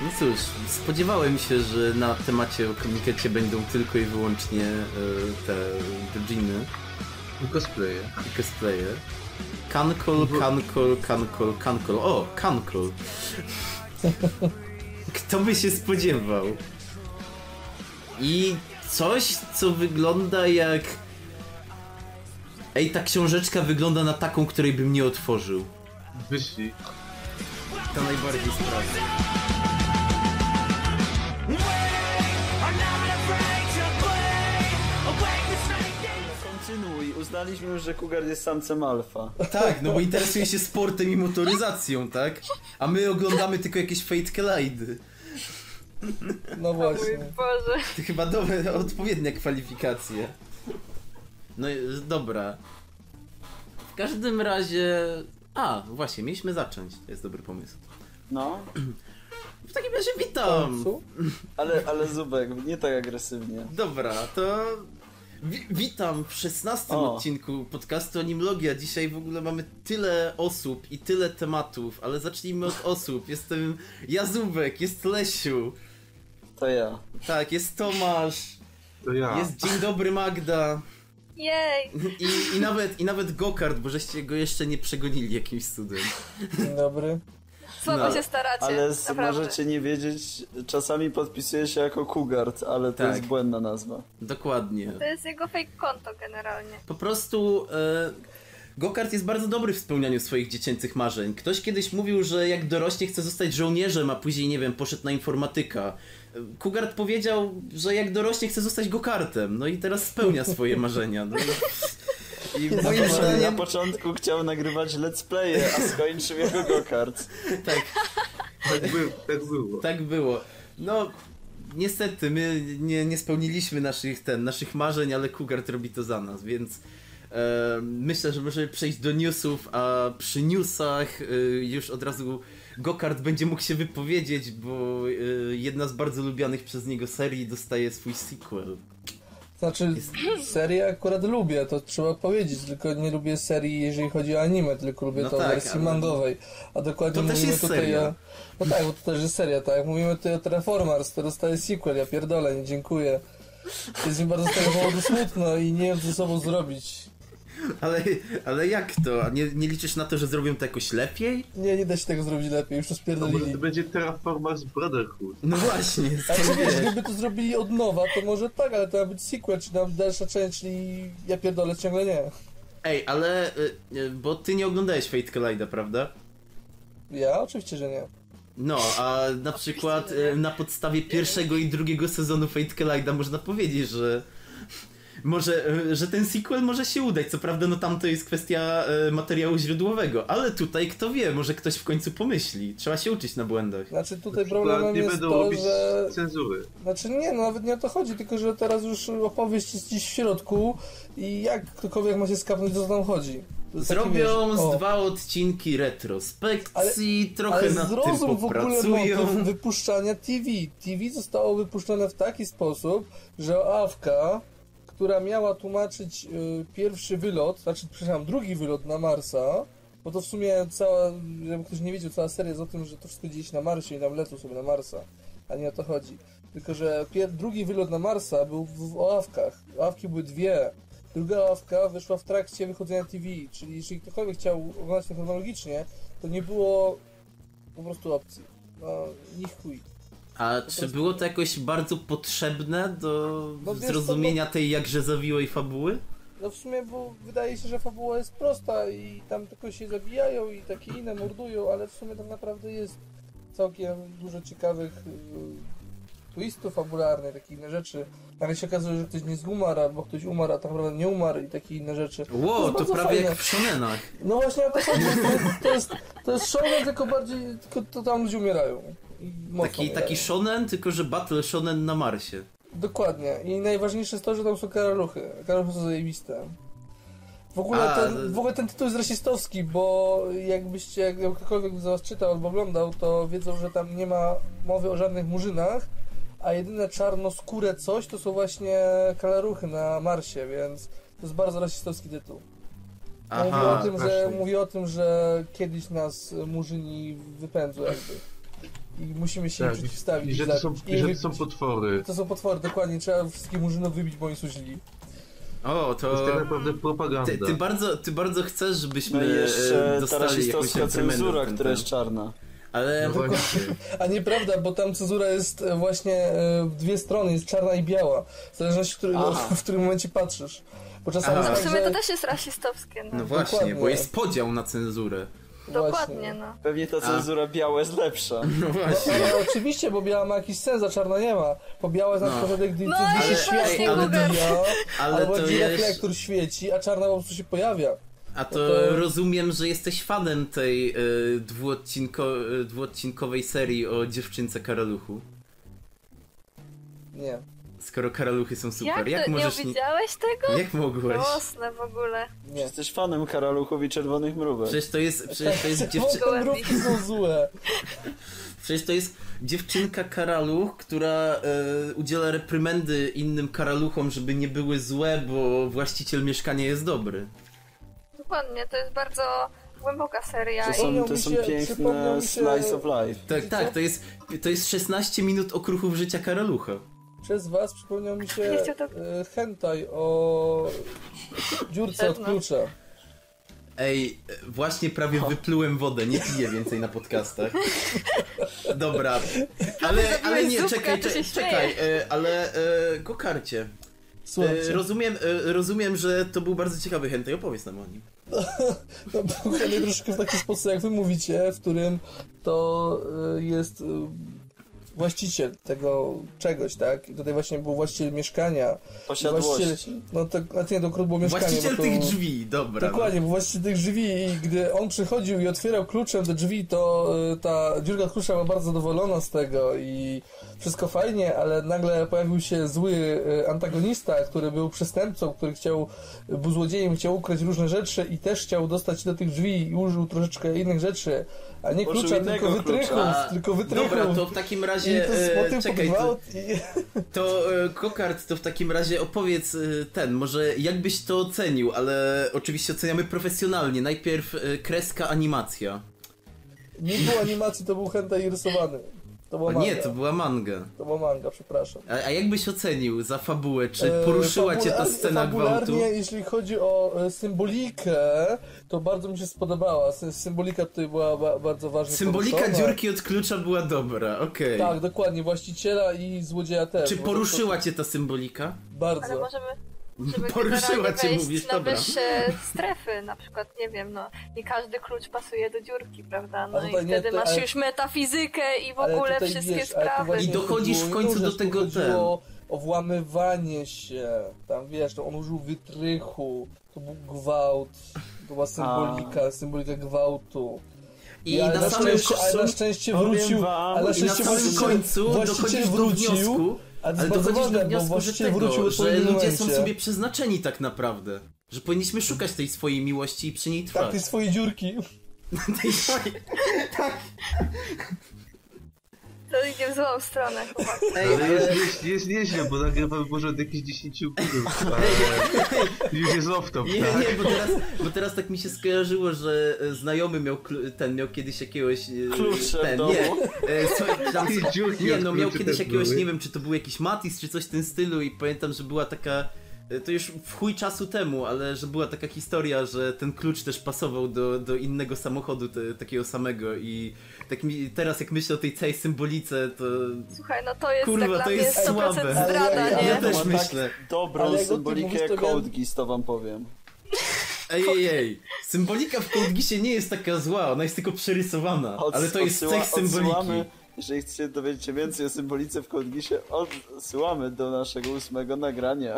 No cóż, spodziewałem się, że na temacie o komikiecie będą tylko i wyłącznie te dżiny. I cosplaye. Kankol. O, Kankol. Kto by się spodziewał? I coś, co wygląda jak... Ej, ta książeczka wygląda na taką, której bym nie otworzył. Wyślij. To najbardziej sprawdza. Kontynuuj. Uznaliśmy już, że Cougar jest samcem alfa. Tak, no bo interesuje się sportem i motoryzacją, tak? A my oglądamy tylko jakieś Fate Collide. No właśnie. Boże. To chyba dobre, odpowiednie kwalifikacje. No dobra. W każdym razie... właśnie, mieliśmy zacząć. To jest dobry pomysł. No. W takim razie witam! Ale Zubek, nie tak agresywnie. Dobra, to... Witam w 16 odcinku podcastu Animlogia. Dzisiaj w ogóle mamy tyle osób i tyle tematów, ale zacznijmy od osób. Jestem Zubek, jest Lesiu. To ja. Tak, jest Tomasz. To ja. Jest Dzień Dobry Magda. Jej! I nawet Gokart, bo żeście go jeszcze nie przegonili jakimś cudem. Dzień dobry. Słabo się staracie, Ale naprawdę. możecie nie wiedzieć, czasami podpisuje się jako Cougard, ale to Tak. jest błędna nazwa. Dokładnie. To jest jego fake konto generalnie. Po prostu Gokart jest bardzo dobry w spełnianiu swoich dziecięcych marzeń. Ktoś kiedyś mówił, że jak dorośnie chce zostać żołnierzem, a później, nie wiem, poszedł na informatyka. Cougar powiedział, że jak dorośnie chce zostać Gokartem. No i teraz spełnia swoje marzenia. No i moim Na zdaniem... początku chciał nagrywać let's playe, a skończył jako Gokart. Tak. Tak było. Tak było. No, niestety, my nie spełniliśmy naszych marzeń, ale Cougar robi to za nas, więc myślę, że możemy przejść do newsów, a przy newsach już od razu Gokart będzie mógł się wypowiedzieć, bo jedna z bardzo lubianych przez niego serii dostaje swój sequel. Znaczy, serię akurat lubię, to trzeba powiedzieć, tylko nie lubię serii, jeżeli chodzi o anime, tylko lubię to w wersji mangowej. A dokładnie to też mówimy jest tutaj seria. No tak, bo to też jest seria, tak. Mówimy tutaj o Terraformers, to dostaje sequel, ja pierdolę, nie dziękuję. Jest mi bardzo z tego powodu smutno i nie wiem, co ze sobą zrobić. Ale jak to? A nie liczysz na to, że zrobią to jakoś lepiej? Nie da się tego zrobić lepiej, już to Może spierdolili. to będzie Terraformers Brotherhood. No właśnie. A wiesz, gdyby to zrobili od nowa, to może tak, ale to ma być sequel, czy tam dalsza część, czyli ja pierdolę ciągle nie. Ej, ale... bo ty nie oglądałeś Fate Collide'a, prawda? Ja? Oczywiście, że nie. No, a na przykład na podstawie pierwszego i drugiego sezonu Fate Collide'a można powiedzieć, że ten sequel może się udać. Co prawda, no tam to jest kwestia materiału źródłowego, ale tutaj kto wie, może ktoś w końcu pomyśli. Trzeba się uczyć na błędach. Znaczy tutaj problemem nie jest będą to, robić że... cenzury. Znaczy nie, no nawet nie o to chodzi, tylko że teraz już opowieść jest gdzieś w środku i jak ktokolwiek ma się skapnąć, to tam chodzi. Zrobią z 2 odcinki retrospekcji, trochę nad tym zrozum w ogóle popracują. motyw wypuszczania TV. TV zostało wypuszczone w taki sposób, że Awka, która miała tłumaczyć pierwszy wylot, drugi wylot na Marsa, bo to w sumie cała, żeby ktoś nie wiedział, cała seria jest o tym, że to wszystko dzieje się na Marsie i tam lecą sobie na Marsa, a nie o to chodzi. Tylko, że drugi wylot na Marsa był w Awkach. Awki były 2. Druga Awka wyszła w trakcie wychodzenia TV, czyli jeśli ktokolwiek chciał oglądać to chronologicznie, to nie było po prostu opcji. No, nie chuj. A czy było to jakoś bardzo potrzebne do wiesz, zrozumienia tej jakże zawiłej fabuły? No w sumie, bo wydaje się, że fabuła jest prosta i tam tylko się zabijają i takie inne mordują, ale w sumie tak naprawdę jest całkiem dużo ciekawych twistów fabularnych, takie inne rzeczy. Ale się okazuje, że ktoś nie umarł, albo ktoś umarł, a tak naprawdę nie umarł i takie inne rzeczy. Ło, to prawie fajne. jak w shonenach. No właśnie o to chodzi. To jest shonen, tylko bardziej, tylko to tam ludzie umierają. Taki shonen, tylko że battle shonen na Marsie. Dokładnie. I najważniejsze jest to, że tam są karaluchy. Karaluchy są zajebiste. W ogóle ten tytuł jest rasistowski, bo jak ktokolwiek z was czytał albo oglądał, to wiedzą, że tam nie ma mowy o żadnych murzynach, a jedyne czarnoskóre coś to są właśnie karaluchy na Marsie, więc to jest bardzo rasistowski tytuł. Mówi o tym, że kiedyś nas murzyni wypędzą jakby. i musimy się im Tak, przeciwstawić. i że to są, I że to wybić. są potwory. To są potwory, dokładnie, trzeba wszystkich murzynów wybić, bo oni są źli. O, To jest tak naprawdę propaganda. ty bardzo chcesz, żebyśmy No i jeszcze ta dostali jakąś rasistowska reprymendę cenzura, w ten która ten. jest czarna. Ale No właśnie. A nieprawda, bo tam cenzura jest właśnie w dwie strony, jest czarna i biała. W zależności, w którym momencie patrzysz. Bo czasami Aha. jest W tak, sumie że... to też jest rasistowskie, no. no właśnie, Dokładnie. bo jest podział na cenzurę. Dokładnie, no. Pewnie ta cenzura biała jest lepsza. No No, właśnie. ale oczywiście, bo biała ma jakiś sens, a czarna nie ma. Bo biała jest na No. przykład, gdy No gdy i się właśnie, światło ale to- odbija, ale albo to gdy jest- reflektor świeci, a czarna po prostu się pojawia. A to, No to- rozumiem, że jesteś fanem tej dwuodcinkowej serii o dziewczynce Karaluchu. Nie. Skoro Karaluchy są super, Jak to? Nie widziałeś tego? Jak mogłeś? Żałosne w ogóle. Nie. Jesteś fanem Karaluchów i Czerwonych Mrówek. Przecież to jest dziewczynka. Czerwone mrówki są złe. Przecież to jest dziewczynka karaluch, która udziela reprymendy innym karaluchom, żeby nie były złe, bo właściciel mieszkania jest dobry. Dokładnie, to jest bardzo głęboka seria. To I... są Przypomniał piękne mi się- slice of life. Tak, to jest 16 minut okruchów życia karalucha. Przez was przypomniał mi się Nie chciał to- hentai o dziurce od Pewno. klucza. Ej, właśnie prawie wyplułem wodę, nie piję więcej na podcastach. Dobra, ale nie, zupkę, czekaj, to się czekaj, ale Gokarcie, Słuchajcie, rozumiem, że to był bardzo ciekawy hentai, opowiedz nam o nim. no, dokładnie troszkę w taki sposób, jak wy mówicie, w którym to jest właściciel tego czegoś, tak? I tutaj właśnie był właściciel mieszkania. Posiadłości. No to, a nie, to akurat było mieszkanie. Właściciel bo to... tych drzwi, dobra. Dokładnie, bo właściciel tych drzwi i gdy on przychodził i otwierał kluczem te drzwi, to ta dziurka od klucza była bardzo zadowolona z tego i wszystko fajnie, ale nagle pojawił się zły antagonista, który był przestępcą, który był złodziejem, chciał ukraść różne rzeczy i też chciał dostać się do tych drzwi i użył troszeczkę innych rzeczy, a nie Użył klucza, innego tylko wytrychów, A, tylko wytrychów. Dobra, to w takim I razie, to motyw czekaj, gwałt Kokard, to w takim razie opowiedz może jak byś to ocenił, ale oczywiście oceniamy profesjonalnie. Najpierw kreska, animacja. Nie było animacji, to był hentai rysowany. To była manga. Nie, to była manga. To była manga, przepraszam. A jak byś ocenił za fabułę? Czy poruszyła cię ta scena gwałtu? Fabularnie, jeśli chodzi o symbolikę, to bardzo mi się spodobała. Symbolika tutaj była bardzo ważna. Symbolika poruszona. dziurki od klucza była dobra, okej. Tak, dokładnie, właściciela i złodzieja też. Czy bo poruszyła cię ta symbolika? Ale Bardzo. możemy żeby Poruszyła generalnie cię, wejść mówisz, na dobra. wyższe strefy, na przykład, nie wiem, no, nie każdy klucz pasuje do dziurki, prawda? No A i tutaj nie, wtedy to- masz ale- już metafizykę i w Ale ogóle tutaj wszystkie wiesz, ale to sprawy. właśnie I dochodzisz chodziło w końcu inną do rzecz, tego tu chodziło o włamywanie się. Tam wiesz, to on użył wytrychu, to był gwałt, to była symbolika gwałtu. I ale na samym ale na szczęście powiem wrócił, wam, ale na I na szczęście samym właściciel- końcu właściciel dochodzisz do wrócił, wniosku, ale to ale jest bardzo dochodzisz do ważne, bo wniosku, że właściciel wrócił tego, w że odpowiednim ludzie momencie. są sobie przeznaczeni tak naprawdę. Że powinniśmy szukać tej swojej miłości i przy niej Tak, trwać. tej swojej dziurki. Tej swojej... To idzie w złą stronę chyba. Ej, Ale ale... jest nieźle, bo nagrywamy może od jakichś 10 minut, ale już jest off-top, Nie, tak? nie, bo teraz tak mi się skojarzyło, że znajomy miał miał kiedyś jakiegoś... Klucze w domu. Dziurki nie, od no miał kluczy kiedyś też jakiegoś, były. nie wiem, czy to był jakiś Matis, czy coś w tym stylu i pamiętam, że była taka... To już w chuj czasu temu, ale że była taka historia, że ten klucz też pasował do innego samochodu, takiego samego i tak mi teraz jak myślę o tej całej symbolice, to... Słuchaj, no to jest Kurwa, tak dla to mnie jest 100% słabe. zdrada, Ale nie? ja też Ma myślę. tak dobrą Ale jak o tym symbolikę mówisz, jak to miałem- Code Geass, to wam powiem. Ej, symbolika w Code Geassie nie jest taka zła, ona jest tylko przerysowana, ale to jest cech symboliki. Odsyłamy, jeżeli chcecie dowiedzieć się więcej o symbolice w Code Geassie, odsyłamy do naszego 8 nagrania.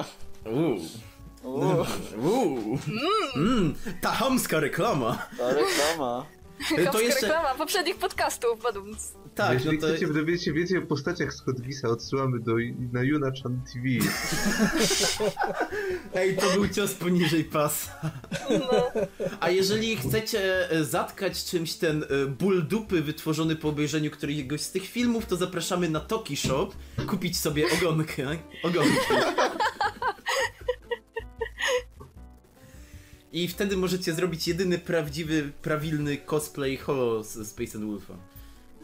Ta chamska reklama. Ta reklama. Chamska jeszcze- reklama poprzednich podcastów, badumc. Tak, Jeżeli no to... chcecie dowiedzieć się więcej o postaciach z Hotgisa, odsyłamy na Yuna-chan TV. Ej, to był cios poniżej pasa. A jeżeli chcecie zatkać czymś ten ból dupy wytworzony po obejrzeniu któregoś z tych filmów, to zapraszamy na Toki Shop, kupić sobie ogonki. I wtedy możecie zrobić jedyny prawdziwy, prawilny cosplay Holo z Space and Wolfa.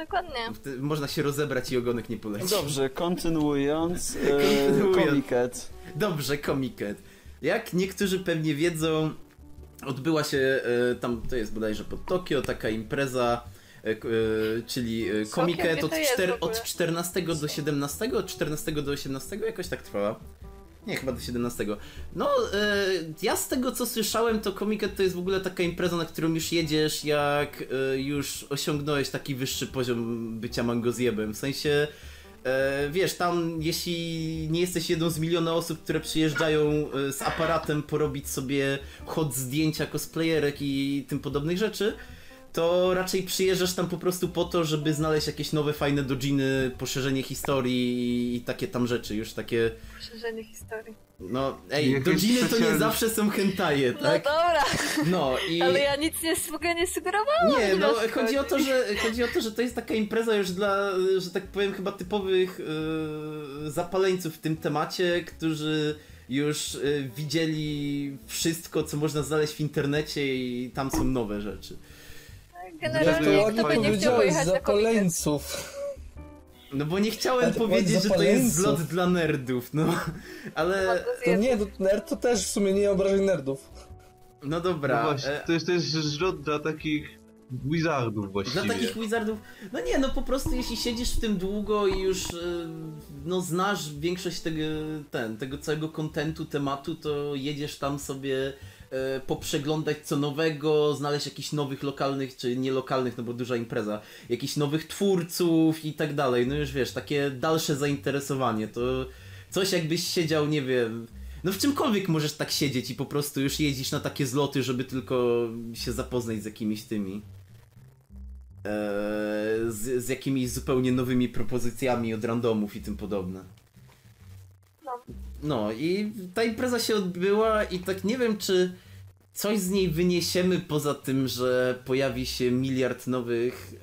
Dokładnie. Można się rozebrać i ogonek nie poleci. Dobrze, kontynuując. Comiket. Dobrze, Comiket. Jak niektórzy pewnie wiedzą, odbyła się tam, to jest bodajże pod Tokio, taka impreza, czyli Comiket od 14 do 17, od 14 do 18 jakoś tak trwała. Nie, chyba do 17. No, ja z tego co słyszałem, to Comiket to jest w ogóle taka impreza, na którą już jedziesz, jak już osiągnąłeś taki wyższy poziom bycia mangozjebem. W sensie, wiesz, tam jeśli nie jesteś jedną z miliona osób, które przyjeżdżają z aparatem porobić sobie hot zdjęcia cosplayerek i tym podobnych rzeczy, to raczej przyjeżdżasz tam po prostu po to, żeby znaleźć jakieś nowe, fajne dojiny, poszerzenie historii i takie tam rzeczy, już takie... Poszerzenie historii. No, dojiny to nie zawsze są hentaje, tak? No dobra, No i... ale ja nic w ogóle nie sugerowałam. Nie, no chodzi o to, że to jest taka impreza już dla, że tak powiem, chyba typowych zapaleńców w tym temacie, którzy już widzieli wszystko, co można znaleźć w internecie i tam są nowe rzeczy. Generalnie kto by nie chciał pojechać na Comiket. zapaleńców. No bo nie chciałem powiedzieć, że to jest zlot dla nerdów, no, ale... To nie, to nerd to też w sumie nie obrażaj nerdów. No dobra. No właśnie, to jest zlot dla takich wizardów właściwie. Dla takich wizardów, no nie, no po prostu jeśli siedzisz w tym długo i już no znasz większość tego całego kontentu, tematu, to jedziesz tam sobie poprzeglądać co nowego, znaleźć jakichś nowych lokalnych, czy nielokalnych, no bo duża impreza, jakichś nowych twórców i tak dalej, no już wiesz, takie dalsze zainteresowanie, to coś jakbyś siedział, nie wiem, no w czymkolwiek możesz tak siedzieć i po prostu już jeździsz na takie zloty, żeby tylko się zapoznać z jakimiś tymi z jakimiś zupełnie nowymi propozycjami od randomów i tym podobne. No i ta impreza się odbyła i tak nie wiem, czy coś z niej wyniesiemy poza tym, że pojawi się miliard nowych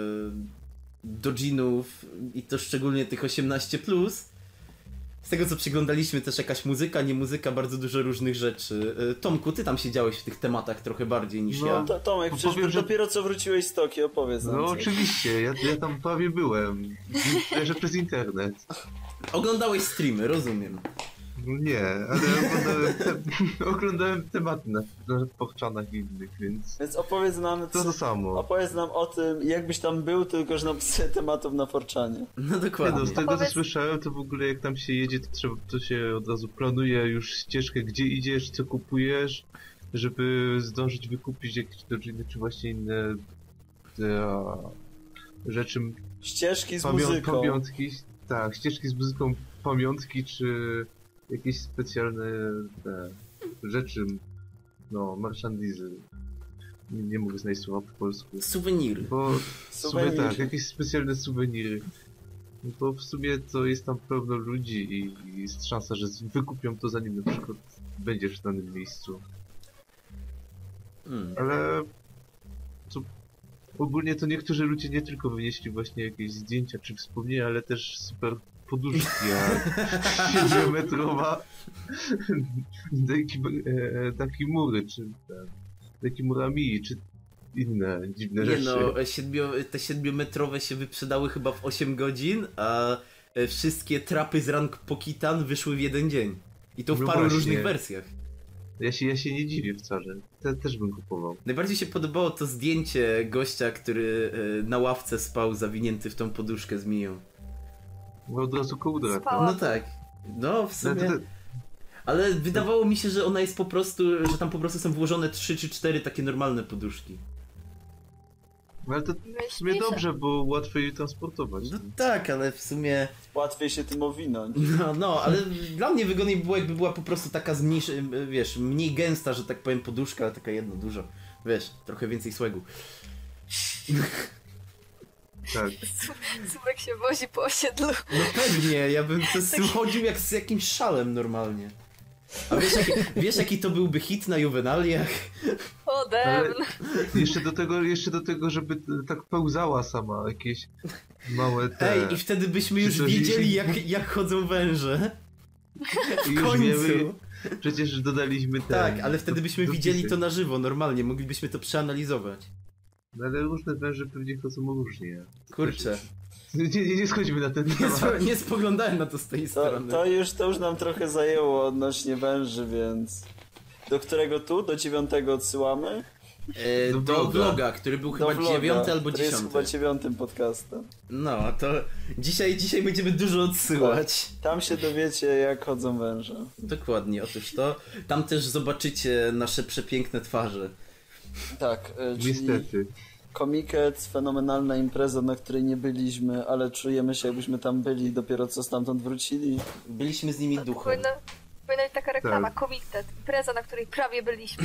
dojinów i to szczególnie tych 18+. Z tego co przyglądaliśmy też jakaś muzyka, nie muzyka, bardzo dużo różnych rzeczy. Tomku, ty tam siedziałeś w tych tematach trochę bardziej niż ja. Tomek, przecież powiem, że... dopiero co wróciłeś z Tokio, opowiedz nam No coś. oczywiście, ja tam prawie byłem. Że przez internet. Oglądałeś streamy, rozumiem. Nie, ale oglądałem tematy na porczanach innych, więc opowiedz nam to samo. Opowiedz nam o tym, jakbyś tam był, tylko że napisać tematów na Forczanie. No Nie, dokładnie. no, z tego co słyszałem, to w ogóle jak tam się jedzie, to się od razu planuje już ścieżkę, gdzie idziesz, co kupujesz, żeby zdążyć wykupić jakieś dojiny, czy właśnie inne rzeczy. Ścieżki z muzyką. Pamiątki, tak, ścieżki z muzyką, pamiątki, czy jakieś specjalne rzeczy, no, merchandizy. Nie mogę znaleźć słowa po polsku. Suweniry. Bo w sumie tak, jakieś specjalne suweniry. No to w sumie to jest tam pełno ludzi i jest szansa, że wykupią to zanim na przykład będziesz w danym miejscu. Ale ogólnie to niektórzy ludzie nie tylko wynieśli właśnie jakieś zdjęcia czy wspomnienia, ale też super poduszki, jak 7-metrowa taki mury, czy taki murami, czy inne dziwne rzeczy. No, te 7-metrowe się wyprzedały chyba w 8 godzin, a wszystkie trapy z rank Pokitan wyszły w jeden dzień. I to w paru różnych wersjach. Ja się nie dziwię wcale. Też bym kupował. Najbardziej się podobało to zdjęcie gościa, który na ławce spał zawinięty w tą poduszkę z Miją. No od razu kołdra. No tak. No w sumie... Ale wydawało mi się, że ona jest po prostu, że tam po prostu są włożone 3 czy 4 takie normalne poduszki. No ale to w sumie dobrze, bo łatwiej je transportować. No tak, ale w sumie... Łatwiej się tym owinąć. No, ale dla mnie wygodniej by było, jakby była po prostu taka mniej gęsta, że tak powiem, poduszka, ale taka jedna duża. Wiesz, trochę więcej słegu. Tak. Subek się wozi po osiedlu. No pewnie, ja bym to chodził jak z jakimś szalem normalnie. A wiesz jaki to byłby hit na juwenaliach? Jeszcze do tego, żeby tak pełzała sama, jakieś małe te... Ej, i wtedy byśmy już wiedzieli jak chodzą węże. W końcu. Przecież dodaliśmy te... Tak, ale wtedy byśmy widzieli to na żywo, normalnie, moglibyśmy to przeanalizować. No ale różne węże pewnie chodzą różnie. Kurczę, Nie schodźmy na ten temat. nie spoglądałem na to z tej strony. To już nam trochę zajęło odnośnie węży, więc... Do którego tu? Do 9 odsyłamy? Do vloga, który był chyba 9 albo 10. To jest chyba 9 podcastem. No, to dzisiaj będziemy dużo odsyłać. Tam się dowiecie, jak chodzą węże. Dokładnie, otóż to. Tam też zobaczycie nasze przepiękne twarze. Tak, czyli Niestety. Comiket, fenomenalna impreza, na której nie byliśmy, ale czujemy się, jakbyśmy tam byli, dopiero co stamtąd wrócili. Byliśmy z nimi duchem. Powinna być taka reklama, Tak. Comiket, impreza, na której prawie byliśmy.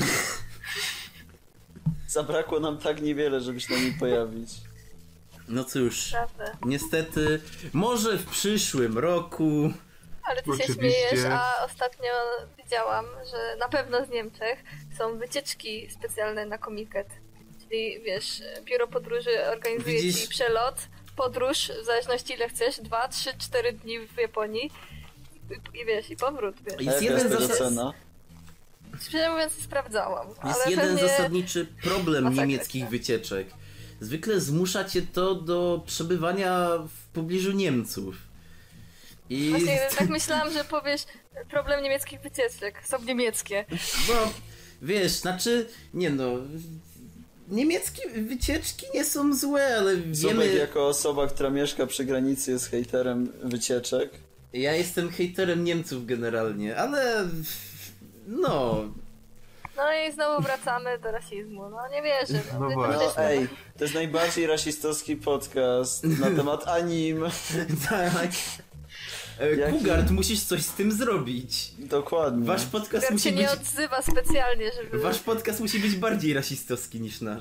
Zabrakło nam tak niewiele, żeby się na niej pojawić. No cóż, Prawda. niestety, może w przyszłym roku... Ale ty się Oczywiście. śmiejesz, a ostatnio widziałam, że na pewno z Niemczech są wycieczki specjalne na Comiket. Czyli wiesz, biuro podróży organizuje Widzisz? ci przelot, podróż, w zależności ile chcesz, 2, 3, 4 dni w Japonii i wiesz, i powrót, wiesz. A Jest jaka jest jeden tego zasad... cena? Szczerze mówiąc, nie sprawdzałam. Jest ale jeden pewnie... zasadniczy problem Masakra. niemieckich wycieczek. Zwykle zmusza cię to do przebywania w pobliżu Niemców. I Właśnie tak myślałam, że powiesz problem niemieckich wycieczek. Są niemieckie. bo wiesz, znaczy, nie no, niemieckie wycieczki nie są złe, ale Zubek wiemy... jako osoba, która mieszka przy granicy, jest hejterem wycieczek. Ja jestem hejterem Niemców generalnie, ale no... No i znowu wracamy do rasizmu. No nie wierzę. No Wy to właśnie. też No ej, to jest najbardziej rasistowski podcast na temat anim. Tak. Jaki? Kugart, musisz coś z tym zrobić. Dokładnie. Wasz podcast Kugart musi się być... nie odzywa specjalnie, żeby... Wasz podcast musi być bardziej rasistowski niż nasz.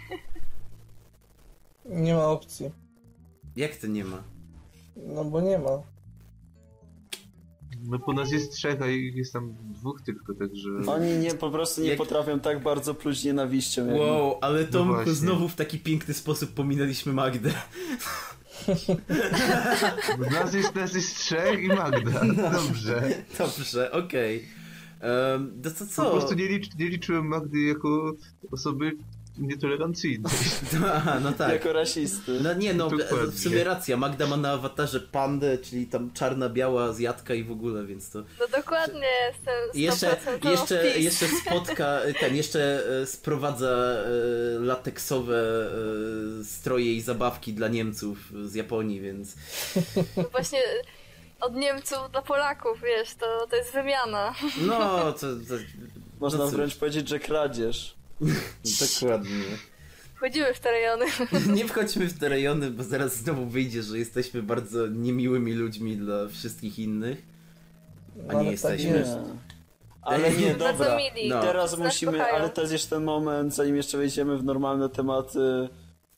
Nie ma opcji. Jak to nie ma? No bo nie ma. No po nas jest 3, a ich jest tam 2 tylko, także... Oni po prostu nie Jak- potrafią tak bardzo pluć nienawiścią. Jak Wow, ale Tomku, właśnie. znowu w taki piękny sposób pominęliśmy Magdę. Nas jest 3 i Magda. Dobrze. Dobrze, okej. To co? Po prostu nie liczyłem Magdy jako osoby nietolerancyjnej. Aha, no tak. Jako rasisty. No nie no, Dokładnie. w sumie racja, Magda ma na awatarze pandę, czyli tam czarna, biała, azjatka i w ogóle, więc to... No dokładnie, jestem 100% Jeszcze spotka, jeszcze sprowadza lateksowe stroje i zabawki dla Niemców z Japonii, więc... No właśnie od Niemców dla Polaków, wiesz, to jest wymiana. No, to Można no cóż. wręcz powiedzieć, że kradzież. dokładnie. Wchodzimy w te rejony. Nie wchodźmy w te rejony, bo zaraz znowu wyjdzie, że jesteśmy bardzo niemiłymi ludźmi dla wszystkich innych. A No, nie ale tak jesteśmy. jest. Ale nie, Bardzo dobra. mili. No. Teraz Nas musimy, kochają. ale to jest jeszcze ten moment, zanim jeszcze wejdziemy w normalne tematy.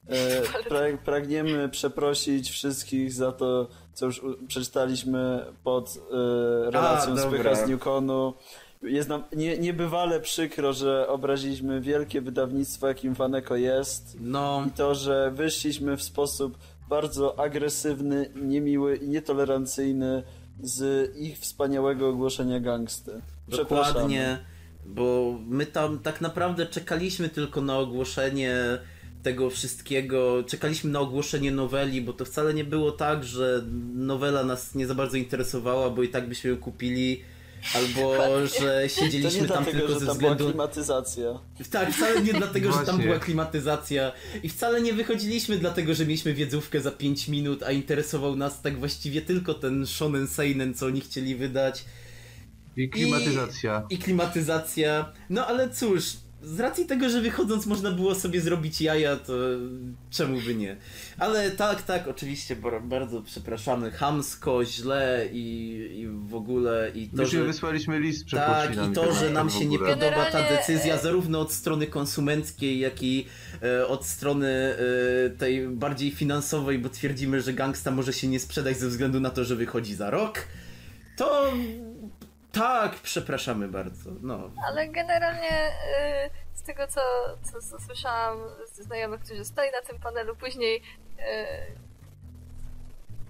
Pragniemy przeprosić wszystkich za to, co już przeczytaliśmy pod relacją dobra. Spycha z Newconu. Jest nam niebywale przykro, że obraziliśmy wielkie wydawnictwo, jakim Waneko jest. No, I to, że wyszliśmy w sposób bardzo agresywny, niemiły i nietolerancyjny z ich wspaniałego ogłoszenia gangsty. Przepraszam. dokładnie, bo my tam tak naprawdę czekaliśmy tylko na ogłoszenie tego wszystkiego, czekaliśmy na ogłoszenie noweli, bo to wcale nie było tak, że nowela nas nie za bardzo interesowała, bo i tak byśmy ją kupili, albo że To siedzieliśmy nie tam dlatego, tylko że ze tam była względu... klimatyzacja. Tak, wcale nie dlatego, że tam Właśnie. była klimatyzacja i wcale nie wychodziliśmy dlatego, że mieliśmy wiedzówkę za 5 minut, a interesował nas tak właściwie tylko ten shonen seinen, co oni chcieli wydać. I klimatyzacja. I klimatyzacja. No ale cóż, z racji tego, że wychodząc można było sobie zrobić jaja, to czemu by nie? Ale tak, oczywiście, bardzo przepraszamy, chamsko, źle i w ogóle i to, Myśmy że... wysłaliśmy list z Tak, przeprosinami. i to, że nam się nie w ogóle. podoba ta Generalnie- decyzja zarówno od strony konsumenckiej, jak i od strony tej bardziej finansowej, bo twierdzimy, że Gangsta może się nie sprzedać ze względu na to, że wychodzi za rok, to tak, przepraszamy bardzo. No. Ale generalnie z tego, co słyszałam ze znajomych, którzy stali na tym panelu, później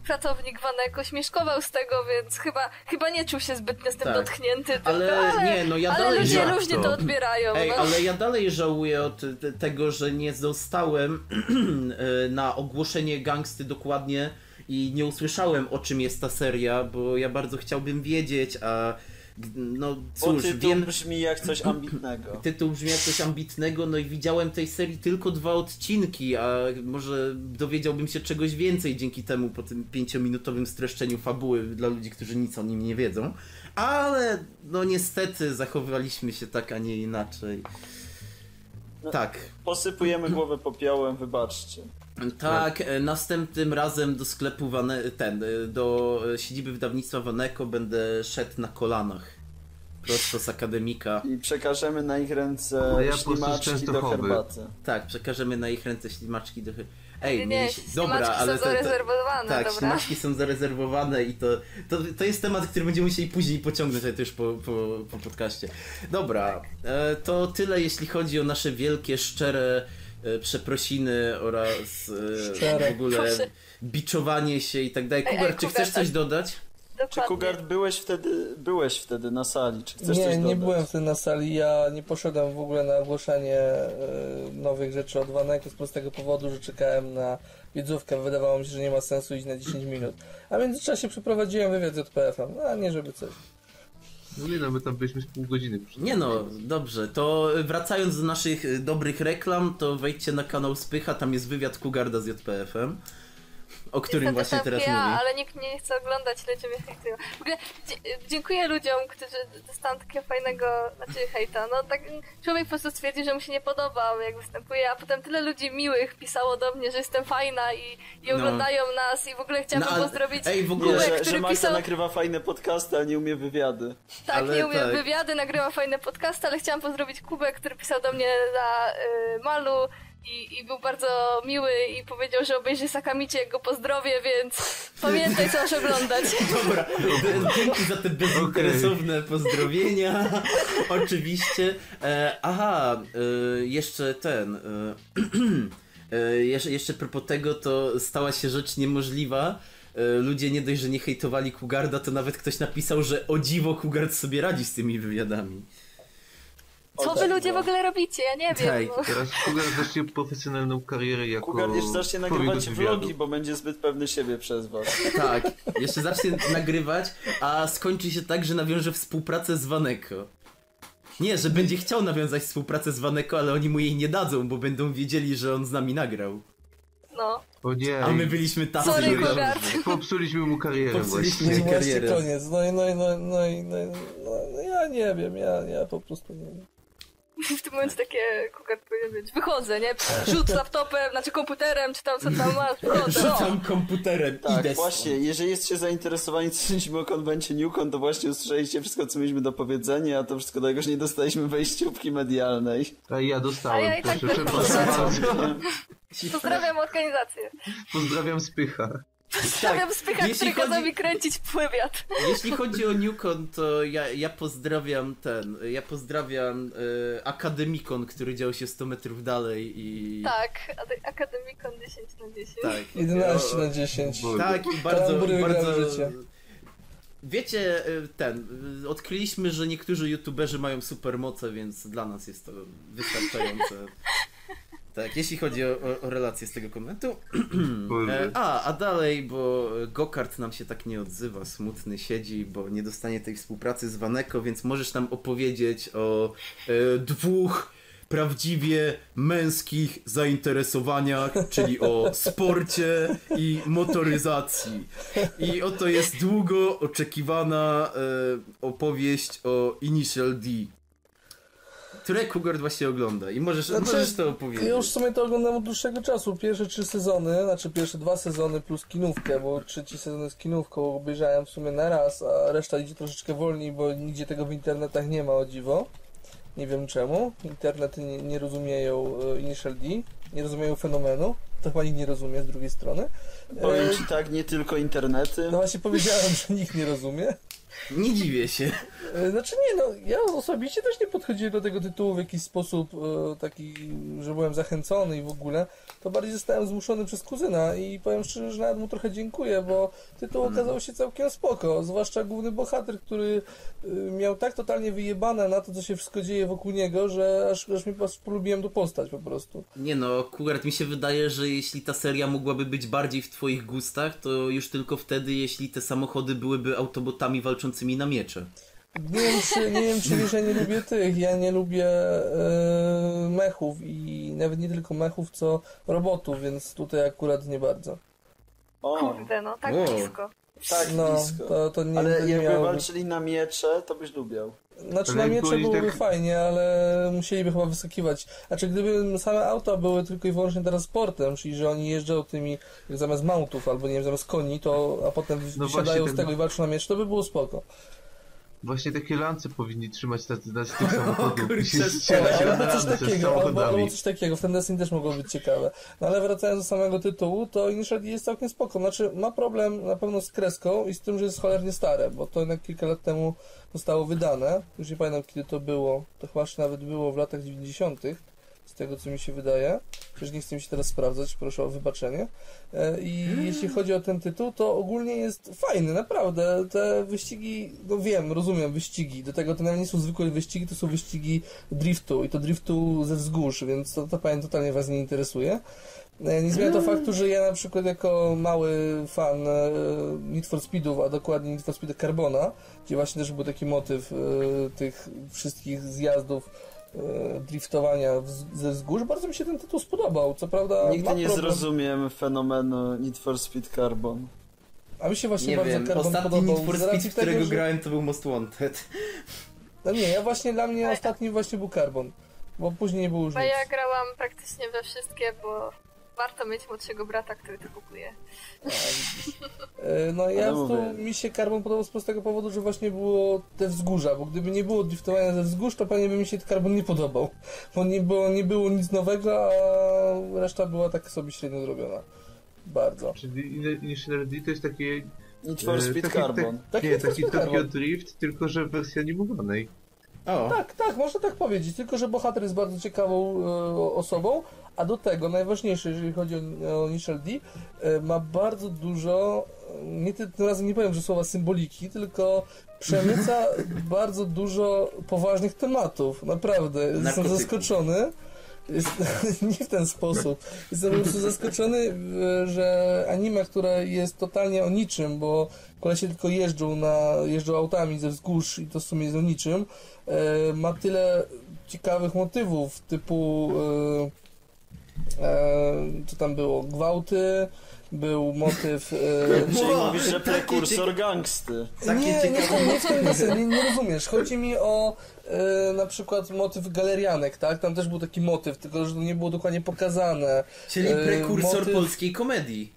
pracownik Waneko śmieszkował z tego, więc chyba nie czuł się zbytnio z tym Tak. dotknięty. Ale nie, no ja ale dalej ludzie jak różnie to? to odbierają. Ej, no. ale ja dalej żałuję od tego, że nie zostałem na ogłoszenie Gangsty dokładnie i nie usłyszałem, o czym jest ta seria, bo ja bardzo chciałbym wiedzieć, a no Bo cóż, tytuł wiem... brzmi jak coś ambitnego. Tytuł brzmi jak coś ambitnego, no i widziałem tej serii tylko 2 odcinki, a może dowiedziałbym się czegoś więcej dzięki temu po tym 5-minutowym streszczeniu fabuły dla ludzi, którzy nic o nim nie wiedzą. Ale no niestety zachowaliśmy się tak, a nie inaczej. No. Tak. Posypujemy głowę popiołem, wybaczcie. Tak, następnym razem do sklepu do siedziby wydawnictwa Waneko będę szedł na kolanach. Prosto z akademika. I przekażemy na ich ręce A ja po prostu z ślimaczki do Częstochowy. herbaty. Tak, przekażemy na ich ręce ślimaczki do... Ej, Nie, dobra, ślimaczki ale są zarezerwowane, tak, dobra. ślimaczki są zarezerwowane i to jest temat, który będziemy musieli później pociągnąć, ale to już po podcaście. Dobra, to tyle jeśli chodzi o nasze wielkie, szczere przeprosiny oraz Szczere. w ogóle Proszę. biczowanie się i tak dalej. Ej, Kubar, czy Kubar, chcesz coś dodać? Czy Dokładnie. Kugard byłeś wtedy na sali? Czy chcesz coś Nie, dodać? nie byłem wtedy na sali, ja nie poszedłem w ogóle na ogłoszenie nowych rzeczy od Waneko z prostego powodu, że czekałem na wiedzówkę, wydawało mi się, że nie ma sensu iść na 10 minut. A w międzyczasie przeprowadziłem wywiad z JPF-em, a nie żeby coś. No nie no, my tam byliśmy z pół godziny. Nie no, dobrze, to wracając do naszych dobrych reklam, to wejdźcie na kanał Spycha, tam jest wywiad Kugarda z JPF-em, o którym Jestem właśnie tam teraz ja, mówi. ale nikt nie chce oglądać, ludzie mnie hejtują. W ogóle dziękuję ludziom, którzy dostałam takiego fajnego, hejta. No tak człowiek po prostu stwierdził, że mu się nie podobał, jak występuje, a potem tyle ludzi miłych pisało do mnie, że jestem fajna i oglądają nas i w ogóle chciałabym ale- pozdrowić ej, w ogóle- Nie, Kubek, że który Magda pisał... nagrywa fajne podcasty, a nie umie wywiady. Tak, ale nie umiem tak. wywiady, nagrywa fajne podcasty, ale chciałam pozdrowić Kubek, który pisał do mnie na Malu i był bardzo miły i powiedział, że obejrzy Sakamicie, jak go pozdrowię, więc pamiętaj, co masz oglądać. Dobra, dzięki za te bezinteresowne pozdrowienia, oczywiście. Jeszcze jeszcze propos tego, to stała się rzecz niemożliwa. Ludzie nie dość, że nie hejtowali Kugarda, to nawet ktoś napisał, że o dziwo Kugard sobie radzi z tymi wywiadami. Co wy ludzie w ogóle robicie? Ja nie wiem. Tak. No. Teraz Kugard zacznie profesjonalną karierę jako... Kugard jeszcze zacznie człowiek nagrywać do wywiadu. vlogi, bo będzie zbyt pewny siebie przez was. Tak, jeszcze zacznie nagrywać, a skończy się tak, że nawiąże współpracę z Waneko. Nie, że będzie chciał nawiązać współpracę z Waneko, ale oni mu jej nie dadzą, bo będą wiedzieli, że on z nami nagrał. No. O nie. A my byliśmy tacy. Sorry, że- Kugard. Popsuliśmy mu karierę Popsuliśmy właśnie. No właśnie karierę. koniec, no ja nie wiem, ja po prostu nie wiem. W tym momencie takie Kugard powinien być. Wychodzę, nie? Rzut laptopem, znaczy komputerem, czy tam co tam masz, wychodzę. No. Rzucam komputerem, Tak, idę właśnie, jeżeli jesteście zainteresowani, co sądzimy o konwencie Newcon, to właśnie usłyszeliście wszystko, co mieliśmy do powiedzenia, a to wszystko dlatego, że nie dostaliśmy wejściówki medialnej. A ja dostałem, A ja i tak proszę, też przepraszam dostałem. bardzo. Pozdrawiam organizację. Pozdrawiam Spycha. Pozdrawiam Spycha, jeśli który kazał chodzi- mi kręcić wywiad. Jeśli chodzi o Newcon, to ja pozdrawiam Akademikon, który dział się 100 metrów dalej i... Tak, Akademikon 10/10. Tak. 11 na 10. Tak, i bardzo, Kalambury bardzo... wygrały życie. Wiecie, odkryliśmy, że niektórzy youtuberzy mają supermoce, więc dla nas jest to wystarczające. Tak, jeśli chodzi o relacje z tego konwentu. A dalej, bo Gokart nam się tak nie odzywa, smutny siedzi, bo nie dostanie tej współpracy z Waneko, więc możesz nam opowiedzieć o dwóch prawdziwie męskich zainteresowaniach, czyli o sporcie i motoryzacji. I oto jest długo oczekiwana opowieść o Initial D, które Kugard właśnie ogląda i możesz to opowiedzieć. Ja już w sumie to oglądam od dłuższego czasu. Pierwsze 3 sezony, znaczy pierwsze 2 sezony plus kinówkę, bo trzeci sezon jest kinówką, obejrzałem w sumie na raz, a reszta idzie troszeczkę wolniej, bo nigdzie tego w internetach nie ma, o dziwo. Nie wiem czemu. Internety nie rozumieją Initial D, nie rozumieją fenomenu. To chyba nikt nie rozumie z drugiej strony. Powiem ci tak, nie tylko internety. No właśnie powiedziałem, że nikt nie rozumie. Nie dziwię się. Znaczy nie, no ja osobiście też nie podchodziłem do tego tytułu w jakiś sposób taki, że byłem zachęcony i w ogóle. To bardziej zostałem zmuszony przez kuzyna i powiem szczerze, że nawet mu trochę dziękuję, bo tytuł okazał się całkiem spoko. Zwłaszcza główny bohater, który miał tak totalnie wyjebane na to, co się wszystko dzieje wokół niego, że aż mi polubiłem tą postać po prostu. Nie no, Kugart, mi się wydaje, że jeśli ta seria mogłaby być bardziej w twoich gustach, to już tylko wtedy, jeśli te samochody byłyby autobotami walczącymi na miecze. Nie wiem, czy wiesz, ja nie lubię tych, ja nie lubię mechów i nawet nie tylko mechów, co robotów, więc tutaj akurat nie bardzo. O, Kurde, no, tak O. blisko. tak No, blisko. to nie, Ale to nie jakby miało być. walczyli na miecze, to byś lubiał. Znaczy Ale na jak miecze byli byłoby tak- fajnie, ale musieliby chyba wyskakiwać. Znaczy gdyby same auta były tylko i wyłącznie transportem, czyli że oni jeżdżą tymi zamiast mountów albo nie wiem, zamiast koni, to a potem No wysiadają właśnie z tego i walczą na miecz, to by było spoko. Właśnie takie lance powinni trzymać na tych samochodów i się kurczę, strzelać Albo na coś lance z takiego, albo samochodami. coś takiego, w ten Destiny też mogło być ciekawe. No ale wracając do samego tytułu, to Initial D jest całkiem spoko. Znaczy ma problem na pewno z kreską i z tym, że jest cholernie stare, bo to jednak kilka lat temu zostało wydane. Już nie pamiętam kiedy to było. To chyba jeszcze nawet było w latach 90. z tego co mi się wydaje. Przecież nie chcę mi się teraz sprawdzać, proszę o wybaczenie. I jeśli chodzi o ten tytuł, to ogólnie jest fajny, naprawdę. Te wyścigi, no wiem, rozumiem, wyścigi. Do tego to nawet nie są zwykłe wyścigi, to są wyścigi driftu i to driftu ze wzgórz, więc to powiem, totalnie was nie interesuje. Nie zmienia to faktu, że ja na przykład jako mały fan Need for Speedów, a dokładnie Need for Speed Carbona, gdzie właśnie też był taki motyw tych wszystkich zjazdów, driftowania ze wzgórz, bardzo mi się ten tytuł spodobał. Co prawda Nigdy ma nie problem, zrozumiem fenomenu Need for Speed Carbon. a mi się właśnie Nie bardzo wiem, Carbon ostatni podobał. Need for z racji Speed, w którego tego, że... grałem, to był Most Wanted. No nie, ja właśnie dla mnie ostatni właśnie był Carbon, bo później nie było już Bo nic. ja grałam praktycznie we wszystkie, bo warto mieć młodszego brata, który to kupuje. No ja Ale tu, mówię. mi się Carbon podobał z prostego powodu, że właśnie było te wzgórza, bo gdyby nie było driftowania ze wzgórz, to pewnie by mi się Carbon nie podobał, bo nie było nic nowego, a reszta była tak sobie średnio zrobiona. Bardzo. Czyli Initial D to jest takie... Need for Speed taki- Carbon. Taki Nie, Need for taki Speed Tokyo Carbon. Drift, tylko że w wersji animowanej. O, Tak, można tak powiedzieć, tylko że bohater jest bardzo ciekawą osobą, a do tego najważniejsze, jeżeli chodzi o Initial D, ma bardzo dużo, tym razem nie powiem, że słowa symboliki, tylko przemyca bardzo dużo poważnych tematów, naprawdę. Jestem Narkotyków. zaskoczony. Nie w ten sposób. Jestem po prostu zaskoczony, że anime, które jest totalnie o niczym, bo kolesie tylko jeżdżą autami ze wzgórz i to w sumie jest o niczym, ma tyle ciekawych motywów typu co tam było? Gwałty, był motyw... Czyli Wow, mówisz, że takie prekursor gangsty. Nie w ten desen, nie rozumiesz. Chodzi mi o na przykład motyw galerianek, tak? Tam też był taki motyw, tylko że to nie było dokładnie pokazane. czyli prekursor motyw- polskiej komedii.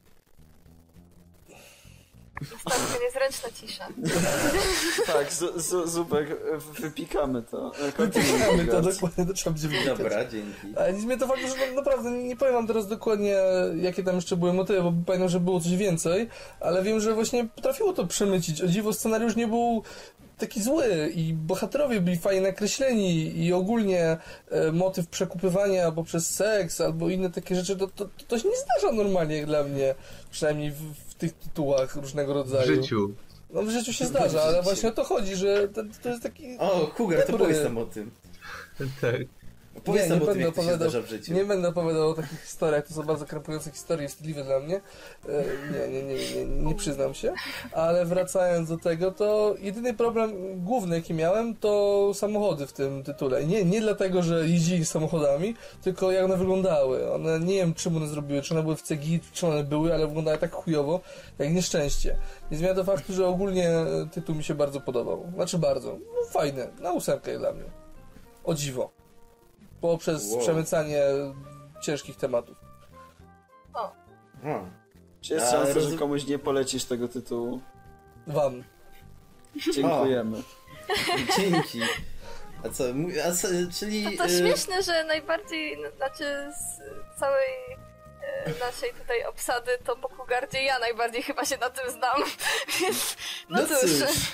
Następnie niezręczna cisza. Tak, Zubek, wypikamy to. Mamy to dokładnie, to trzeba będzie wypikać. Dobra, dzięki. Ale nic mnie to fakt, że naprawdę nie powiem wam teraz dokładnie, jakie tam jeszcze były motywy, bo pamiętam, że było coś więcej, ale wiem, że właśnie potrafiło to przemycić. O dziwo, scenariusz nie był taki zły i bohaterowie byli fajnie nakreśleni i ogólnie motyw przekupywania poprzez seks albo inne takie rzeczy, to się nie zdarza normalnie jak dla mnie, przynajmniej w tych tytułach różnego W rodzaju. życiu. No w życiu się zdarza, ale właśnie o to chodzi, że to jest taki... O, Cougar, to Dobry. powiedz nam o tym. Tak. Powiedz nam o tym, będę jak to się opowiadał, zdarza w życiu. nie będę opowiadał o takich historiach, to są bardzo krępujące historie, wstydliwe dla mnie. Nie przyznam się. Ale wracając do tego, to jedyny problem główny, jaki miałem, to samochody w tym tytule. Nie dlatego, że jeździli samochodami, tylko jak one wyglądały. One, nie wiem czemu one zrobiły, czy one były w CGI, czy one były, ale wyglądały tak chujowo, jak nieszczęście. Nie zmienia to faktu, że ogólnie tytuł mi się bardzo podobał. Znaczy bardzo. No fajny. Na 8 dla mnie. O dziwo. Poprzez Wow. przemycanie ciężkich tematów. O, O. Czy jest A, szansa, że komuś nie polecisz tego tytułu? Wam. Dziękujemy. Dzięki. Czyli... to śmieszne, że najbardziej, znaczy z całej naszej tutaj obsady, to po Cougardzie ja najbardziej chyba się na tym znam, więc no cóż.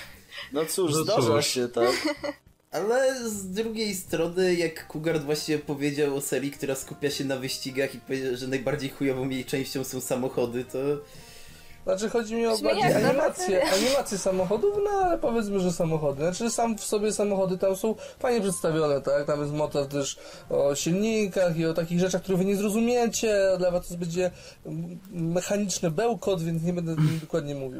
No cóż, No zdarza cóż. się, tak. Ale z drugiej strony, jak Cougar właśnie powiedział o serii, która skupia się na wyścigach i powiedział, że najbardziej chujową jej częścią są samochody, to... Znaczy chodzi mi o Brzmi bardziej jak animację samochodów, no ale powiedzmy, że samochody. Znaczy sam w sobie samochody tam są fajnie przedstawione, tak? Tam jest motyw też o silnikach i o takich rzeczach, których wy nie zrozumiecie. Dla was to będzie mechaniczny bełkot, więc nie będę dokładnie mówił.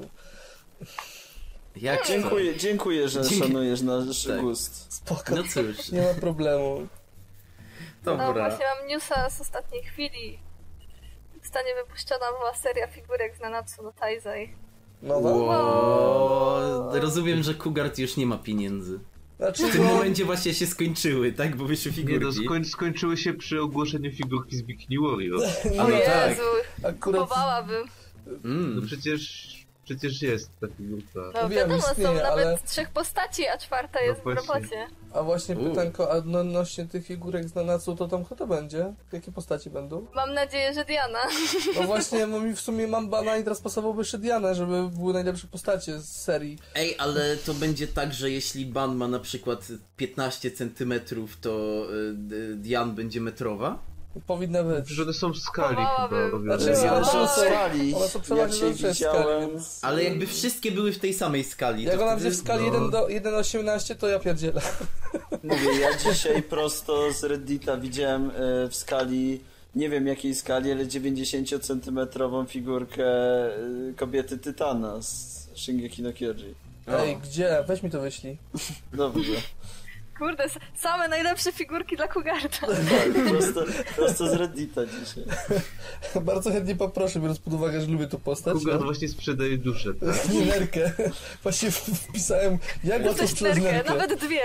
Jak to? Dziękuję, że Dzięki. szanujesz nasz Tak. gust. Spoko, No cóż, nie ma problemu. No dobra. właśnie mam newsa z ostatniej chwili. Zostanie wypuszczona nowa seria figurek z Nanatsu no Taizai. Nowa? Wow. Rozumiem, że Cougar już nie ma pieniędzy. Znaczy, W tym no, momencie właśnie się skończyły, tak? Bo wyszły Nie, no, figurki. skończyły się przy ogłoszeniu figurki z Bikini Warrior. A O no tak. Jezu, akurat kupowałabym. No przecież jest ta figurka. No Wiem, wiadomo, są istnieje, nawet ale- 3 postaci, a 4 jest w właśnie. robocie. A właśnie U. pytanko odnośnie tych figurek z Nanatsu, to tam kto to będzie? Jakie postaci będą? Mam nadzieję, że Diana. No właśnie, w sumie mam bana i teraz pasowałoby jeszcze Diana, żeby były najlepsze postacie z serii. Ej, ale to będzie tak, że jeśli Ban ma na przykład 15 cm, to Dian będzie metrowa? Powinna być. Przecież one są w skali chyba Chowałabym. robione. Znaczy, Zależy one od są- skali. one są Jak przeważnie się zawsze w skali, widziałem... więc- Ale jakby wszystkie były w tej samej skali. Jak to ona wtedy... będzie w skali no. 1 do 1,18, to ja pierdzielę. Mówię, ja dzisiaj prosto z Reddita widziałem w skali, nie wiem jakiej skali, ale 90-centymetrową figurkę kobiety Tytana z Shingeki no Kyojin. Ej, gdzie? Weź mi to wyślij. Dobrze. Kurde, same najlepsze figurki dla Cougarda. Tak, prosto z Reddita dzisiaj. Bardzo chętnie poproszę, biorąc pod uwagę, że lubię tu postać. Cougar No. właśnie sprzedaje duszę. Tak? Nie nerkę. Właśnie wpisałem, jak łatwo Coś sprzedać nerkę, nerkę. nawet 2.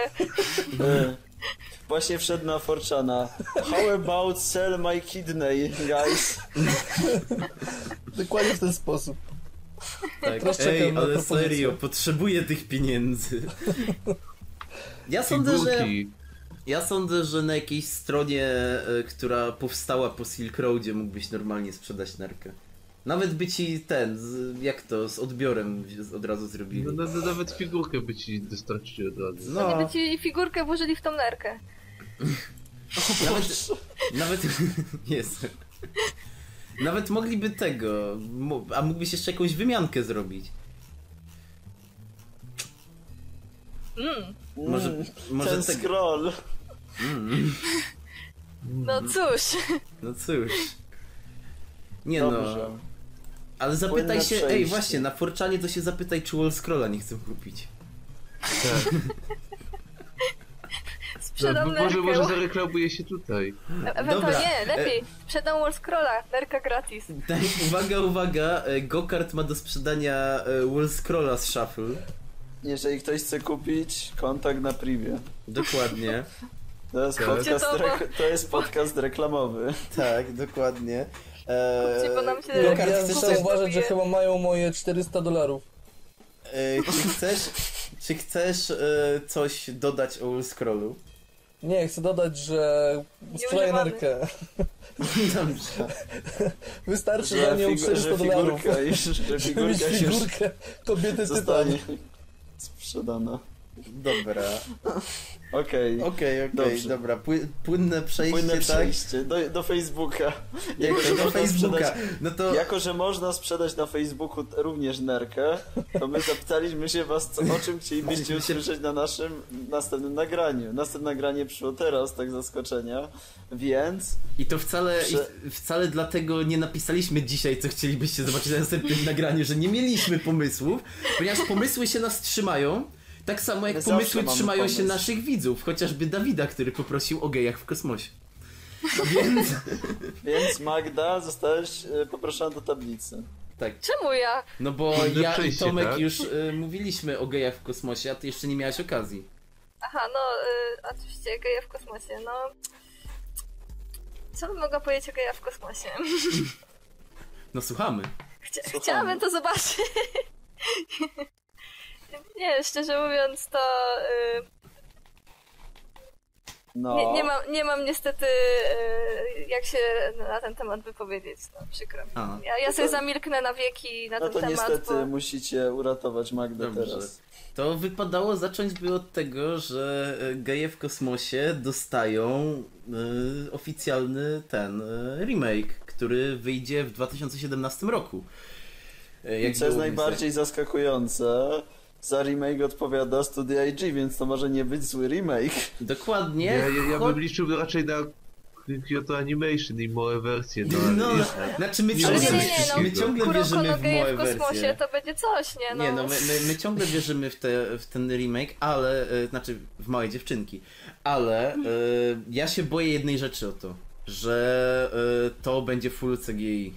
Właśnie wszedł na Forchana. How about sell my kidney, guys? Dokładnie w ten sposób. Tak. Teraz czekam Ej, na ale propozycję. serio, potrzebuję tych pieniędzy. Ja sądzę, że na jakiejś stronie, która powstała po Silk Roadzie, mógłbyś normalnie sprzedać nerkę. Nawet by ci z odbiorem od razu zrobili. No, nawet figurkę by ci dostarczyli od razu. No, Gdyby ci figurkę włożyli w tą nerkę. nawet jest. Nawet mogliby tego, a mógłbyś jeszcze jakąś wymiankę zrobić. Może Ten tego. scroll. No cóż. No cóż. Nie Dobrze. no. Ale zapytaj Płynne się, przejście. ej właśnie, na Forczanie to się zapytaj, czy Wall Scrolla nie chcą kupić. Tak. Sprzedam No, nerkę. może zareklamuje się tutaj. Ewentualnie Dobra. nie, lepiej. Sprzedam Wall Scrolla, nerka gratis. Tak, uwaga, Gokart ma do sprzedania Wall Scrolla z Shuffle. Jeżeli ktoś chce kupić, kontakt na privie. Dokładnie. To jest podcast reklamowy. Tak, dokładnie. Kupcie, bo nam się Gokart, Ja chcesz zacząłem też, uważać, że chyba mają moje $400. czy chcesz coś dodać o Wall Scrollu? Nie, chcę dodać, że sprzedaję Nieużywany. nerkę. Dobrze. Wystarczy za nią $400. figurka Żeby mieć już figurkę kobiety Tytan. zostanie sprzedana. Dobra. Okej. Dobrze. Dobra. Płynne przejście, Płynne tak? przejście do Facebooka. Jako, że Do można Facebooka. sprzedać- No to... Jako, że można sprzedać na Facebooku również nerkę, to my zapytaliśmy się was, o czym chcielibyście usłyszeć na naszym następnym nagraniu. Następne nagranie przyszło teraz, tak z zaskoczenia, więc I to wcale dlatego nie napisaliśmy dzisiaj, co chcielibyście zobaczyć na następnym nagraniu, że nie mieliśmy pomysłów, ponieważ pomysły się nas trzymają, tak samo jak My pomysły zawsze mamy trzymają się pomysł. naszych widzów, chociażby Dawida, który poprosił o gejach w kosmosie. Więc Magda, zostałeś poproszona do tablicy. Tak, Czemu ja? no bo Płynne ja i przejście, Tomek tak? już mówiliśmy o gejach w kosmosie, a ty jeszcze nie miałeś okazji. Aha, no oczywiście geje w kosmosie, no... Co bym mogła powiedzieć o geja w kosmosie? No słuchamy. Chciałabym to zobaczyć. Nie, szczerze mówiąc to... No. Nie mam niestety jak się na ten temat wypowiedzieć, no przykro mi. A. Ja sobie zamilknę na wieki na No ten to temat, niestety bo... musicie uratować Magdę Dobrze. teraz. To wypadało zacząć by od tego, że geje w kosmosie dostają oficjalny remake, który wyjdzie w 2017 roku. I co jest najbardziej zaskakujące, za remake odpowiada Studio IG, więc to może nie być zły remake. Dokładnie. Ja bym liczył raczej na Kyoto Animation i moje wersje. Znaczy my Nie, ciągle, ale nie, no, my ciągle Kuroko wierzymy no w geje moje w kosmosie wersje. to będzie coś, nie no. Nie no, my ciągle wierzymy w ten remake, ale, znaczy w małe dziewczynki, ale ja się boję jednej rzeczy o to, że to będzie full CGI.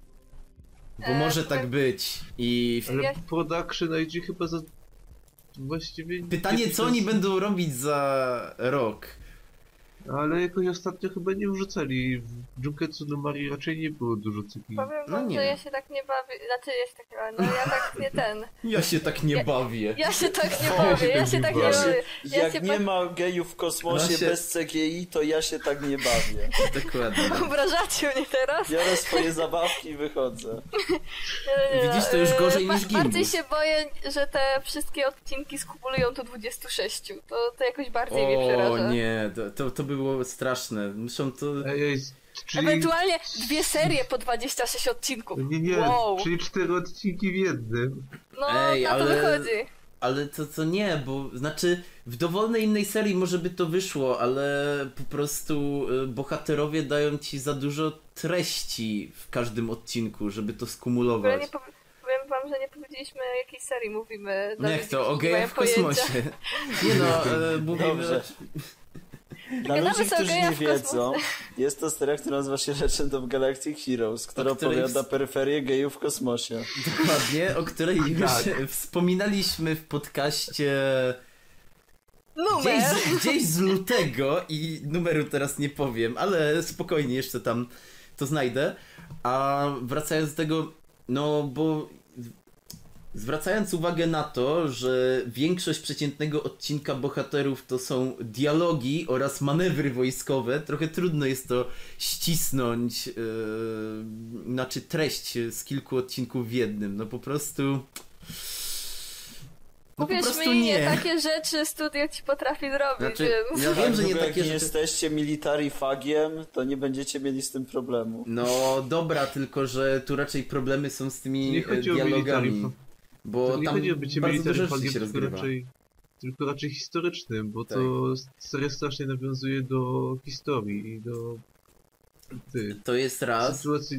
Bo może tak być i... Ale Production IG chyba za... Właściwie... Pytanie, co oni będą robić za rok? Ale jakoś ostatnio chyba nie wrzucali. W Junketsu no Mari raczej nie było dużo CGI. Powiem No wam, nie. że ja się tak nie bawię, znaczy ja się tak nie bawię, no ja tak nie ten. Ja się tak nie bawię. Ja się tak nie bawię, ja się tak nie bawię. Jak nie ma gejów w kosmosie Ja się- bez CGI, to ja się tak nie bawię. Dokładnie. Obrażacie mnie teraz? Biorę swoje zabawki i wychodzę. Nie. Widzisz, to już gorzej niż Bardziej Gimbus. się boję, że te wszystkie odcinki skumulują do 26. To jakoś bardziej mnie przeraża. O nie, to było straszne. Muszą to... Ej, czyli... Ewentualnie 2 serie po 26 odcinków. Nie, Wow. czyli 4 odcinki w jednym. No, Ej, na to ale- wychodzi. Ale to nie, bo znaczy w dowolnej innej serii może by to wyszło, ale po prostu bohaterowie dają ci za dużo treści w każdym odcinku, żeby to W ogóle skumulować. powiem wam, że nie powiedzieliśmy o jakiej serii mówimy. No Dla jak ludzi, to? O którzy nie mają gejach w kosmosie. Nie no, mówimy... Dobrze. Dla Gadamy ludzi, sobie o którzy nie gejach w wiedzą, jest to seria, która nazywa się Legend of Galactic Heroes, która O której opowiada peryferię gejów w kosmosie. Dokładnie, o której już Tak. wspominaliśmy w podcaście Numer! gdzieś z lutego i numeru teraz nie powiem, ale spokojnie, jeszcze tam to znajdę. A wracając do tego, no bo zwracając uwagę na to, że większość przeciętnego odcinka bohaterów to są dialogi oraz manewry wojskowe, trochę trudno jest to ścisnąć, znaczy treść z kilku odcinków w jednym, no po prostu... No po Uwierz prostu mi, nie. takie rzeczy studio ci potrafi zrobić, Znaczy, więc... ja wiem, że nie Długo takie jak nie rzeczy... jesteście military fagiem, to nie będziecie mieli z tym problemu. No dobra, tylko że tu raczej problemy są z tymi Nie chodzi o dialogami. military. Bo To nie tam chodzi o bycie bardzo dużo military rzeczy się fagiem, rozgrywa. tylko raczej historycznym, bo Tak. to seria strasznie nawiązuje do historii i do To jest raz, sytuacji.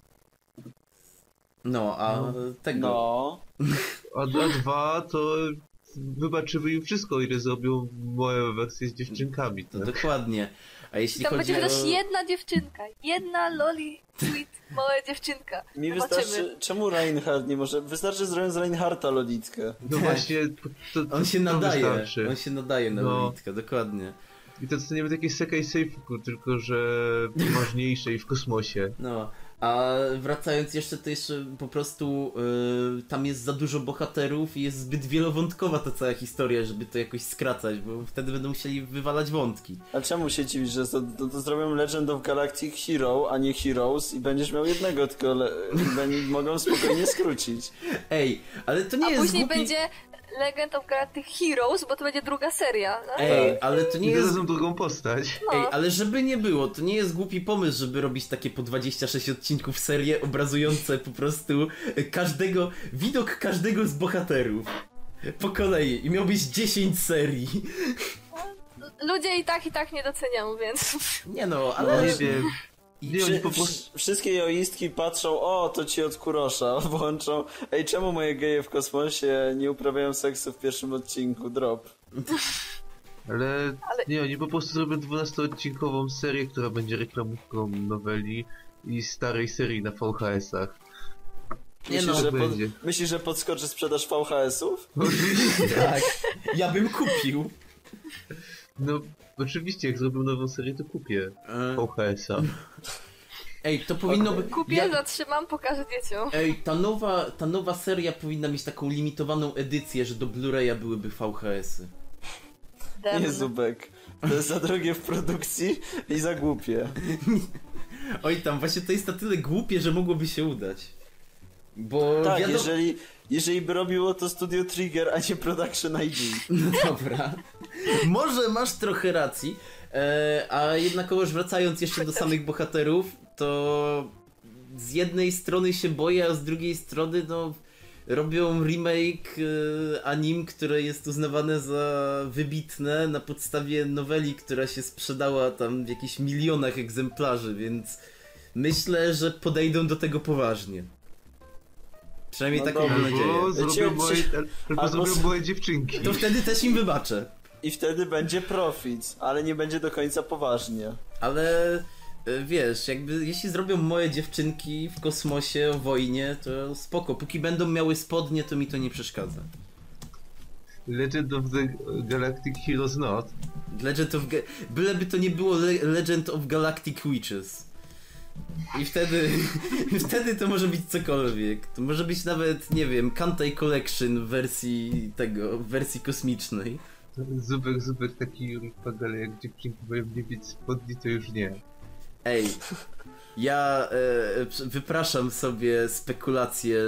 no a No. tego... No, A dwa to wybaczymy im wszystko, ile zrobią moje wersje z dziewczynkami. To Tak? dokładnie. A jeśli Tam chodzi będzie o... też jedna dziewczynka. Jedna loli, sweet, mała dziewczynka. mi Zobaczymy. wystarczy... Czemu Reinhardt nie może... Wystarczy zrobić z Reinhardta lolitkę. No właśnie, to On się to nadaje, wystarczy. on się nadaje na No. lolitkę, dokładnie. I to nie będzie takie Sekai Seifuku, tylko że ważniejsze i w kosmosie. No, a wracając jeszcze, to jeszcze po prostu tam jest za dużo bohaterów i jest zbyt wielowątkowa ta cała historia, żeby to jakoś skracać, bo wtedy będą musieli wywalać wątki. A czemu się dziwisz, że to zrobią Legend of Galactic Hero, a nie Heroes i będziesz miał jednego, tylko mogą spokojnie skrócić. Ej, ale to nie A jest później głupi... będzie Legend of Galactic Heroes, bo to będzie druga seria. No? Ej, ale to nie I jest... dodadzą drugą postać. No. Ej, ale żeby nie było, to nie jest głupi pomysł, żeby robić takie po 26 odcinków serię obrazujące po prostu widok każdego z bohaterów. Po kolei i miał być 10 serii. Ludzie i tak nie doceniają, więc... Nie no, No ale... nie wiem. Nie, oni po prostu... Wszystkie joistki patrzą, o, to ci od Kurosza, włączą. Ej, czemu moje geje w kosmosie nie uprawiają seksu w pierwszym odcinku? Drop. Ale nie, oni po prostu zrobią 12-odcinkową serię, która będzie reklamówką noweli i starej serii na VHS-ach. Nie Myślisz, no, że będzie. myślisz, że podskoczy sprzedaż VHS-ów? Oczywiście. Tak, ja bym kupił. No, oczywiście, jak zrobią nową serię, to kupię VHS-a. Ej, to powinno być... Kupię, zatrzymam, pokażę dzieciom. Ej, ta nowa seria powinna mieć taką limitowaną edycję, że do Blu-raya byłyby VHS-y. Nie, Zubek. To jest za drogie w produkcji i za głupie. Oj tam, właśnie to jest na tyle głupie, że mogłoby się udać. Bo Tak, wiadomo... jeżeli by robiło to Studio Trigger, a nie Production ID. No dobra. Może masz trochę racji, a jednakowoż wracając jeszcze do samych bohaterów, to z jednej strony się boję, a z drugiej strony no robią remake anim, które jest uznawane za wybitne na podstawie noweli, która się sprzedała tam w jakichś milionach egzemplarzy, więc myślę, że podejdą do tego poważnie. Przynajmniej No taką dobra, mam nadzieję. Albo zrobią moje dziewczynki. To wtedy też im wybaczę. I wtedy będzie profit, ale nie będzie do końca poważnie. Ale wiesz, jakby jeśli zrobią moje dziewczynki w kosmosie, o wojnie, to spoko. Póki będą miały spodnie, to mi to nie przeszkadza. Legend of the Galactic Heroes Not. Byleby to nie było Legend of Galactic Witches. I wtedy wtedy to może być cokolwiek. To może być nawet, nie wiem, Kantai Collection w wersji kosmicznej. Zubek taki Jurek, ale jak dziewczynki mają nie mieć spodni, to już nie. Ej, ja wypraszam sobie spekulacje,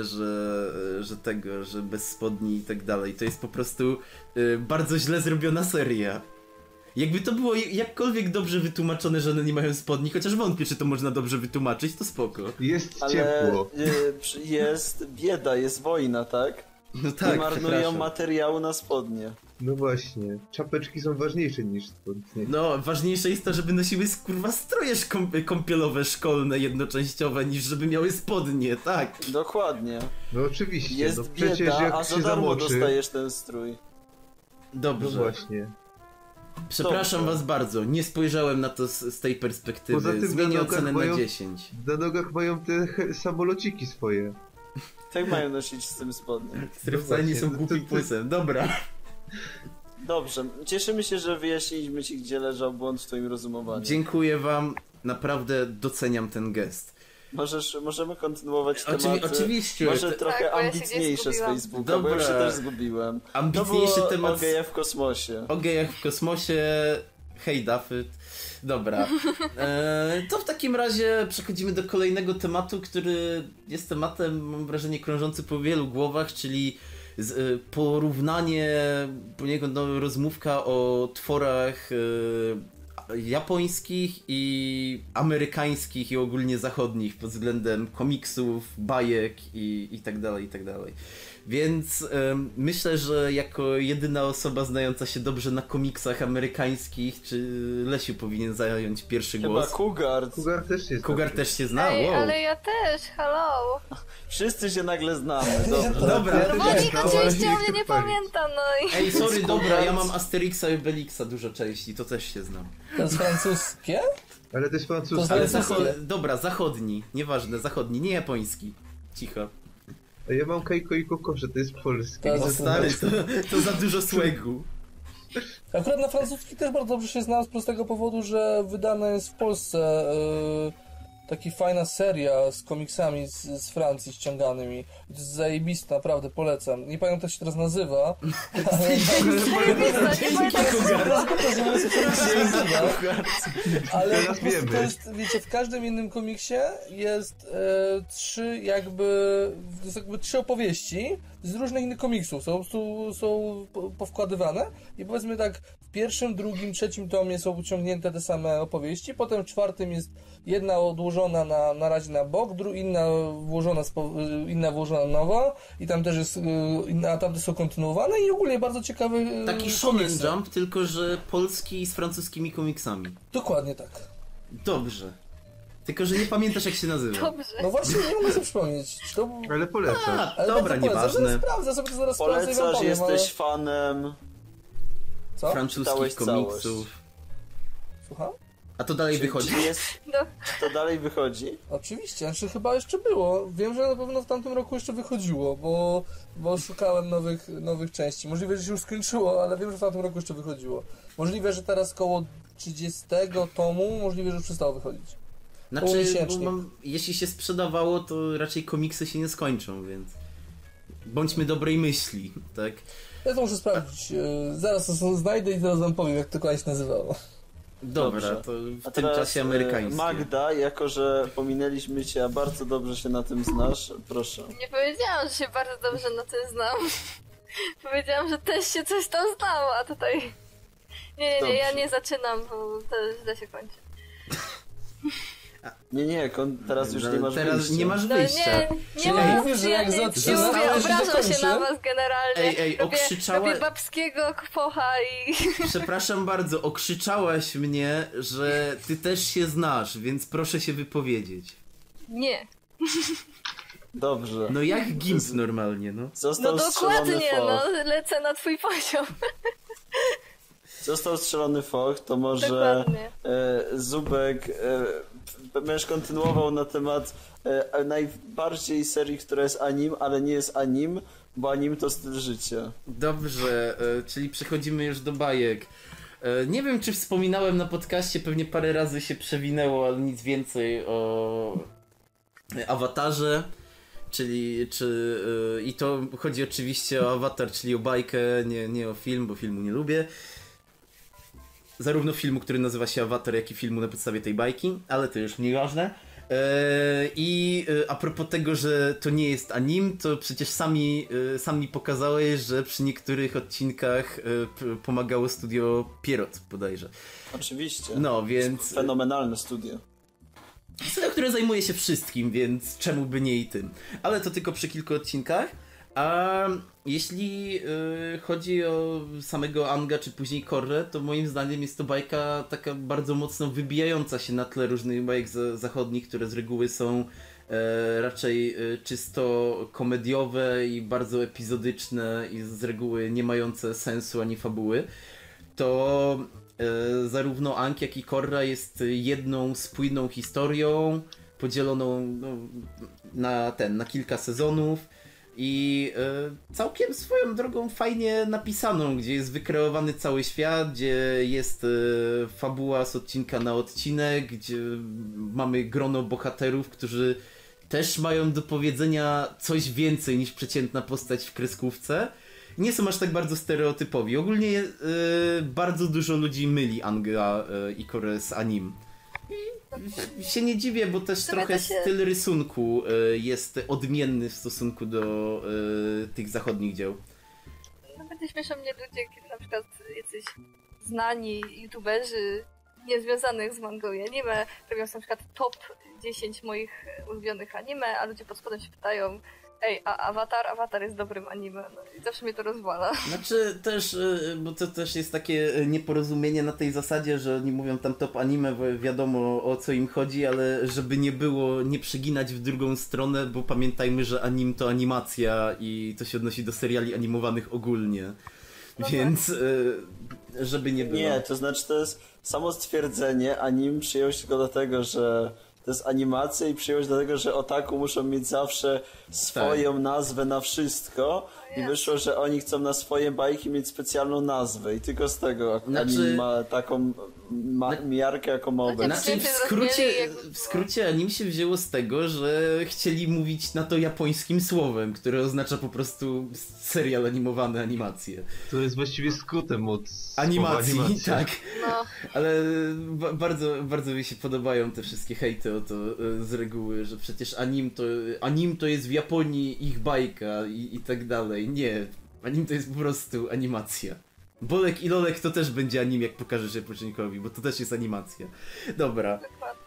że bez spodni i tak dalej. To jest po prostu bardzo źle zrobiona seria. Jakby to było jakkolwiek dobrze wytłumaczone, że one nie mają spodni, chociaż wątpię, czy to można dobrze wytłumaczyć, to spoko. Jest Ale ciepło. jest bieda, jest wojna, tak? No tak, I marnują przepraszam. materiału na spodnie. No właśnie, czapeczki są ważniejsze niż spodnie. No, ważniejsze jest to, żeby nosiły kurwa stroje kąpielowe, szkolne, jednoczęściowe, niż żeby miały spodnie, tak. Dokładnie. No oczywiście, Jest no przecież bieda, jak a za się darmo zamoczy... dostajesz ten strój. No Dobrze. właśnie. Przepraszam Dobrze. was bardzo, nie spojrzałem na to z tej perspektywy. Poza tym Zmienię na nogach ocenę mają- na 10. Na nogach mają te samolociki swoje. Tak mają nosić z tym spodnie. Które wcale nie są właśnie, głupim plusem. Dobra. Dobrze, cieszymy się, że wyjaśniliśmy ci, gdzie leżał błąd w twoim rozumowaniu. Dziękuję wam, naprawdę doceniam ten gest. Możemy kontynuować tematy. Oczywiście. Może trochę Tak, bo ja się ambitniejsze z zgubiłam. Facebooka, bo ja się Dobra. też zgubiłem. Ambitniejszy to było temat o gejach w kosmosie. o gejach w kosmosie. Hej Dafyt. Dobra. To w takim razie przechodzimy do kolejnego tematu, który jest tematem, mam wrażenie, krążący po wielu głowach, czyli porównanie, poniekąd rozmówka o tworach japońskich i amerykańskich i ogólnie zachodnich pod względem komiksów, bajek i tak dalej, i tak dalej. Więc myślę, że jako jedyna osoba znająca się dobrze na komiksach amerykańskich, czy Lesiu powinien zająć pierwszy Chyba głos? Cougar. Cougar też się zna? Ej, Wow. ale ja też, hello. Wszyscy się nagle znamy, dobrze. Dobra. No bo nikt oczywiście o mnie nie pamięta, no i... Ej, sorry, Cougar. dobra, ja mam Asterixa i Obelixa dużo części, to też się znam. To jest francuskie? Ale to jest francuski. To Ale znaczy- dobra, zachodni, nieważne, zachodni, nie japoński. Cicho. A ja mam Kajko i Kokosze, to jest polskie. To O jest- stary, to za dużo słegu. Akurat na francuski też bardzo dobrze się znam z prostego powodu, że wydana jest w Polsce taka fajna seria z komiksami z Francji ściąganymi. To jest zajebista, naprawdę polecam. Nie pamiętam jak się teraz nazywa. Ale ale Teraz po prostu wiemy. to jest, wiecie, w każdym innym komiksie jest trzy opowieści z różnych innych komiksów. Są powkładywane i powiedzmy tak, w pierwszym, drugim, trzecim tomie są uciągnięte te same opowieści, potem w czwartym jest jedna odłożona na razie na bok, inna włożona nowa i tam też jest, a tamte są kontynuowane i ogólnie bardzo ciekawy Taki Shonen komiksy. Jump, tylko że polski z francuskimi komiksami. Dokładnie tak. Dobrze. Tylko, że nie pamiętasz jak się nazywa. Dobrze. No właśnie, nie mogę sobie przypomnieć. Czy to... Ale polecam. Ale Dobra, bardzo polecam. nieważne. Zaraz sprawdzę sobie to zaraz sprawdzę i wam Polecasz, powiem, jesteś fanem. Co? Francuskich Czytałeś komiksów. całość. Słucham? A to dalej wychodzi? Czy No. to dalej wychodzi? Oczywiście, znaczy chyba jeszcze było. Wiem, że na pewno w tamtym roku jeszcze wychodziło, bo szukałem nowych części. Możliwe, że się już skończyło, ale wiem, że w tamtym roku jeszcze wychodziło. Możliwe, że teraz koło 30 tomu, możliwe, że już przestało wychodzić. Znaczy, Półmiesięcznie. jeśli się sprzedawało, to raczej komiksy się nie skończą, więc bądźmy dobrej myśli, tak? Ja to muszę sprawdzić. Zaraz to znajdę i zaraz wam powiem, jak to kolej się nazywało. Dobra, Dobrze. to w A tym teraz czasie amerykańskim. Magda, jako że pominęliśmy cię, a bardzo dobrze się na tym znasz, proszę. Nie powiedziałam, że się bardzo dobrze na tym znam. Powiedziałam, że też się coś tam znało, a tutaj... Nie, Dobrze. ja nie zaczynam, bo to źle się kończy. Nie, teraz już nie masz Teraz wyjścia. nie masz No wyjścia. nie mam mówisz, że jak przyjaźni, zaczynałeś, to obrażam się kończy? na was generalnie. Ej, okrzyczała- Robię babskiego kwocha i... Przepraszam bardzo, okrzyczałaś mnie, że ty też się znasz, więc proszę się wypowiedzieć. Nie. Dobrze. No jak gimp normalnie, no. Został No strzelony dokładnie, foch. no lecę na twój poziom. Został strzelony foch, to może Dokładnie. Zubek będziesz kontynuował na temat najbardziej serii, która jest anim, ale nie jest anim, bo anim to styl życia. Dobrze, czyli przechodzimy już do bajek. Nie wiem, czy wspominałem na podcaście, pewnie parę razy się przewinęło, ale nic więcej o Awatarze. I to chodzi oczywiście o Awatar, czyli o bajkę, nie o film, bo filmu nie lubię. Zarówno filmu, który nazywa się Awatar, jak i filmu na podstawie tej bajki, ale to już nieważne. A propos tego, że to nie jest anim, to przecież sami pokazałeś, że przy niektórych odcinkach pomagało studio Pierrot bodajże. Oczywiście. No, więc... Fenomenalne studio. Studio, które zajmuje się wszystkim, więc czemu by nie i tym. Ale to tylko przy kilku odcinkach. A jeśli chodzi o samego Anga, czy później Korre, to moim zdaniem jest to bajka taka bardzo mocno wybijająca się na tle różnych bajek zachodnich, które z reguły są raczej czysto komediowe i bardzo epizodyczne i z reguły nie mające sensu ani fabuły. To zarówno Ang, jak i Korra jest jedną spójną historią, podzieloną na kilka sezonów i całkiem swoją drogą fajnie napisaną, gdzie jest wykreowany cały świat, gdzie jest fabuła z odcinka na odcinek, gdzie mamy grono bohaterów, którzy też mają do powiedzenia coś więcej niż przeciętna postać w kreskówce. Nie są aż tak bardzo stereotypowi. Ogólnie bardzo dużo ludzi myli Anga i Korre z anim. I się nie dziwię, bo też trochę styl rysunku jest odmienny w stosunku do tych zachodnich dzieł. No będzie śmieszą mnie ludzie, kiedy na przykład jacyś znani youtuberzy niezwiązanych z mangą i anime robią na przykład top 10 moich ulubionych anime, a ludzie pod spodem się pytają: ej, a Awatar jest dobrym anime. No i zawsze mnie to rozwala. Znaczy też, bo to też jest takie nieporozumienie na tej zasadzie, że oni mówią tam top anime, bo wiadomo o co im chodzi, ale żeby nie było, nie przeginać w drugą stronę, bo pamiętajmy, że anim to animacja i to się odnosi do seriali animowanych ogólnie. No Więc żeby nie było. Nie, to znaczy to jest samo stwierdzenie, anim przyjął się tylko dlatego, że to jest animacja i przyjął się dlatego, że otaku muszą mieć zawsze swoją nazwę na wszystko i wyszło, że oni chcą na swoje bajki mieć specjalną nazwę i tylko z tego anim ma taką miarkę, jaką ma obecnie. Znaczy w skrócie anim się wzięło z tego, że chcieli mówić na to japońskim słowem, które oznacza po prostu serial animowany, animację. To jest właściwie skrótem od animacji, tak. No. Ale bardzo, bardzo mi się podobają te wszystkie hejty o to z reguły, że przecież anim to jest w Japonii ich bajka i tak dalej. Nie, anim to jest po prostu animacja. Bolek i Lolek to też będzie anim, jak pokażesz Japończykowi, bo to też jest animacja. Dobra.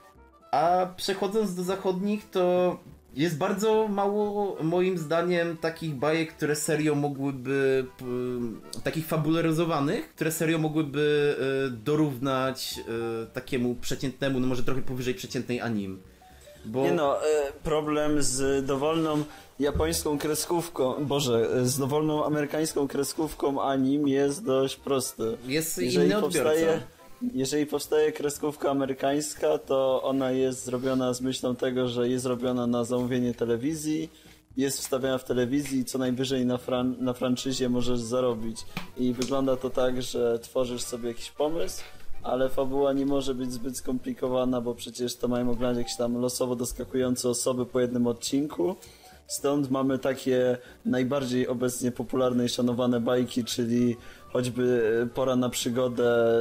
A przechodząc do zachodnich, to jest bardzo mało, moim zdaniem, takich bajek, które serio mogłyby, takich fabularyzowanych, które serio mogłyby dorównać takiemu przeciętnemu, no może trochę powyżej przeciętnej anim. Bo... Nie no, problem z dowolną japońską kreskówką, z dowolną amerykańską kreskówką anim jest dość prosty. Jest inny odbiorca. Jeżeli powstaje kreskówka amerykańska, to ona jest zrobiona z myślą tego, że jest robiona na zamówienie telewizji, jest wstawiana w telewizji i co najwyżej na franczyzie możesz zarobić. I wygląda to tak, że tworzysz sobie jakiś pomysł, ale fabuła nie może być zbyt skomplikowana, bo przecież to mają oglądać jakieś tam losowo doskakujące osoby po jednym odcinku Stąd mamy takie najbardziej obecnie popularne i szanowane bajki, czyli choćby Pora na przygodę,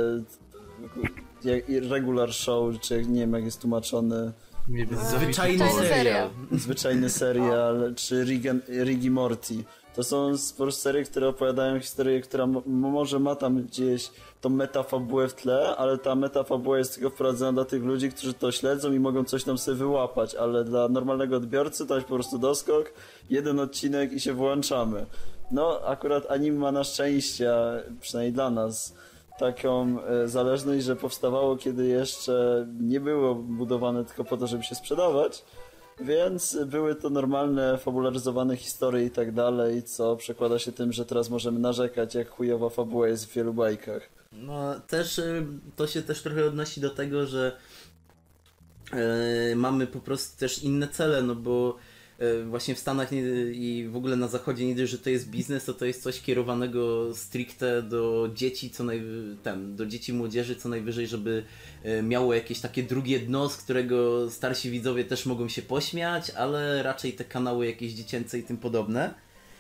regular show, czy nie wiem jak jest tłumaczony, Nie wiem. Zwyczajny serial. zwyczajny serial, czy Rick Morty. To są po prostu serie, które opowiadają historię, która może ma tam gdzieś tą metafabułę w tle, ale ta metafabuła jest tylko wprowadzona dla tych ludzi, którzy to śledzą i mogą coś tam sobie wyłapać, ale dla normalnego odbiorcy to jest po prostu doskok, jeden odcinek i się włączamy. No, akurat anime ma na szczęście, przynajmniej dla nas, taką zależność, że powstawało, kiedy jeszcze nie było budowane tylko po to, żeby się sprzedawać, więc były to normalne, fabularyzowane historie i tak dalej, co przekłada się tym, że teraz możemy narzekać, jak chujowa fabuła jest w wielu bajkach. No też to się też trochę odnosi do tego, że mamy po prostu też inne cele, no bo właśnie w Stanach i w ogóle na zachodzie nie dość, że to jest biznes, to jest coś kierowanego stricte do dzieci, do dzieci i młodzieży, co najwyżej, żeby miało jakieś takie drugie dno, z którego starsi widzowie też mogą się pośmiać, ale raczej te kanały jakieś dziecięce i tym podobne.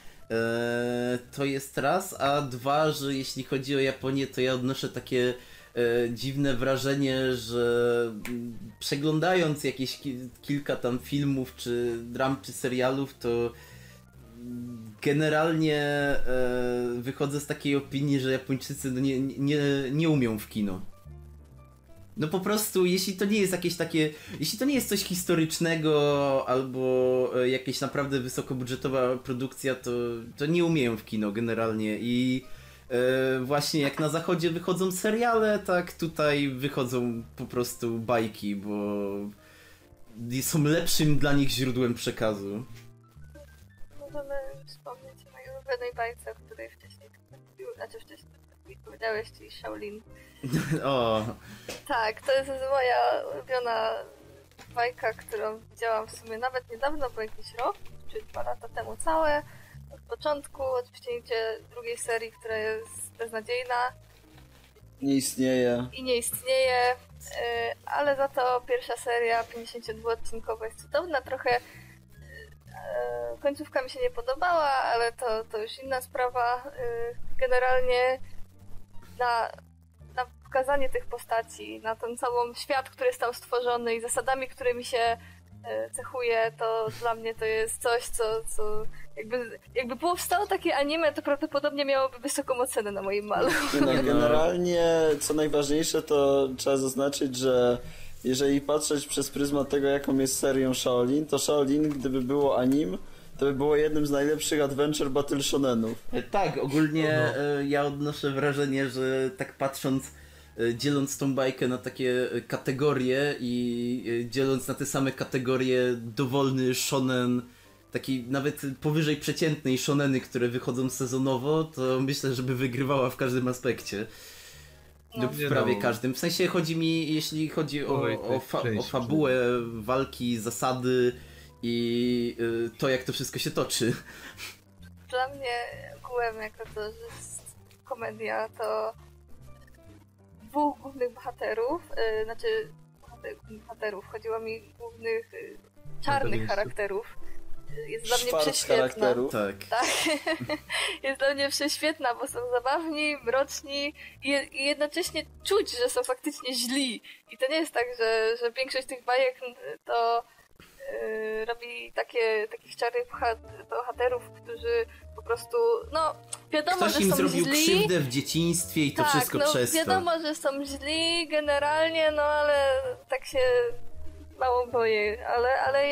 To jest raz, a dwa, że jeśli chodzi o Japonię, to ja odnoszę takie dziwne wrażenie, że przeglądając jakieś kilka tam filmów, czy dram, czy serialów, to generalnie wychodzę z takiej opinii, że Japończycy nie umią w kino. No po prostu, jeśli to nie jest jakieś takie, jeśli to nie jest coś historycznego albo jakaś naprawdę wysokobudżetowa produkcja, to nie umieją w kino generalnie i właśnie jak na zachodzie wychodzą seriale, tak tutaj wychodzą po prostu bajki, bo są lepszym dla nich źródłem przekazu. Możemy wspomnieć o mojej ulubionej bajce, o której wcześniej powiedziałeś, czyli Shaolin. O. Tak, to jest moja ulubiona bajka, którą widziałam w sumie nawet niedawno, bo jakiś rok czy 2 lata temu całe. Od początku, oczywiście nie idzie drugiej serii, która jest beznadziejna. Nie istnieje. I nie istnieje, ale za to pierwsza seria 52-odcinkowa jest cudowna. Trochę końcówka mi się nie podobała, ale to już inna sprawa. Generalnie na pokazanie tych postaci, na ten cały świat, który jest tam stworzony i zasadami, którymi się cechuje, to dla mnie to jest coś, co jakby powstało takie anime, to prawdopodobnie miałoby wysoką ocenę na moim malu. Generalnie, co najważniejsze, to trzeba zaznaczyć, że jeżeli patrzeć przez pryzmat tego, jaką jest serią Shaolin, to Shaolin, gdyby było anim, to by było jednym z najlepszych adventure battle shonenów. Tak, ogólnie ja odnoszę wrażenie, że tak patrząc, dzieląc tą bajkę na takie kategorie i dzieląc na te same kategorie dowolny shonen, taki nawet powyżej przeciętnej shoneny, które wychodzą sezonowo, to myślę, żeby wygrywała w każdym aspekcie. Lub w prawie każdym. W sensie chodzi mi, jeśli chodzi o fabułę, walki, zasady i to, jak to wszystko się toczy. Dla mnie ogółem, jako to, że jest komedia, to dwóch głównych bohaterów, chodziło mi głównych czarnych charakterów. Jest dla mnie prześwietna. Charakterów. Tak. Jest dla mnie prześwietna, bo są zabawni, mroczni i jednocześnie czuć, że są faktycznie źli. I to nie jest tak, że większość tych bajek to robi takich czarnych bohaterów, którzy po prostu, no wiadomo, ktoś że im są zrobił źli. krzywdę w dzieciństwie i to tak, wszystko przez to. Wiadomo, że są źli generalnie, no ale tak się mało boję, ale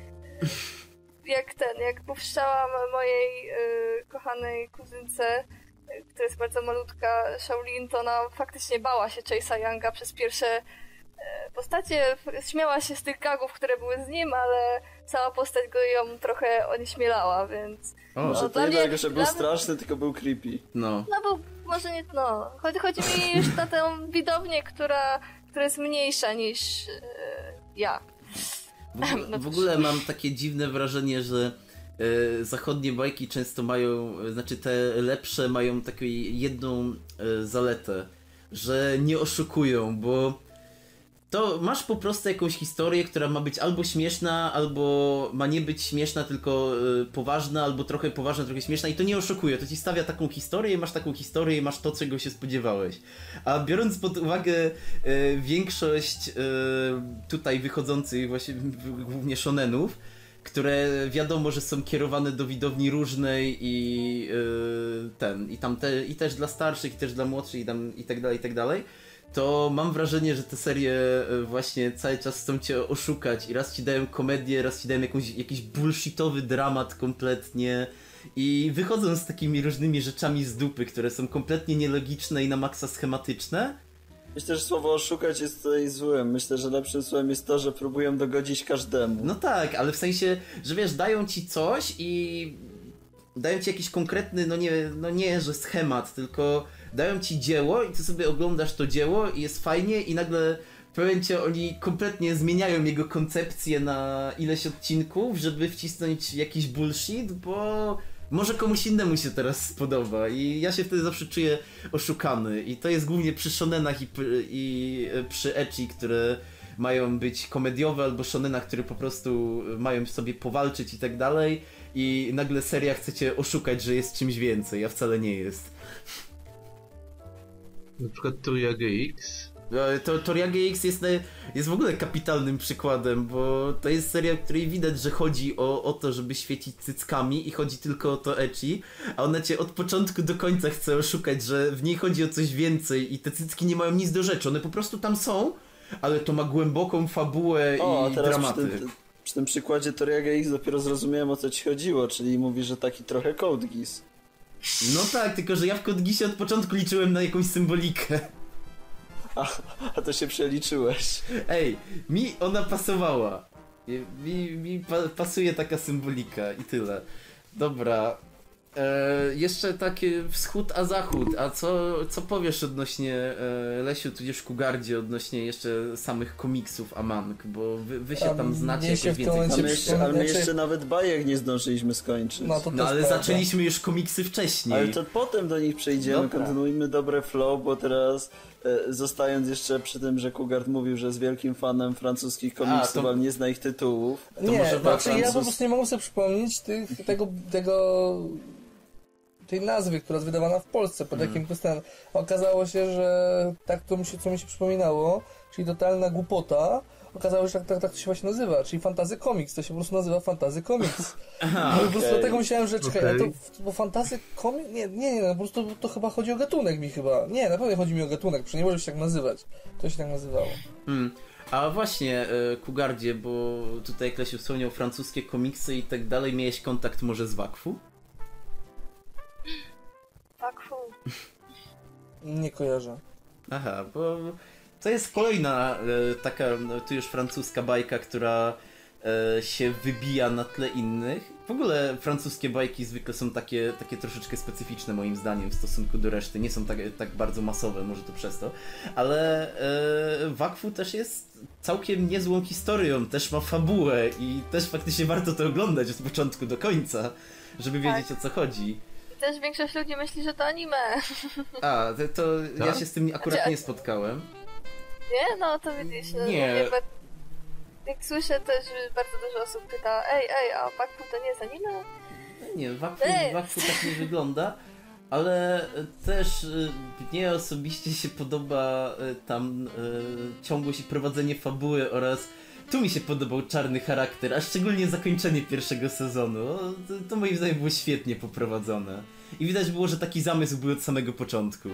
jak puszczałam mojej kochanej kuzynce, która jest bardzo malutka, Shaolin, to ona faktycznie bała się Chase'a Younga przez pierwsze postacie, śmiała się z tych gagów, które były z nim, ale cała postać go ją trochę onieśmielała, więc... Może to nie tak, że był straszny, tylko był creepy. No bo może nie... No, chodzi mi już na tę widownię, która jest mniejsza niż ja. W ogóle mam takie dziwne wrażenie, że zachodnie bajki często mają, znaczy te lepsze mają taką jedną zaletę, że nie oszukują, bo to masz po prostu jakąś historię, która ma być albo śmieszna, albo ma nie być śmieszna, tylko poważna, albo trochę poważna, trochę śmieszna i to nie oszukuje, to ci stawia taką historię i masz taką historię i masz to, czego się spodziewałeś. A biorąc pod uwagę większość tutaj wychodzących właśnie głównie shonenów, które wiadomo, że są kierowane do widowni różnej i i też dla starszych, i też dla młodszych i tak dalej, to mam wrażenie, że te serie właśnie cały czas chcą cię oszukać i raz ci dają komedię, raz ci dają jakiś bullshitowy dramat kompletnie i wychodzą z takimi różnymi rzeczami z dupy, które są kompletnie nielogiczne i na maksa schematyczne. Myślę, że słowo oszukać jest tutaj złym. Myślę, że lepszym słowem jest to, że próbują dogodzić każdemu. No tak, ale w sensie, że wiesz, dają ci coś i dają ci jakiś konkretny, no nie, że schemat, tylko dają ci dzieło i ty sobie oglądasz to dzieło i jest fajnie i nagle w pewnym momencie oni kompletnie zmieniają jego koncepcję na ileś odcinków, żeby wcisnąć jakiś bullshit, bo może komuś innemu się teraz spodoba i ja się wtedy zawsze czuję oszukany i to jest głównie przy shonenach i przy ecchi, które mają być komediowe, albo shonenach, które po prostu mają sobie powalczyć i tak dalej i nagle seria chce cię oszukać, że jest czymś więcej, a wcale nie jest. Na przykład Toriage X. Toriage X jest w ogóle kapitalnym przykładem, bo to jest seria, w której widać, że chodzi o to, żeby świecić cyckami i chodzi tylko o to ecchi, a ona cię od początku do końca chce oszukać, że w niej chodzi o coś więcej i te cycki nie mają nic do rzeczy, one po prostu tam są, ale to ma głęboką fabułę i dramaty. Przy tym przykładzie Toriage X dopiero zrozumiałem, o co ci chodziło, czyli mówisz, że taki trochę Code Geass. No tak, tylko że ja w Code Geassie od początku liczyłem na jakąś symbolikę. A to się przeliczyłeś. Ej, mi ona pasowała. Mi pasuje taka symbolika i tyle. Dobra. Jeszcze takie wschód a zachód. A co powiesz odnośnie Lesiu, tudzież Kugardzie, odnośnie jeszcze samych komiksów a mang? Bo wy się tam znacie jakoś więcej. Ale my jeszcze nawet bajek nie zdążyliśmy skończyć. No ale zaczęliśmy już komiksy wcześniej. Ale to potem do nich przejdziemy, dobra. Kontynuujmy dobre flow, bo teraz zostając jeszcze przy tym, że Kugard mówił, że jest wielkim fanem francuskich komiksów, ale nie zna ich tytułów. To nie, znaczy ja po prostu nie mogę sobie przypomnieć tej nazwy, która jest wydawana w Polsce, pod jakim postem. Okazało się, że tak to co mi się przypominało, czyli totalna głupota, okazało się, że tak to się właśnie nazywa, czyli Fantasy Comics, to się po prostu nazywa Fantasy Comics. No po prostu dlatego myślałem, że czekaj, bo Fantasy Comics, nie, po prostu to chyba chodzi o gatunek mi chyba. Nie, na pewno chodzi mi o gatunek, przecież nie może się tak nazywać. To się tak nazywało. A właśnie, Kugardzie, bo tutaj Klesiu wspomniał francuskie komiksy i tak dalej, miałeś kontakt może z Wakfu? Wakfu? Nie kojarzę. Aha, bo to jest kolejna taka, tu już francuska bajka, która się wybija na tle innych. W ogóle francuskie bajki zwykle są takie troszeczkę specyficzne moim zdaniem w stosunku do reszty. Nie są tak bardzo masowe, może to przez to. Ale Wakfu też jest całkiem niezłą historią, też ma fabułę i też faktycznie warto to oglądać od początku do końca, żeby wiedzieć, o co chodzi. Też większość ludzi myśli, że to anime. A, to ja się z tym akurat nie spotkałem. Nie? No to widzisz. Nie. Jak słyszę też, że bardzo dużo osób pyta, a Wakfu to nie jest anime? Nie, Wakfu tak nie wygląda, ale też mnie osobiście się podoba tam ciągłość i prowadzenie fabuły oraz tu mi się podobał czarny charakter, a szczególnie zakończenie pierwszego sezonu. To moim zdaniem było świetnie poprowadzone. I widać było, że taki zamysł był od samego początku.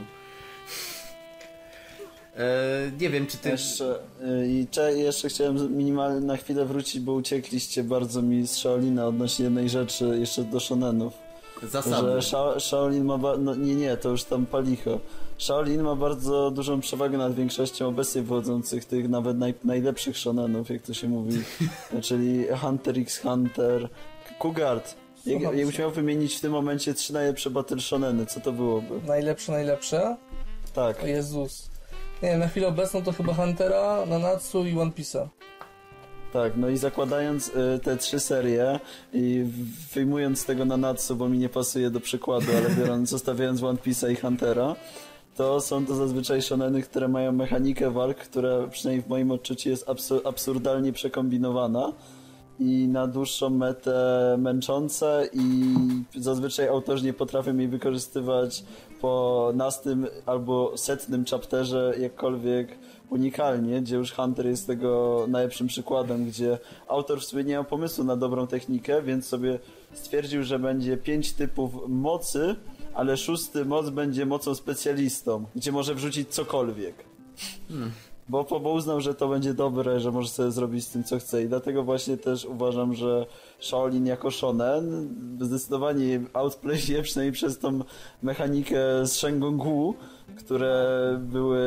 Nie wiem, czy ty... Jeszcze chciałem minimalnie na chwilę wrócić, bo uciekliście bardzo mi z Shaolina odnośnie jednej rzeczy, jeszcze do shonenów. Zasady. Że Shaolin ma... to już tam palicho. Shaolin ma bardzo dużą przewagę nad większością obecnie wychodzących tych nawet najlepszych shonenów, jak to się mówi. Czyli Hunter x Hunter, Kugard. Jakbyś miał wymienić w tym momencie 3 najlepsze battle shoneny, co to byłoby? Najlepsze? Tak. O Jezus. Nie wiem, na chwilę obecną to chyba Huntera, Nanatsu i One Piece'a. Tak, no i zakładając te 3 serie i wyjmując tego Nanatsu, bo mi nie pasuje do przykładu, ale zostawiając One Piece'a i Huntera, to są to zazwyczaj shoneny, które mają mechanikę walk, która przynajmniej w moim odczuciu jest absurdalnie przekombinowana i na dłuższą metę męczące i zazwyczaj autorzy nie potrafią jej wykorzystywać po 12 albo 100 chapterze jakkolwiek unikalnie, gdzie już Hunter jest tego najlepszym przykładem, gdzie autor w sumie nie miał pomysłu na dobrą technikę, więc sobie stwierdził, że będzie 5 typów mocy, ale 6. moc będzie mocą specjalistą, gdzie może wrzucić cokolwiek. Bo uznał, że to będzie dobre, że może sobie zrobić z tym co chce i dlatego właśnie też uważam, że Shaolin jako shonen zdecydowanie outplaye przynajmniej przez tą mechanikę z Shengongu, które były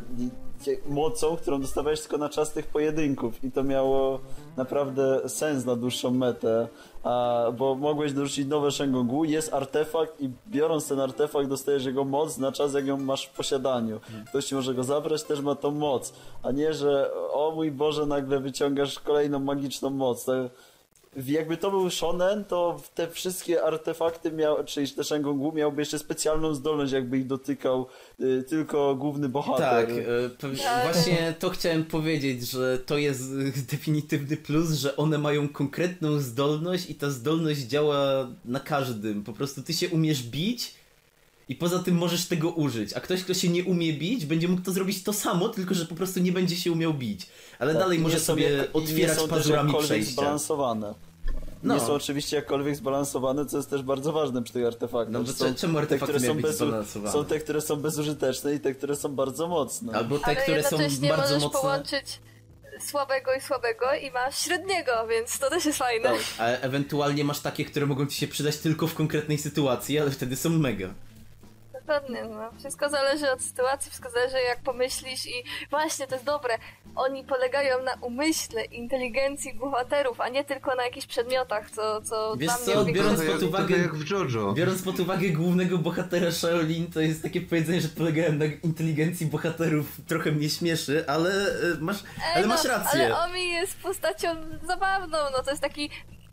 mocą, którą dostawałeś tylko na czas tych pojedynków i to miało naprawdę sens na dłuższą metę, bo mogłeś dorzucić nowe Shengongu, jest artefakt i biorąc ten artefakt dostajesz jego moc na czas, jak ją masz w posiadaniu. Ktoś ci może go zabrać, też ma tą moc, a nie, że o mój Boże, nagle wyciągasz kolejną magiczną moc. Jakby to był shonen, to te wszystkie artefakty czyli te Shengongu miałby jeszcze specjalną zdolność, jakby ich dotykał tylko główny bohater. Tak, właśnie to chciałem powiedzieć, że to jest definitywny plus, że one mają konkretną zdolność i ta zdolność działa na każdym. Po prostu ty się umiesz bić i poza tym możesz tego użyć, a ktoś, kto się nie umie bić, będzie mógł to zrobić to samo, tylko że po prostu nie będzie się umiał bić. Ale tak, dalej może sobie otwierać pazurami przejścia. Zbalansowane. No. Nie są oczywiście jakkolwiek zbalansowane, co jest też bardzo ważne przy tych artefaktach. No bo czemu artefakty miały być zbalansowane? Są te, które są bezużyteczne i te, które są bardzo mocne. Albo te, które są bardzo możesz mocne. Połączyć słabego i słabego i masz średniego, więc to też jest fajne. Tak. A ewentualnie masz takie, które mogą ci się przydać tylko w konkretnej sytuacji, ale wtedy są mega. Dokładnie, no. Wszystko zależy od sytuacji, wszystko zależy jak pomyślisz i właśnie to jest dobre. Oni polegają na umyśle, inteligencji bohaterów, a nie tylko na jakichś przedmiotach, co Wiesz dla co, mnie... jak w JoJo. Biorąc pod uwagę głównego bohatera Shaolin, to jest takie powiedzenie, że polegają na inteligencji bohaterów, trochę mnie śmieszy, ale masz rację. Ale Omi jest postacią zabawną, no to jest taki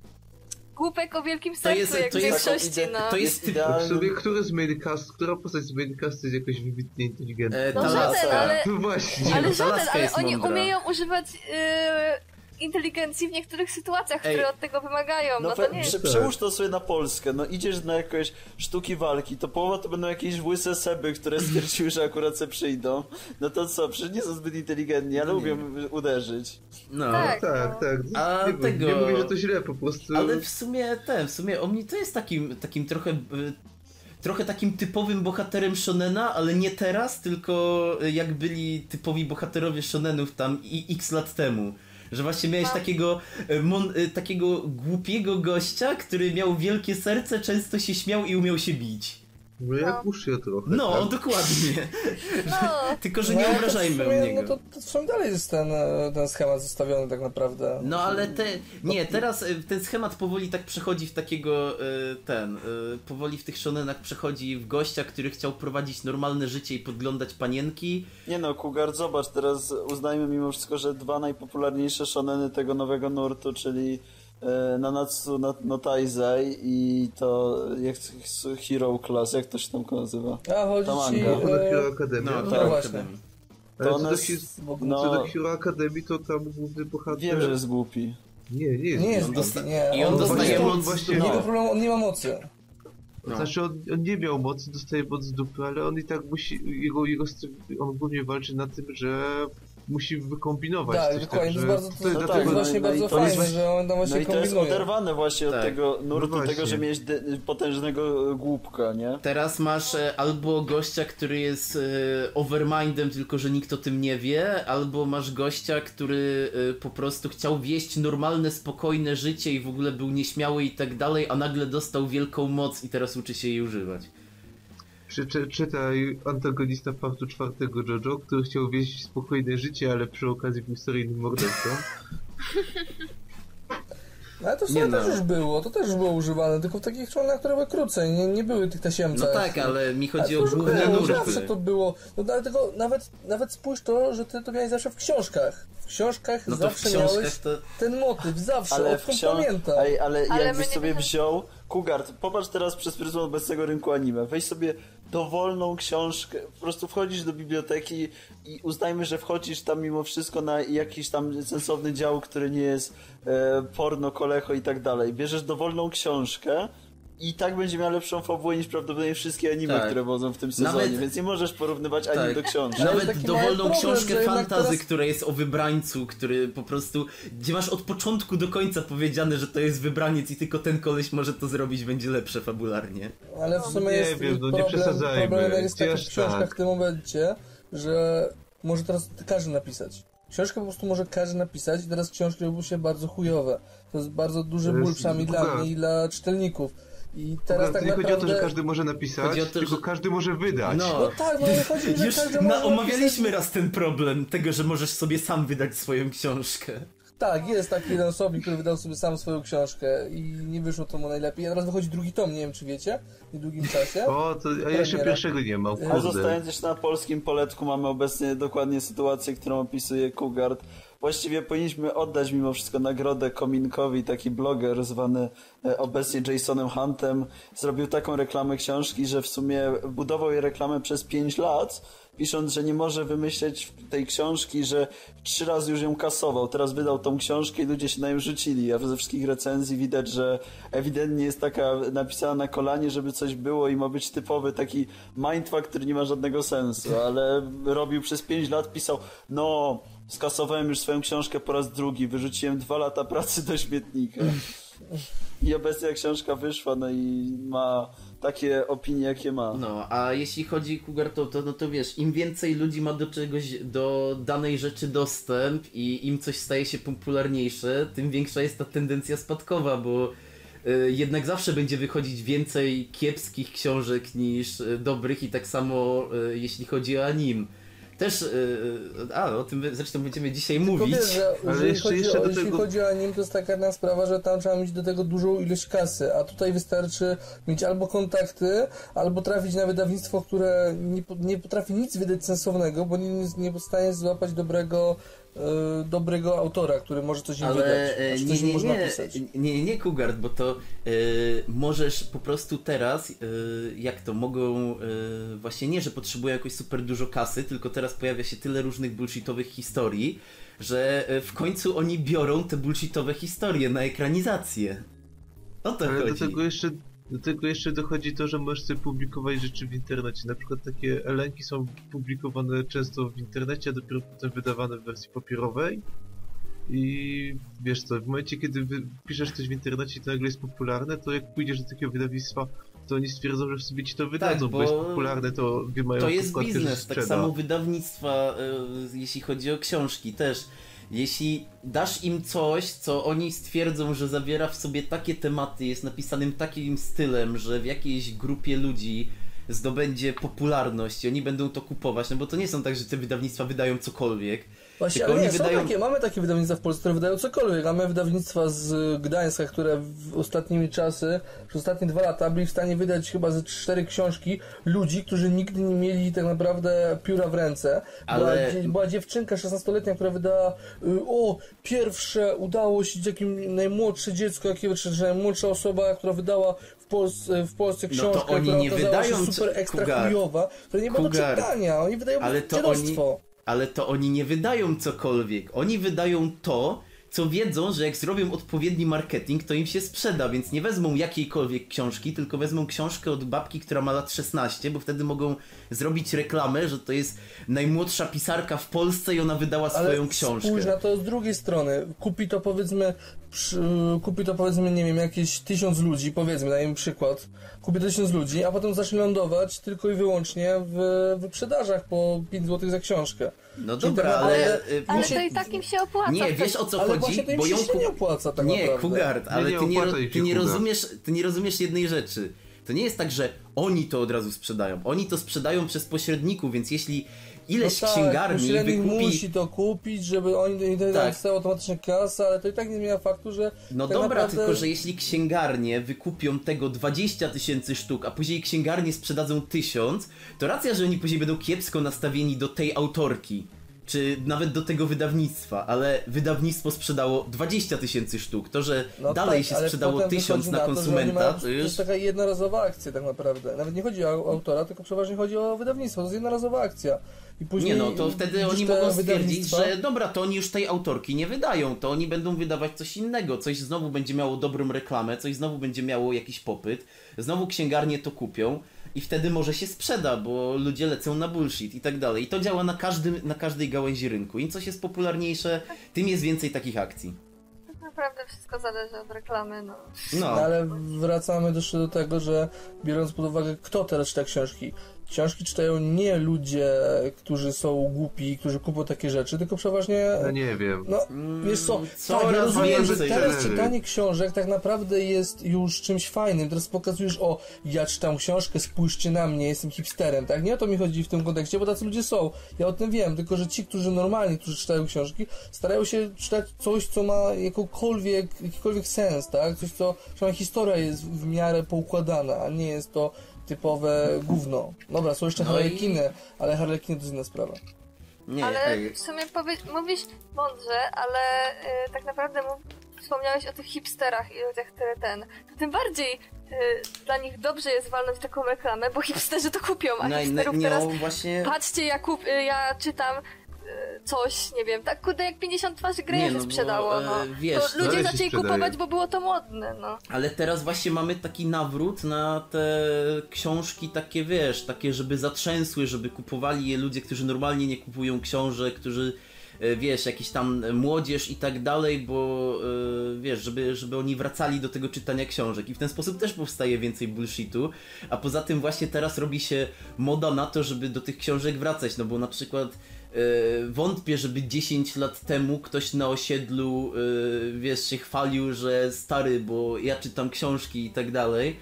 głupek o wielkim sercu, jak w większości, no. To jest W sobie, która postać z maincastu jest jakoś wybitnie inteligentna? No ta żaden, laska. ale... No właśnie. Ale ta żaden, laska ale jest oni mądra. umieją używać inteligencji w niektórych sytuacjach, które od tego wymagają, no to nie jest... Przełóż to sobie na Polskę, no idziesz na jakieś sztuki walki, to połowa to będą jakieś łyse seby, które stwierdziły, że akurat se przyjdą. No to co, przecież nie są zbyt inteligentni, ale lubią uderzyć. No. Tak. Tak. A Nie mówię, że to źle, po prostu. Ale w sumie Omni to jest takim trochę takim typowym bohaterem shonena, ale nie teraz, tylko jak byli typowi bohaterowie shonenów tam x lat temu. Że właśnie miałeś takiego głupiego gościa, który miał wielkie serce, często się śmiał i umiał się bić. No jak Ushio trochę. No, tak? dokładnie. No. Tylko, że nie obrażajmy w sumie, o niego. No to w sumie dalej jest ten schemat zostawiony tak naprawdę. No ale teraz ten schemat powoli tak przechodzi w takiego, powoli w tych shonenach przechodzi w gościa, który chciał prowadzić normalne życie i podglądać panienki. Nie no, Cougar, zobacz, teraz uznajmy mimo wszystko, że 2 najpopularniejsze shoneny tego nowego nurtu, czyli Nanatsu no Taizai i to jak Hero Class, jak to się tam nazywa? A chodzi ci... Hero Academy. No, No tak, właśnie. Ale To co one do Hero Academy, to tam główny bohater... Wiem, że jest głupi. Nie jest. Nie jest głupi. głupi, nie. I on dostaje moc właśnie- Nie no. ma problemu, on nie ma mocy. No. Znaczy on nie miał mocy, dostaje moc z dupy, ale on i tak musi, on głównie walczy na tym, że musi wykombinować Tak, coś, dokładnie, to jest bardzo, to jest tak, właśnie no i bardzo to jest fajne, że on tam No właśnie i to jest kombinuje. oderwane właśnie od Tak. tego nurtu, No właśnie. tego, że miałeś potężnego głupka, nie? Teraz masz albo gościa, który jest overmindem, tylko że nikt o tym nie wie, albo masz gościa, który po prostu chciał wieść normalne, spokojne życie i w ogóle był nieśmiały i tak dalej, a nagle dostał wielką moc i teraz uczy się jej używać. Czytaj antagonista partu 4 JoJo, który chciał wieść spokojne życie, ale przy okazji był seryjnym mordercą. No, ale to Nie też no. już było, to też było używane, tylko w takich członach, które były krócej, nie były tych tasiemcach. No tak, ale mi chodzi Ale o to już główne było, nurty. zawsze to było. No dlatego nawet spójrz to, że ty to miałeś zawsze w książkach. W książkach No to w zawsze książkach miałeś to... ten motyw, zawsze, Ale odkąd pamiętam. ale Ale jakbyś my nie sobie będziemy- wziął Cougar, popatrz teraz przez pryzmat obecnego rynku anime. Weź sobie dowolną książkę, po prostu wchodzisz do biblioteki i uznajmy, że wchodzisz tam mimo wszystko na jakiś tam sensowny dział, który nie jest porno, kolecho i tak dalej. Bierzesz dowolną książkę i tak będzie miał lepszą fabułę niż prawdopodobnie wszystkie anime, które wodzą w tym sezonie, więc nie możesz porównywać anime do książki. Nawet dowolną problem, książkę fantasy, teraz... która jest o wybrańcu, który po prostu, gdzie masz od początku do końca powiedziane, że to jest wybraniec i tylko ten koleś może to zrobić, będzie lepsze fabularnie. Ale w sumie nie jest wiem, no nie problem przesadzajmy. jest taki w Gdzież książkach tak. w tym momencie, że może teraz każdy napisać. Książkę po prostu może każdy napisać i teraz książki robią się bardzo chujowe. To jest bardzo duży ból, przynajmniej dla mnie i dla czytelników. I teraz tak nie chodzi o to, że naprawdę... każdy może napisać, to, tylko że... każdy może wydać. No tak, no ale chodzi, że Już każdy może omawialiśmy napisać... raz ten problem tego, że możesz sobie sam wydać swoją książkę. Tak, jest taki jeden osobnik, który wydał sobie sam swoją książkę i nie wyszło to mu najlepiej. A teraz wychodzi drugi tom, nie wiem czy wiecie, w niedługim czasie. O, to a jeszcze pierwszego nie ma, A kurde. zostając jeszcze na polskim poletku, mamy obecnie dokładnie sytuację, którą opisuje Kugard. Właściwie powinniśmy oddać mimo wszystko nagrodę Kominkowi. Taki bloger zwany obecnie Jasonem Huntem zrobił taką reklamę książki, że w sumie budował jej reklamę przez 5 lat, pisząc, że nie może wymyśleć tej książki, że 3 razy już ją kasował. Teraz wydał tą książkę i ludzie się na nią rzucili, a ze wszystkich recenzji widać, że ewidentnie jest taka napisana na kolanie, żeby coś było i ma być typowy taki mindfuck, który nie ma żadnego sensu, ale robił przez 5 lat, pisał, no, skasowałem już swoją książkę po raz drugi, wyrzuciłem 2 lata pracy do śmietnika. I obecnie książka wyszła, no i ma takie opinie, jakie ma. No, a jeśli chodzi Cougar, no to wiesz, im więcej ludzi ma do czegoś, do danej rzeczy dostęp i im coś staje się popularniejsze, tym większa jest ta tendencja spadkowa, bo jednak zawsze będzie wychodzić więcej kiepskich książek niż dobrych i tak samo jeśli chodzi o anim. Też, o tym zresztą będziemy dzisiaj mówić. Wiesz, że Ale jeśli chodzi o anime, to jest taka jedna sprawa, że tam trzeba mieć do tego dużą ilość kasy, a tutaj wystarczy mieć albo kontakty, albo trafić na wydawnictwo, które nie potrafi nic wydać sensownego, bo nie jest w stanie złapać dobrego autora, który może coś im wydać, coś im może napisać. Nie, Kugard, bo to możesz po prostu teraz, jak to, mogą właśnie nie, że potrzebują jakoś super dużo kasy, tylko teraz pojawia się tyle różnych bullshitowych historii, że w końcu oni biorą te bullshitowe historie na ekranizację. O to Ale chodzi. do tego jeszcze dochodzi to, że możesz sobie publikować rzeczy w internecie. Na przykład takie elenki są publikowane często w internecie, a dopiero potem wydawane w wersji papierowej. I wiesz co, w momencie kiedy piszesz coś w internecie i to nagle jest popularne, to jak pójdziesz do takiego wydawnictwa, to oni stwierdzą, że sobie ci to wydadzą, bo jest popularne, to mają to jest podkładkę, biznes, że sprzeda. tak samo wydawnictwa, jeśli chodzi o książki też. Jeśli dasz im coś, co oni stwierdzą, że zawiera w sobie takie tematy, jest napisanym takim stylem, że w jakiejś grupie ludzi zdobędzie popularność i oni będą to kupować, no bo to nie są tak, że te wydawnictwa wydają cokolwiek. Właśnie, tylko ale oni wydają... mamy takie wydawnictwa w Polsce, które wydają cokolwiek. Mamy wydawnictwa z Gdańska, które w ostatnimi czasy, przez ostatnie 2 lata byli w stanie wydać chyba ze 4 książki ludzi, którzy nigdy nie mieli tak naprawdę pióra w ręce. Była dziewczynka 16-letnia, która wydała pierwsze udało się jakim najmłodsze dziecko, czy najmłodsza osoba, która wydała w Polsce książkę, to oni która nie okazała się wydają super ekstra chujowa, która nie ma do czytania. Oni wydają dziadostwo. Ale to oni nie wydają cokolwiek. Oni wydają to, co wiedzą, że jak zrobią odpowiedni marketing, to im się sprzeda, więc nie wezmą jakiejkolwiek książki, tylko wezmą książkę od babki, która ma lat 16, bo wtedy mogą zrobić reklamę, że to jest najmłodsza pisarka w Polsce i ona wydała swoją książkę. Spójrz na to z drugiej strony. Kupi to powiedzmy, nie wiem, jakieś 1000 ludzi, powiedzmy, dajmy przykład. Kupi to 1000 ludzi, a potem zacznie lądować tylko i wyłącznie w wyprzedażach po 5 zł za książkę. No dobra, ale to i tak im się opłaca. Nie, wiesz o co ale chodzi? Właśnie to im się nie opłaca tak naprawdę. Nie, Kugard, ale ty nie rozumiesz jednej rzeczy. To nie jest tak, że oni to od razu sprzedają. Oni to sprzedają przez pośredników, więc jeśli ileś księgarni pośrednik wykupi... musi to kupić, żeby oni dostali automatycznie kasę, ale to i tak nie zmienia faktu, że... No tak dobra, naprawdę... tylko że jeśli księgarnie wykupią tego 20 000 sztuk, a później księgarnie sprzedadzą 1000, to racja, że oni później będą kiepsko nastawieni do tej autorki. czy nawet do tego wydawnictwa, ale wydawnictwo sprzedało 20 000 sztuk. To, że dalej się ale sprzedało potem 1000 wychodzi na to, że konsumenta, to to już... jest taka jednorazowa akcja tak naprawdę. Nawet nie chodzi o autora, tylko przeważnie chodzi o wydawnictwo. To jest jednorazowa akcja. I później Nie no, to wtedy już oni te mogą stwierdzić, wydawnictwa- że dobra, to oni już tej autorki nie wydają, to oni będą wydawać coś innego, coś znowu będzie miało dobrą reklamę, coś znowu będzie miało jakiś popyt, znowu księgarnie to kupią i wtedy może się sprzeda, bo ludzie lecą na bullshit i tak dalej. I to działa na każdej gałęzi rynku. Im coś jest popularniejsze, tym jest więcej takich akcji. Tak naprawdę wszystko zależy od reklamy, no. No, Ale wracamy jeszcze do tego, że biorąc pod uwagę, kto teraz czyta książki. Książki czytają nie ludzie, którzy są głupi, którzy kupują takie rzeczy, tylko przeważnie... No nie wiem. No, wiesz co, tak, ja coraz rozumiem, że więcej teraz rzeczy. czytanie książek tak naprawdę jest już czymś fajnym. Teraz pokazujesz, o, ja czytam książkę, spójrzcie na mnie, jestem hipsterem, tak? Nie o to mi chodzi w tym kontekście, bo tacy ludzie są. Ja o tym wiem, tylko że ci, którzy normalnie, którzy czytają książki, starają się czytać coś, co ma jakikolwiek sens, tak? Coś, co, przynajmniej historia jest w miarę poukładana, a nie jest to typowe gówno. Dobra, są jeszcze No harlekiny, ale harlekiny to jest inna sprawa. nie, Ale ej. w sumie mówisz mądrze, ale tak naprawdę wspomniałeś o tych hipsterach i ludziach, które to tym bardziej dla nich dobrze jest walnąć taką reklamę, bo hipsterzy to kupią, a hipsterów teraz właśnie... patrzcie, ja czytam coś, nie wiem, tak kurde jak 50 twarzy Greya Nie, się no bo, sprzedało, no. wiesz, to ludzie dalej się zaczęli sprzedaje. kupować, bo było to modne, no. Ale teraz właśnie mamy taki nawrót na te książki takie, wiesz, takie, żeby zatrzęsły, żeby kupowali je ludzie, którzy normalnie nie kupują książek, którzy, wiesz, jakiś tam młodzież i tak dalej, bo wiesz, żeby oni wracali do tego czytania książek i w ten sposób też powstaje więcej bullshitu, a poza tym właśnie teraz robi się moda na to, żeby do tych książek wracać, no bo na przykład wątpię, żeby 10 lat temu ktoś na osiedlu, wiesz, się chwalił, że stary, bo ja czytam książki i tak dalej.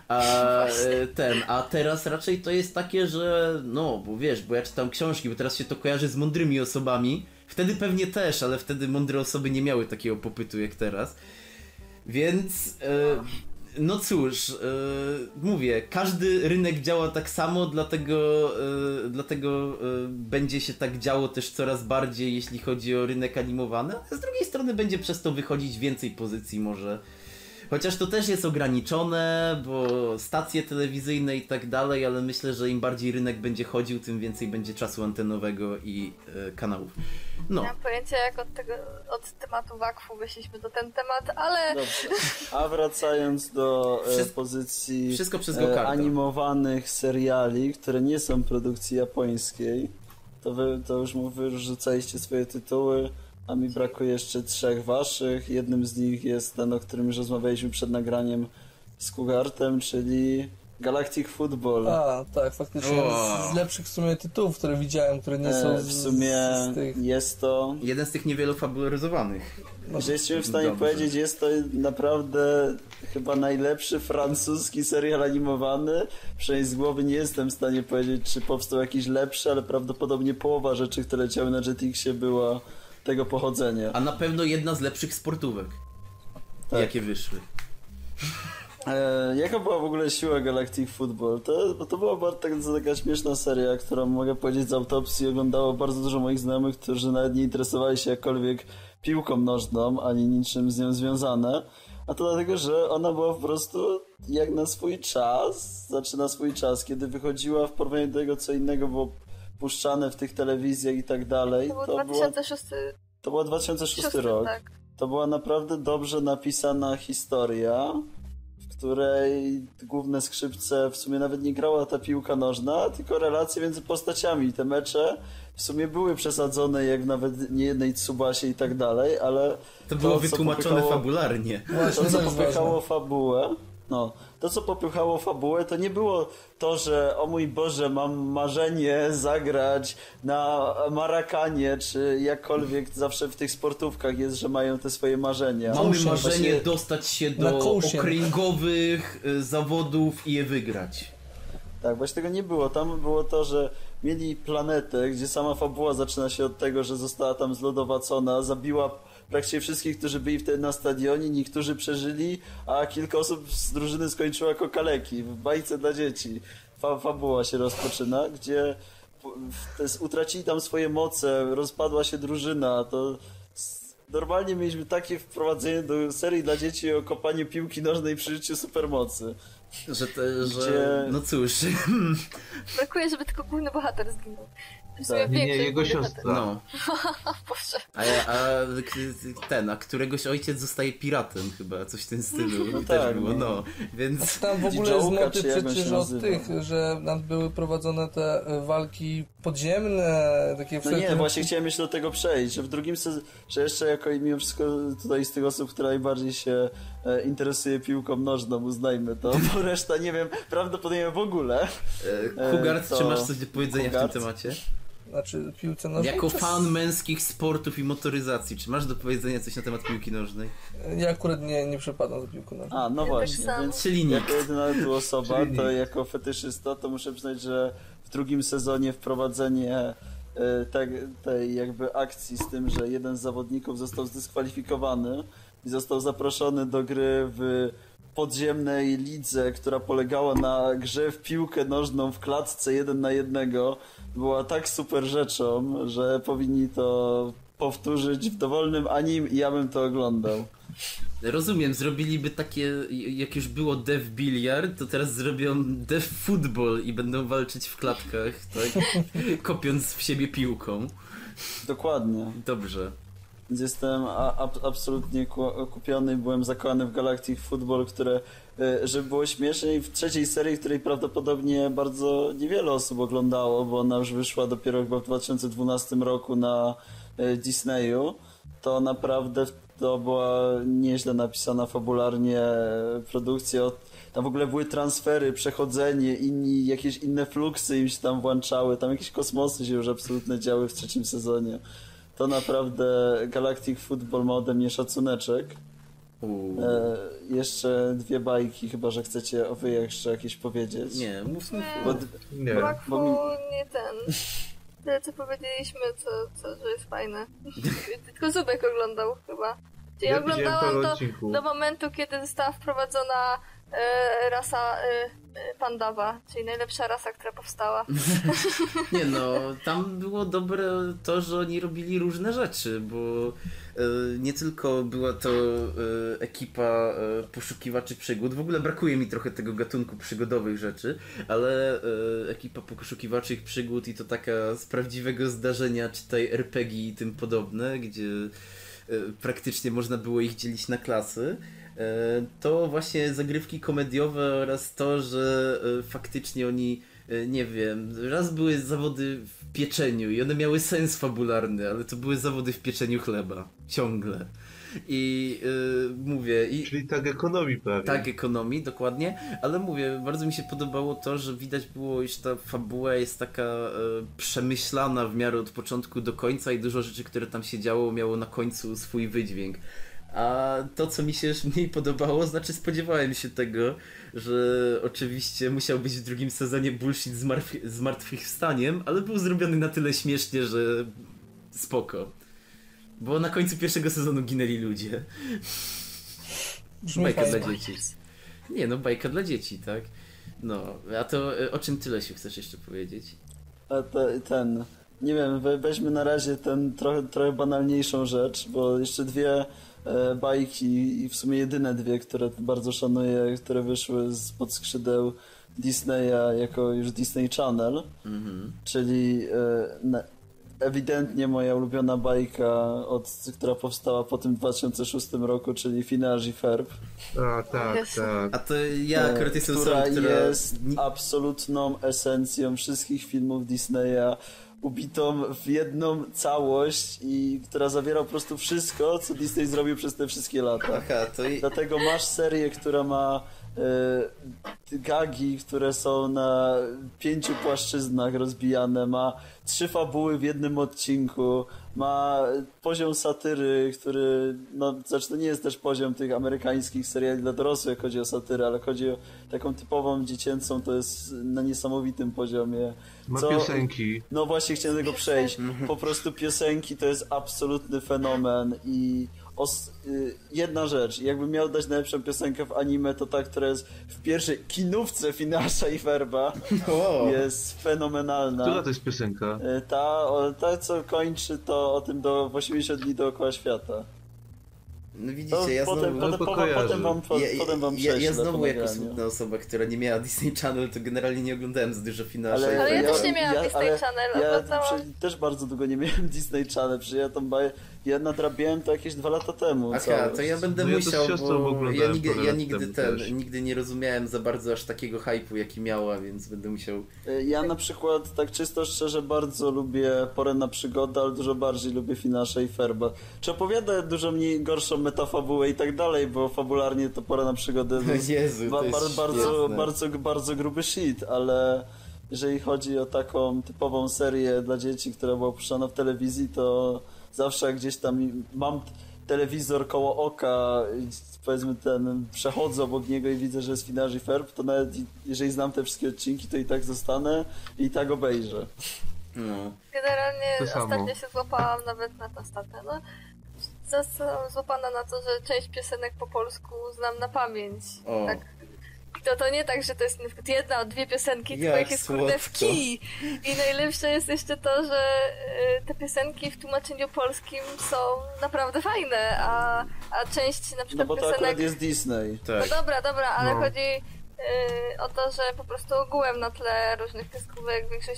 A teraz raczej to jest takie, że no, bo wiesz, bo ja czytam książki, bo teraz się to kojarzy z mądrymi osobami. Wtedy pewnie też, ale wtedy mądre osoby nie miały takiego popytu jak teraz. Więc no cóż, mówię, każdy rynek działa tak samo, dlatego będzie się tak działo też coraz bardziej, jeśli chodzi o rynek animowany, a z drugiej strony będzie przez to wychodzić więcej pozycji może. Chociaż to też jest ograniczone, bo stacje telewizyjne i tak dalej, ale myślę, że im bardziej rynek będzie chodził, tym więcej będzie czasu antenowego i kanałów. No. Nie mam pojęcia, jak od tematu wakfu wyszliśmy do ten temat, ale... Dobrze. A wracając do pozycji wszystko przez Go-Karta. animowanych seriali, które nie są produkcji japońskiej, to wy to już wyrzucaliście swoje tytuły, a mi brakuje jeszcze 3 waszych. Jednym z nich jest ten, o którym już rozmawialiśmy przed nagraniem z Kugartem, czyli Galactic Football. A, tak, faktycznie z lepszych w sumie tytułów, które widziałem, które nie są W sumie z tych... jest to... Jeden z tych niewielu fabularyzowanych. Że jesteśmy w stanie Dobrze. powiedzieć, jest to naprawdę chyba najlepszy francuski serial animowany. Przynajmniej z głowy nie jestem w stanie powiedzieć, czy powstał jakiś lepszy, ale prawdopodobnie połowa rzeczy, które leciały na Jetixie, była tego pochodzenia. A na pewno jedna z lepszych sportówek, Tak. jakie wyszły. Jaka była w ogóle siła Galactic Football? To była taka śmieszna seria, którą mogę powiedzieć z autopsji oglądało bardzo dużo moich znajomych, którzy nawet nie interesowali się jakkolwiek piłką nożną, ani niczym z nią związane. A to dlatego, że ona była po prostu jak na swój czas, kiedy wychodziła w porównaniu do tego, co innego było puszczane w tych telewizjach i tak dalej. To był 2006 To był 2006 rok. tak. To była naprawdę dobrze napisana historia, w której główne skrzypce w sumie nawet nie grała ta piłka nożna, tylko relacje między postaciami. Te mecze w sumie były przesadzone jak nawet nie jednej Tsubasie i tak dalej, ale To było co wytłumaczone fabularnie. To, co jest popychało fabułę, to, co popychało fabułę, to nie było to, że o mój Boże, mam marzenie zagrać na marakanie, czy jakkolwiek zawsze w tych sportówkach jest, że mają te swoje marzenia. Mamy Kołsiem. marzenie Właśnie- dostać się Na do kołsiem. okręgowych zawodów i je wygrać. Tak, właśnie tego nie było. Tam było to, że mieli planetę, gdzie sama fabuła zaczyna się od tego, że została tam zlodowacona, zabiła praktycznie wszystkich, którzy byli wtedy na stadionie, niektórzy przeżyli, a kilka osób z drużyny skończyło jako kaleki w bajce dla dzieci. Fabuła się rozpoczyna, gdzie utracili tam swoje moce, rozpadła się drużyna, to normalnie mieliśmy takie wprowadzenie do serii dla dzieci o kopaniu piłki nożnej przy życiu supermocy. No cóż. Brakuje, żeby tylko główny bohater zginął. Tak, Nie, jego siostra. No. Boże. A któregoś ojciec zostaje piratem chyba, coś w tym stylu No też tak, było, no. no. Więc Tam w ogóle jest Jołka, motyw czy jak on przecież się od nazywa? tych, że nam były prowadzone te walki podziemne, takie No wszelkie... nie, właśnie chciałem jeszcze do tego przejść, że w drugim sezonie, że jeszcze jako mimo wszystko tutaj z tych osób, która najbardziej się interesuje piłką nożną, uznajmy to, bo reszta nie wiem, prawdopodobnie w ogóle. Hugard, to- czy masz coś do powiedzenia Hugard? w tym temacie? Znaczy piłce nożnej? Jako Przez- fan męskich sportów i motoryzacji, czy masz do powiedzenia coś na temat piłki nożnej? Ja akurat nie przepadam za piłką nożną. A, no tak właśnie, samo. więc Czyli nikt. jako jedyna tu osoba, Czyli to nikt. jako fetyszysta, to muszę przyznać, że w drugim sezonie wprowadzenie tej jakby akcji z tym, że jeden z zawodników został zdyskwalifikowany i został zaproszony do gry w podziemnej lidze, która polegała na grze w piłkę nożną w klatce 1 na 1, była tak super rzeczą, że powinni to powtórzyć w dowolnym anim i ja bym to oglądał. Rozumiem, zrobiliby takie, jak już było Dev Billiard, to teraz zrobią Dev Football i będą walczyć w klatkach, tak? Kopiąc w siebie piłką. Dokładnie. Dobrze. Więc jestem absolutnie kupiony, byłem zakochany w Galactic Football, które, żeby było śmieszniej, w trzeciej serii, której prawdopodobnie bardzo niewiele osób oglądało, bo ona już wyszła dopiero chyba w 2012 roku na Disneyu, to naprawdę to była nieźle napisana fabularnie produkcja. Tam w ogóle były transfery, przechodzenie, jakieś inne fluksy im się tam włączały, tam jakieś kosmosy się już absolutnie działy w trzecim sezonie. To naprawdę Galactic Football ma ode mnie szacuneczek. Jeszcze dwie bajki, chyba że chcecie wy jeszcze jakieś powiedzieć. Nie, mów. Bo, Nie. Brakło bo nie ten. Tyle co powiedzieliśmy, że jest fajne. Tylko Zubek oglądał chyba. Czyli Ja widziałem oglądałam parę do odcinków. momentu, kiedy została wprowadzona rasa pandawa, czyli najlepsza rasa, która powstała. Nie no, tam było dobre to, że oni robili różne rzeczy, bo nie tylko była to ekipa poszukiwaczy przygód, w ogóle brakuje mi trochę tego gatunku przygodowych rzeczy, ale ekipa poszukiwaczy przygód i to taka z prawdziwego zdarzenia, czytaj RPG i tym podobne, gdzie praktycznie można było ich dzielić na klasy. To właśnie zagrywki komediowe oraz to, że faktycznie oni, nie wiem, raz były zawody w pieczeniu i one miały sens fabularny, ale to były zawody w pieczeniu chleba. Ciągle. I mówię... Czyli tak ekonomii prawie. Tak, ekonomii, dokładnie, ale mówię, bardzo mi się podobało to, że widać było, iż ta fabuła jest taka przemyślana w miarę od początku do końca i dużo rzeczy, które tam się działo, miało na końcu swój wydźwięk. A to, co mi się już mniej podobało, znaczy spodziewałem się tego, że oczywiście musiał być w drugim sezonie bullshit z zmartwychwstaniem, ale był zrobiony na tyle śmiesznie, że spoko. Bo na końcu pierwszego sezonu ginęli ludzie. Brzmi Bajka fajnie. dla dzieci. Nie no, bajka dla dzieci, tak? No, a to o czym tyle się chcesz jeszcze powiedzieć? a nie wiem, weźmy na razie ten trochę banalniejszą rzecz, bo jeszcze dwie bajki i w sumie jedyne dwie, które bardzo szanuję, które wyszły spod skrzydeł Disneya jako już Disney Channel, czyli ewidentnie moja ulubiona bajka, która powstała po tym 2006 roku, czyli Phineas i Ferb. A, tak, Jezu. tak. A to ja akurat jestem która osobą, która... jest absolutną esencją wszystkich filmów Disneya, ubitą w jedną całość i która zawiera po prostu wszystko, co Disney zrobił przez te wszystkie lata. Aha, to Dlatego masz serię, która ma gagi, które są na 5 płaszczyznach rozbijane, ma 3 fabuły w jednym odcinku, ma poziom satyry, który, no, znaczy to nie jest też poziom tych amerykańskich seriali dla dorosłych, jak chodzi o satyrę, ale chodzi o taką typową dziecięcą, to jest na niesamowitym poziomie. Ma piosenki. No właśnie chciałem do tego przejść. Po prostu piosenki to jest absolutny fenomen i jedna rzecz, jakbym miał dać najlepszą piosenkę w anime, to ta, która jest w pierwszej kinówce Finasza i Ferba, jest fenomenalna. Która to jest piosenka? Ta co kończy to o tym w 80 dni dookoła świata. No widzicie, ja znowu... Potem wam prześlę. Ja znowu po jako nagraniu. smutna osoba, która nie miała Disney Channel, to generalnie nie oglądałem za dużo Finasza. Ale ja też nie miałam Disney Channel, Ja oglądałam. też bardzo długo nie miałem Disney Channel, przecież ja nadrabiałem to jakieś 2 lata temu. Aha, to ja będę No ja to z musiał, siostrą bo oglądałem parę lat temu też. nigdy nie rozumiałem za bardzo aż takiego hype'u, jaki miała, więc będę musiał... Ja na przykład, tak czysto szczerze, bardzo lubię Porę na przygodę, ale dużo bardziej lubię Finasza i Ferba. Czy opowiada dużo mniej gorszą metafabułę i tak dalej, bo fabularnie to Pora na przygodę to Jezu, to jest bardzo gruby shit, ale jeżeli chodzi o taką typową serię dla dzieci, która była puszczana w telewizji, to zawsze jak gdzieś tam mam telewizor koło oka, powiedzmy przechodzę obok niego i widzę, że jest Finasz i Ferb, to nawet jeżeli znam te wszystkie odcinki, to i tak zostanę i tak obejrzę. No. Generalnie To samo. ostatnio się złapałam nawet na to statę. No, zostałam złapana na to, że część piosenek po polsku znam na pamięć. O. Tak. To nie tak, że to jest na przykład 1, 2 piosenki, tylko Jak jak jest kurde w słodko. kij. I najlepsze jest jeszcze to, że te piosenki w tłumaczeniu polskim są naprawdę fajne, a część na No przykład bo to piosenek... akurat jest Disney. Tak. No dobra, ale No. chodzi o to, że po prostu ogółem na tle różnych kreskówek większość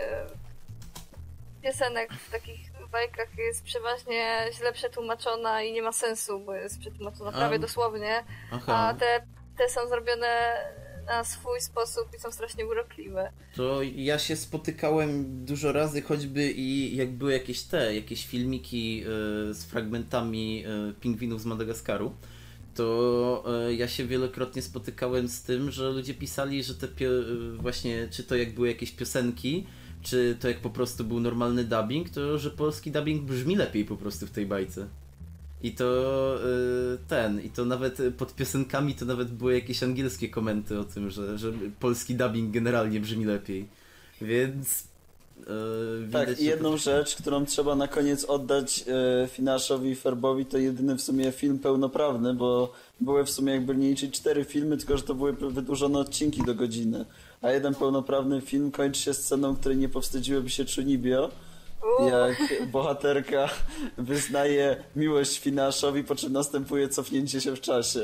piosenek w takich bajkach jest przeważnie źle przetłumaczona i nie ma sensu, bo jest przetłumaczona prawie dosłownie, Aha. a te są zrobione na swój sposób i są strasznie urokliwe. To ja się spotykałem dużo razy, choćby i jak były jakieś filmiki z fragmentami pingwinów z Madagaskaru, to ja się wielokrotnie spotykałem z tym, że ludzie pisali, że właśnie, czy to jak były jakieś piosenki, czy to jak po prostu był normalny dubbing, to że polski dubbing brzmi lepiej po prostu w tej bajce. I to nawet pod piosenkami to nawet były jakieś angielskie komenty o tym, że polski dubbing generalnie brzmi lepiej. Więc widać, Tak, i jedną rzecz, którą trzeba na koniec oddać Finaszowi i Ferbowi, to jedyny w sumie film pełnoprawny, bo były w sumie jakby nie liczyć 4 filmy, tylko że to były wydłużone odcinki do godziny. A jeden pełnoprawny film kończy się sceną, której nie powstydziłyby się Chunibyo, jak bohaterka wyznaje miłość Finaszowi, po czym następuje cofnięcie się w czasie.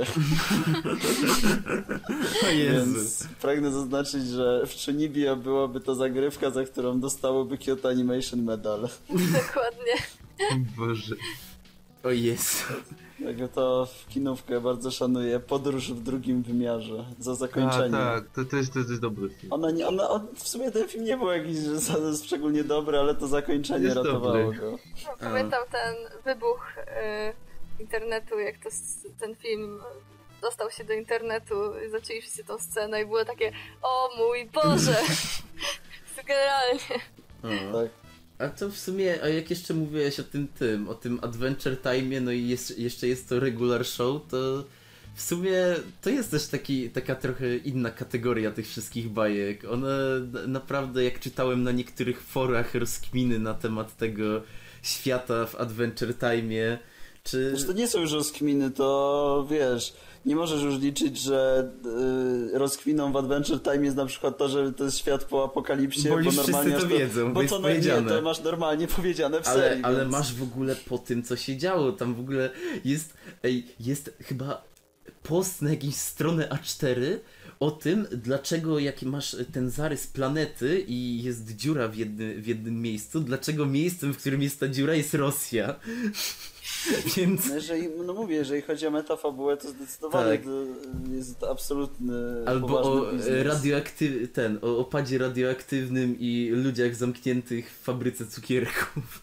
O Jezu. Więc pragnę zaznaczyć, że w Chunibyo byłaby to zagrywka, za którą dostałoby Kyoto Animation Medal. Dokładnie. Boże. O Jezu. Jakby to w kinówkę bardzo szanuję. Podróż w drugim wymiarze. Za zakończenie. Tak, to jest dobry film. W sumie ten film nie był jakiś szczególnie dobry, ale to zakończenie Jest ratowało dobry. go. Pamiętam ten wybuch internetu, jak ten film dostał się do internetu, zaczęli wszyscy tą scenę i było takie, o mój Boże! Generalnie. Tak. A to w sumie, a jak jeszcze mówiłeś o tym Adventure Time, no i jeszcze jest to regular show, to w sumie to jest też taka trochę inna kategoria tych wszystkich bajek. One naprawdę, jak czytałem na niektórych forach rozkminy na temat tego świata w Adventure Time, czy... Zresztą to nie są już rozkminy, to wiesz, nie możesz już liczyć, że rozkminą w Adventure Time jest na przykład to, że to jest świat po apokalipsie, Bo już normalnie wszyscy to wiedzą, bo jest to powiedziane. nie, to masz normalnie powiedziane w serii. Ale więc... masz w ogóle po tym, co się działo. Tam w ogóle jest chyba post na jakąś stronę A4 o tym, dlaczego jak masz ten zarys planety i jest dziura w jednym miejscu, dlaczego miejscem, w którym jest ta dziura, jest Rosja. Więc... Jeżeli chodzi o metafabułę, to zdecydowanie Tak. to jest absolutny Albo poważny o biznes. o opadzie radioaktywnym i ludziach zamkniętych w fabryce cukierków.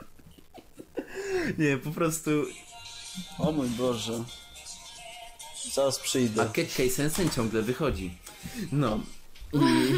Nie, po prostu... O mój Boże. Zaraz przyjdę. A Kekkei Sensen ciągle wychodzi. No. I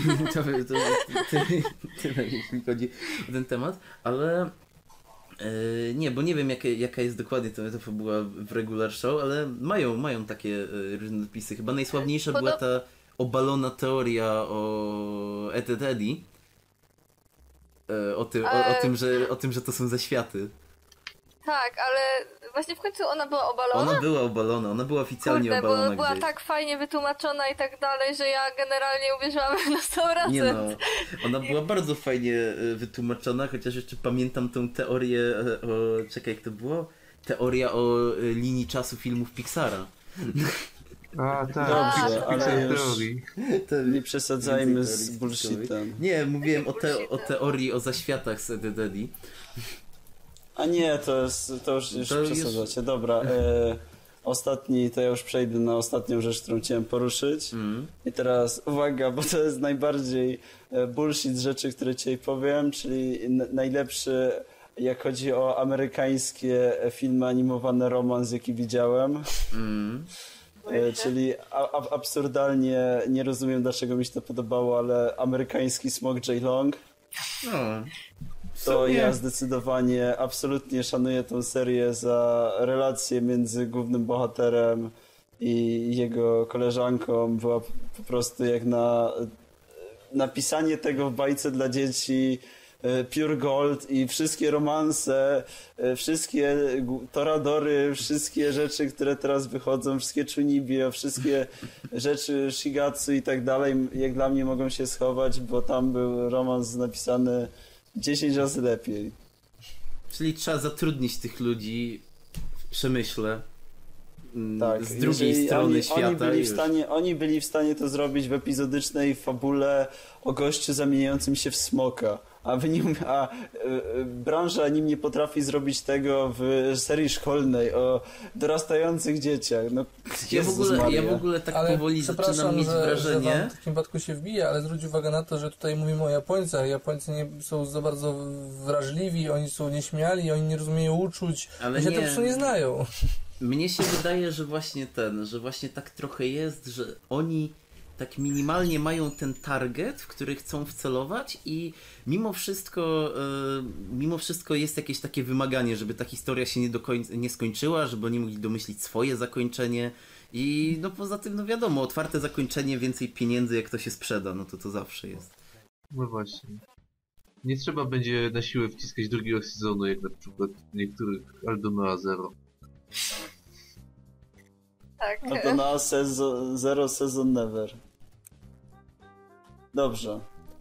tyle jeśli chodzi o ten temat, ale nie, bo nie wiem jaka jest dokładnie ta fabuła w regular show, ale mają takie różne napisy. Chyba najsławniejsza była ta obalona teoria o Ed, Edd Eddy. O tym, że to są zaświaty. Tak, ale właśnie w końcu ona była obalona? Ona była obalona, ona była oficjalnie Kurde, obalona bo była gdzieś. tak fajnie wytłumaczona i tak dalej, że ja generalnie uwierzyłam na 100%. Nie no, ona była bardzo fajnie wytłumaczona, chociaż jeszcze pamiętam tą teorię o... Czekaj, jak to było? Teoria o linii czasu filmów Pixara. A, tak, Dobrze, ale już teorii. nie przesadzajmy z bullshitem. Nie, mówiłem o teorii o zaświatach z Eddie Daddy. A nie, to już przesadzacie. Dobra, ostatni, to ja już przejdę na ostatnią rzecz, którą chciałem poruszyć. I teraz uwaga, bo to jest najbardziej bullshit rzeczy, które dzisiaj powiem, czyli najlepszy, jak chodzi o amerykańskie filmy animowane romans, jaki widziałem. Czyli absurdalnie, nie rozumiem, dlaczego mi się to podobało, ale amerykański Smok J. Long. No. To ja zdecydowanie absolutnie szanuję tą serię za relację między głównym bohaterem i jego koleżanką. Była po prostu jak na napisanie tego w bajce dla dzieci, pure gold, i wszystkie romanse, wszystkie toradory, wszystkie rzeczy, które teraz wychodzą, wszystkie chunibyo, wszystkie rzeczy shigatsu i tak dalej, jak dla mnie mogą się schować, bo tam był romans napisany 10 razy lepiej. Czyli trzeba zatrudnić tych ludzi w przemyśle. Tak, z drugiej strony świata. Oni byli w stanie to zrobić w epizodycznej fabule o gościu zamieniającym się w smoka. A branża nim nie potrafi zrobić tego w serii szkolnej o dorastających dzieciach. No, ja w ogóle tak ale powoli zaczynam mieć wrażenie... Że wam w takim wypadku się wbija, ale zwróć uwagę na to, że tutaj mówimy o Japońcach. Japońcy nie są za bardzo wrażliwi, oni są nieśmiali, oni nie rozumieją uczuć, ale oni się po prostu nie znają. Mnie się wydaje, że właśnie tak trochę jest, że oni tak minimalnie mają ten target, w który chcą wcelować, i mimo wszystko jest jakieś takie wymaganie, żeby ta historia się nie skończyła, żeby oni mogli domyślić swoje zakończenie, i no poza tym, no wiadomo, otwarte zakończenie, więcej pieniędzy, jak to się sprzeda, no to zawsze jest. No właśnie. Nie trzeba będzie na siłę wciskać drugiego sezonu, jak na przykład niektórych Aldona Zero. Tak. A to na Zero Season Never. Dobrze.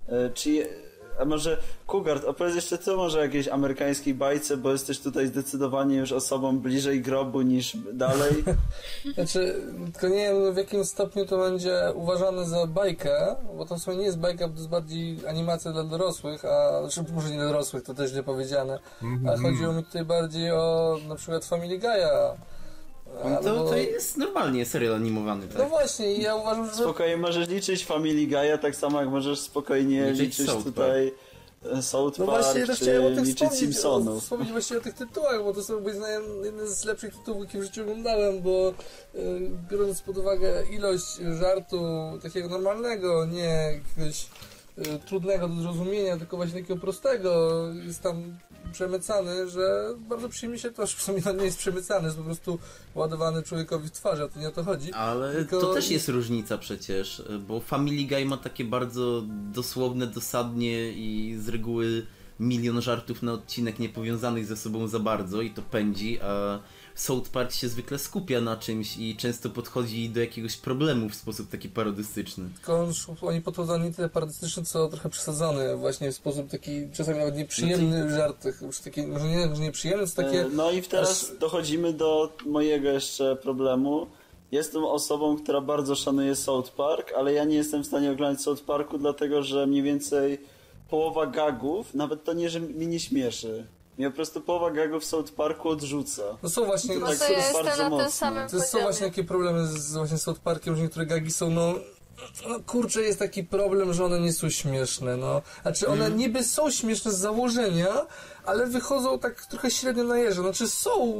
A może Kugart, opowiedz jeszcze ty może o jakiejś amerykańskiej bajce, bo jesteś tutaj zdecydowanie już osobą bliżej grobu niż dalej. Znaczy, tylko nie wiem w jakim stopniu to będzie uważane za bajkę, bo to w sumie nie jest bajka, bo to jest bardziej animacja dla dorosłych, znaczy może nie dla dorosłych, to też źle powiedziane, a chodziło mi tutaj bardziej o na przykład Family Guy'a. To jest normalnie serial animowany, tak? No właśnie, ja uważam, że... Spokojnie możesz liczyć Family Guy'a, tak samo jak możesz spokojnie liczyć tutaj South Park, właśnie, czy liczyć Simpsonów. Wspomnieć właśnie o tych tytułach, bo to są moim zdaniem jeden z lepszych tytułów, jakie w życiu oglądałem, bo biorąc pod uwagę ilość żartu takiego normalnego, nie jakiegoś trudnego do zrozumienia, tylko właśnie takiego prostego, jest tam przemycany, że bardzo przyjemnie się to, w sumie nie jest przemycany, jest po prostu ładowany człowiekowi w twarz, a to nie o to chodzi. Ale tylko... to też jest różnica przecież, bo Family Guy ma takie bardzo dosłowne, dosadnie i z reguły milion żartów na odcinek niepowiązanych ze sobą za bardzo i to pędzi, a South Park się zwykle skupia na czymś i często podchodzi do jakiegoś problemu w sposób taki parodystyczny. Tylko oni podchodzą nie tyle parodystyczny, co trochę przesadzony, właśnie w sposób taki czasami nawet nieprzyjemny żart, taki, może nie nieprzyjemny, co takie... No i teraz dochodzimy do mojego jeszcze problemu. Jestem osobą, która bardzo szanuje South Park, ale ja nie jestem w stanie oglądać South Parku, dlatego że mniej więcej połowa gagów, nawet to nie, że mi nie śmieszy. Mnie po prostu połowa gagów w South Parku odrzuca. No są właśnie... No to ja jestem na tym samym poziomie. Są właśnie takie problemy z właśnie South Parkiem, że niektóre gagi są, no kurczę, jest taki problem, że one nie są śmieszne, no. Znaczy one niby są śmieszne z założenia, ale wychodzą tak trochę średnio na jeża. Znaczy są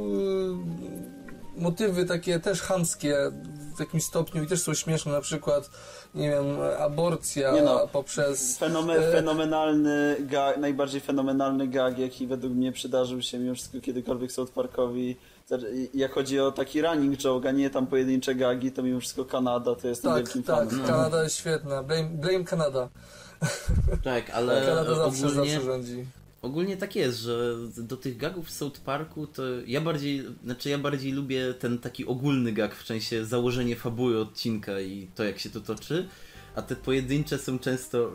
motywy takie też chamskie w jakimś stopniu i też są śmieszne, na przykład nie wiem, aborcja poprzez... Fenomenalny gag, najbardziej fenomenalny gag, jaki według mnie przydarzył się mimo wszystko kiedykolwiek South Parkowi. Jak chodzi o taki running joke, a nie tam pojedyncze gagi, to mimo wszystko Kanada, to jestem wielkim fanem. Tak, Kanada jest świetna. Blame Kanada. Tak, ale Kanada zawsze rządzi. ogólnie tak jest, że do tych gagów w South Parku to ja bardziej lubię ten taki ogólny gag, w sensie założenie fabuły odcinka i to jak się to toczy, a te pojedyncze są często...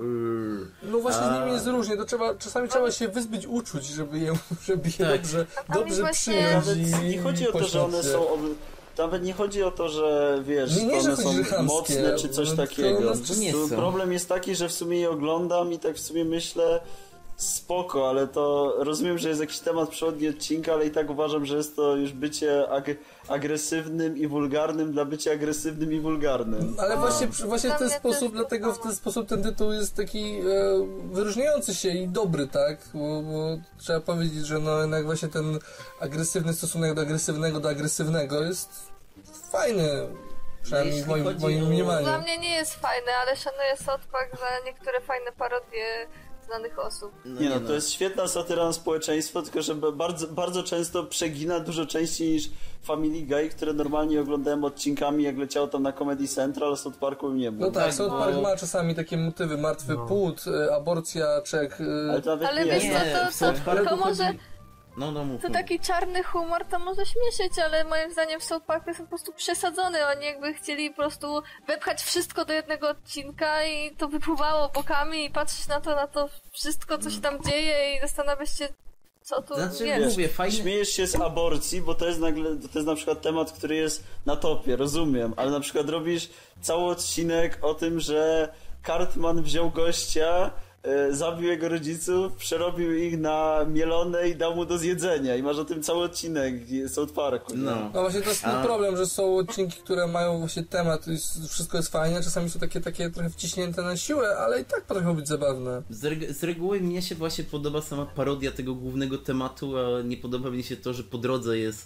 No właśnie z nimi jest różnie, to czasami trzeba się wyzbyć uczuć, żeby je Tak. dobrze właśnie- przyjąć Nawet i nie chodzi o to, że one poświęcić. są... Nawet nie chodzi o to, że wiesz, Nie, to że one chodzi, że są chamskie, mocne czy coś to takiego. nie Tu są. problem jest taki, że w sumie je oglądam i tak w sumie myślę spoko, ale to rozumiem, że jest jakiś temat przewodni odcinka, ale i tak uważam, że jest to już bycie agresywnym i wulgarnym dla bycia agresywnym i wulgarnym. Ale właśnie w Dla ten mnie sposób, też dlatego w ten sposób ten tytuł jest taki wyróżniający się i dobry, tak? Bo trzeba powiedzieć, że no jednak właśnie ten agresywny stosunek do agresywnego jest fajny. Przynajmniej Jeśli w moim chodzi o- mniemaniu. Dla mnie nie jest fajne, ale szanuję South Park za niektóre fajne parodie znanych osób. Nie no, to jest świetna satyra na społeczeństwo, tylko że bardzo, bardzo często przegina dużo częściej niż Family Guy, które normalnie oglądałem odcinkami, jak leciało tam na Comedy Central, a South Parku nie było. No tak, Tak, South bo- Park ma czasami takie motywy, martwy płód, aborcja, czek. Ale to nawet Ale nie wiesz jest. Nie, co, w to South Parku tylko może... chodzi- No, mów. To taki czarny humor to może śmieszyć, ale moim zdaniem w South Park jest po prostu przesadzony. Oni jakby chcieli po prostu wepchać wszystko do jednego odcinka i to wypływało bokami i patrzysz na to wszystko, co się tam dzieje i zastanawiasz się, co tu Znaczy, jest. mówię, fajnie... Śmiejesz się z aborcji, bo to jest na przykład temat, który jest na topie, rozumiem, ale na przykład robisz cały odcinek o tym, że Cartman wziął gościa, zabił jego rodziców, przerobił ich na mielone i dał mu do zjedzenia i masz o tym cały odcinek South Parku. nie? No. No właśnie to jest ten problem, że są odcinki, które mają właśnie temat i wszystko jest fajne, czasami są takie trochę wciśnięte na siłę, ale i tak potrafią być zabawne. Z reguły mnie się właśnie podoba sama parodia tego głównego tematu, a nie podoba mi się to, że po drodze jest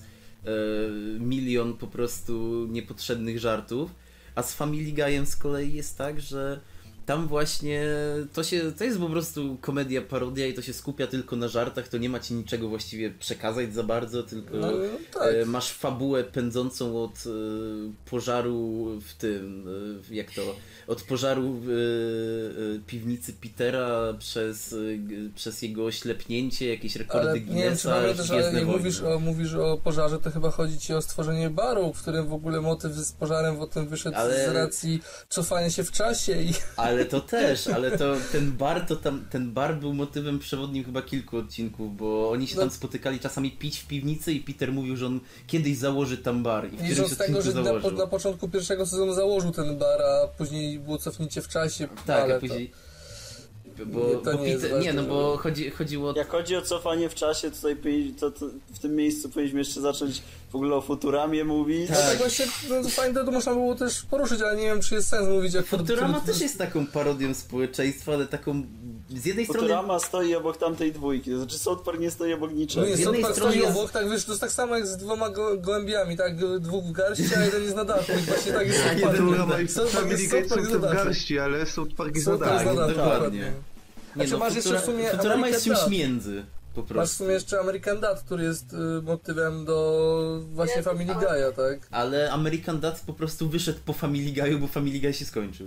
milion po prostu niepotrzebnych żartów, a z Family Guy'em z kolei jest tak, że tam właśnie to jest po prostu komedia, parodia i to się skupia tylko na żartach, to nie ma ci niczego właściwie przekazać za bardzo, tylko No, tak. masz fabułę pędzącą od pożaru w tym, od pożaru w piwnicy Petera przez jego oślepnięcie, jakieś rekordy Ale nie wiem, czy Guinnessa, pamiętasz, ale Gwiezdne jak Wojny. mówisz o pożarze, to chyba chodzi ci o stworzenie baru, w którym w ogóle motyw z pożarem potem wyszedł Ale- z racji cofania się w czasie i... Ale to ten bar był motywem przewodnim chyba kilku odcinków, bo oni się No. tam spotykali czasami pić w piwnicy i Peter mówił, że on kiedyś założy tam bar i w którymś Licząc z tego, odcinku że założył. na początku pierwszego sezonu założył ten bar, a później było cofnięcie w czasie, Tak, ale a później... to nie jest ważne, bo chodziło o... Jak chodzi o cofanie w czasie, tutaj to w tym miejscu powinniśmy jeszcze zacząć w ogóle o Futuramie mówić. No tak właśnie, no, fajnie to można było też poruszyć, ale nie wiem, czy jest sens mówić jak... Futurama też jest taką parodią społeczeństwa, ale taką z jednej strony... Futurama stoi obok tamtej dwójki, to znaczy South Park nie stoi obok niczego. No nie, z jednej South Park strony stoi jest- obok, tak wiesz, to jest tak samo jak z dwoma gołębiami, tak? Dwóch w garści, a jeden jest na dachu i właśnie tak jest South Park. Futurama i South Park Family jest Guy South są Park tu w na dachu. garści, ale South Park jest na South Park jest na dachu. dachu, dokładnie. dokładnie. Nie, masz jeszcze w sumie Futurama American jest czymś Dad. między, po Masz w prostu. sumie jeszcze American Dad, który jest motywem do właśnie Jezu, Family Guy'a, tak? Ale American Dad po prostu wyszedł po Family Guy'u, bo Family Guy się skończył.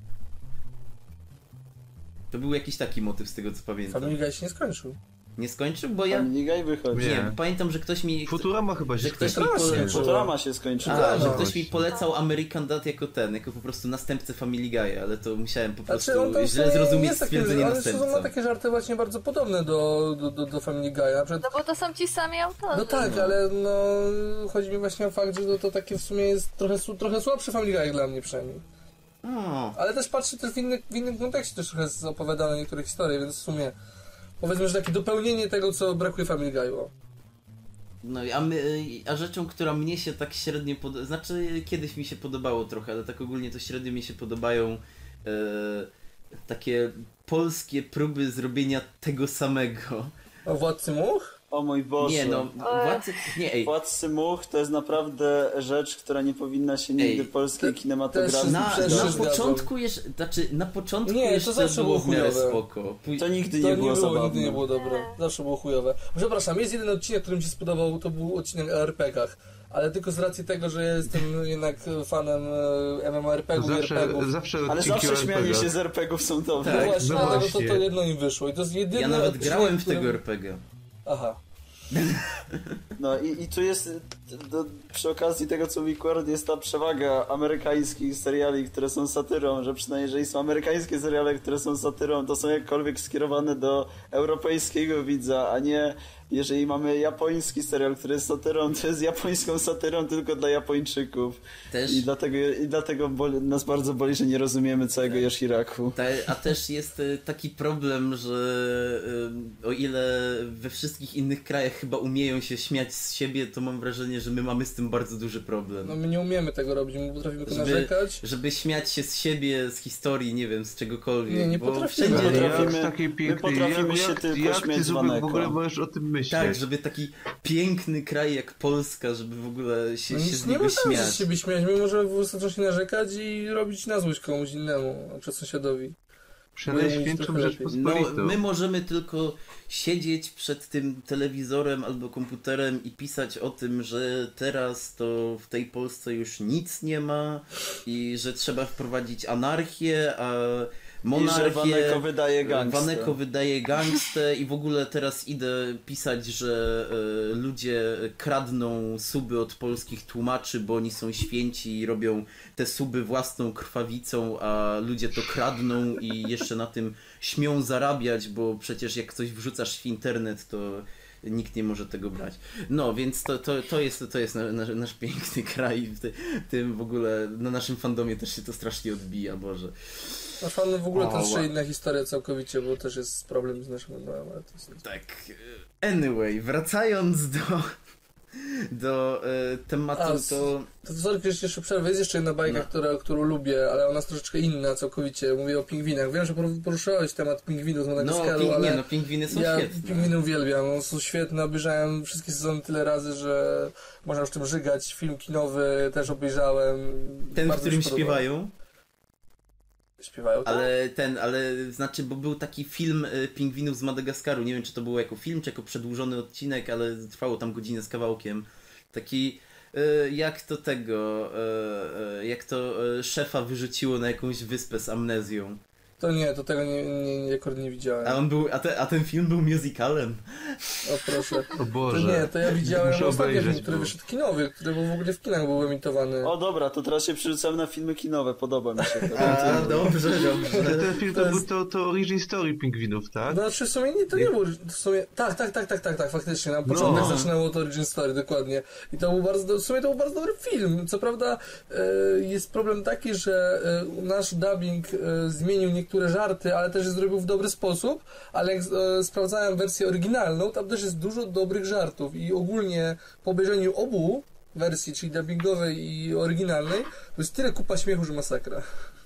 To był jakiś taki motyw z tego co pamiętam. Family Guy się nie skończył. Nie skończył, bo ja... Family Guy wychodzi. Nie, pamiętam, że ktoś mi... Futurama chyba się że ktoś mi skończył. Futurama się Futurama się skończyła. A, że no. ktoś mi polecał American Dad jako po prostu następcę Family Guy'a, ale to musiałem po prostu Znaczy on to w źle sumie zrozumieć jest taki, stwierdzenie ale następca. on ma takie żarty właśnie bardzo podobne do Family Guy'a. Na przykład, No bo to są ci sami autorzy. no tak, ale no chodzi mi właśnie o fakt, że to takie w sumie jest trochę słabszy Family Guy dla mnie przynajmniej. O, Ale też patrzę też w innym kontekście też trochę jest opowiadane niektóre historie, więc w sumie powiedzmy, że takie dopełnienie tego, co brakuje Family Guy'u. no a rzeczą, która mnie się tak średnio podoba, znaczy kiedyś mi się podobało trochę, ale tak ogólnie to średnio mi się podobają takie polskie próby zrobienia tego samego. O Władcy Much? O mój Boże. Nie no, Władcy Much to jest naprawdę rzecz, która nie powinna się nigdy polskiej kinematografii też- przydać. się na zgadzam. początku na początku Nie, to jeszcze zawsze było w miarę chujowe. spoko. To nigdy To nie było zabawne. nigdy nie było dobre. Zawsze było chujowe. Przepraszam, jest jeden odcinek, który mi się spodobał, to był odcinek o RPG-ach. ale tylko z racji tego, że ja jestem jednak fanem MMORPG-ów i RPG-ów. Ale zawsze śmianie się z RPG-ów są dobre. No Tak, właśnie, no dlatego właśnie. to jedno im wyszło. I to jest jedyny Ja nawet odcinek, grałem w którym- tego RPG. Aha. No i tu jest, przy okazji tego, co mówi Quard, jest ta przewaga amerykańskich seriali, które są satyrą, że przynajmniej jeżeli są amerykańskie seriale, które są satyrą, to są jakkolwiek skierowane do europejskiego widza, a nie jeżeli mamy japoński serial, który jest satyrą, to jest japońską satyrą tylko dla Japończyków. Też. I dlatego nas bardzo boli, że nie rozumiemy całego Yoshiraku. A też jest taki problem, że o ile we wszystkich innych krajach chyba umieją się śmiać z siebie, to mam wrażenie, że my mamy z tym bardzo duży problem. No my nie umiemy tego robić, my potrafimy tylko narzekać. Żeby śmiać się z siebie, z historii, nie wiem, z czegokolwiek. Nie bo potrafimy. wszędzie... potrafimy- Jak z takiej pięknej... potrafimy się tylko jak śmiać ty z Zubek w Waneko. ogóle możesz o tym myśleć? Tak, żeby taki piękny kraj jak Polska, żeby w ogóle się z Nie niego możemy śmiać. z siebie śmiać, my możemy w ostateczności narzekać i robić na złość komuś innemu, a przed sąsiadowi. Przenajświętszą trochę lepiej. No, Rzeczpospolitą. my możemy tylko siedzieć przed tym telewizorem albo komputerem i pisać o tym, że teraz to w tej Polsce już nic nie ma i że trzeba wprowadzić anarchię, a monarchię... I że Waneko wydaje gangstę. Waneko wydaje gangstę i w ogóle teraz idę pisać, że ludzie kradną suby od polskich tłumaczy, bo oni są święci i robią te suby własną krwawicą, a ludzie to kradną i jeszcze na tym śmią zarabiać, bo przecież jak coś wrzucasz w internet, to nikt nie może tego brać. No, więc to jest nasz piękny kraj. Tym w ogóle na naszym fandomie też się to strasznie odbija, Boże. Nasz fan w ogóle to jest wow. inna historia całkowicie, bo też jest problem z naszym MMO, ale to jest... Tak. Anyway, wracając do tematu, to... To sorry, Krzysztof, jeszcze przerwę. Jest jeszcze jedna bajka, którą lubię, ale ona jest troszeczkę inna całkowicie. Mówię o pingwinach. Wiem, że poruszałeś temat pingwinów z Madagaskaru, ale pingwiny są ja świetne. pingwiny uwielbiam. One są świetne. Obejrzałem wszystkie sezony tyle razy, że można już tym żygać. Film kinowy też obejrzałem. Ten, w Bardzo którym mi się podoba. śpiewają? Śpiewają? Tak? Ale znaczy, bo był taki film Pingwinów z Madagaskaru, nie wiem czy to było jako film, czy jako przedłużony odcinek, ale trwało tam godzinę z kawałkiem. Taki, jak to szefa wyrzuciło na jakąś wyspę z amnezją. To nie, to tego akurat nie widziałem. A ten film był musicalem. O proszę. O Boże. To nie, to ja widziałem Muszę ostatni obejrzeć, film, który bo- wyszedł kinowy, który był w ogóle w kinach był emitowany. O dobra, to teraz się przerzucamy na filmy kinowe, podoba mi się to. A, dobrze. Ale ten film To to jest- był to origin story pingwinów, tak? No znaczy w sumie nie, to nie było, w sumie, tak, faktycznie, na początek zaczynało to Origin Story, dokładnie. I to był w sumie to był bardzo dobry film. Co prawda jest problem taki, że nasz dubbing zmienił niektóre żarty, ale też je zrobił w dobry sposób, ale jak sprawdzałem wersję oryginalną, tam też jest dużo dobrych żartów i ogólnie po obejrzeniu obu wersji, czyli dubbingowej i oryginalnej, to jest tyle kupa śmiechu, że masakra.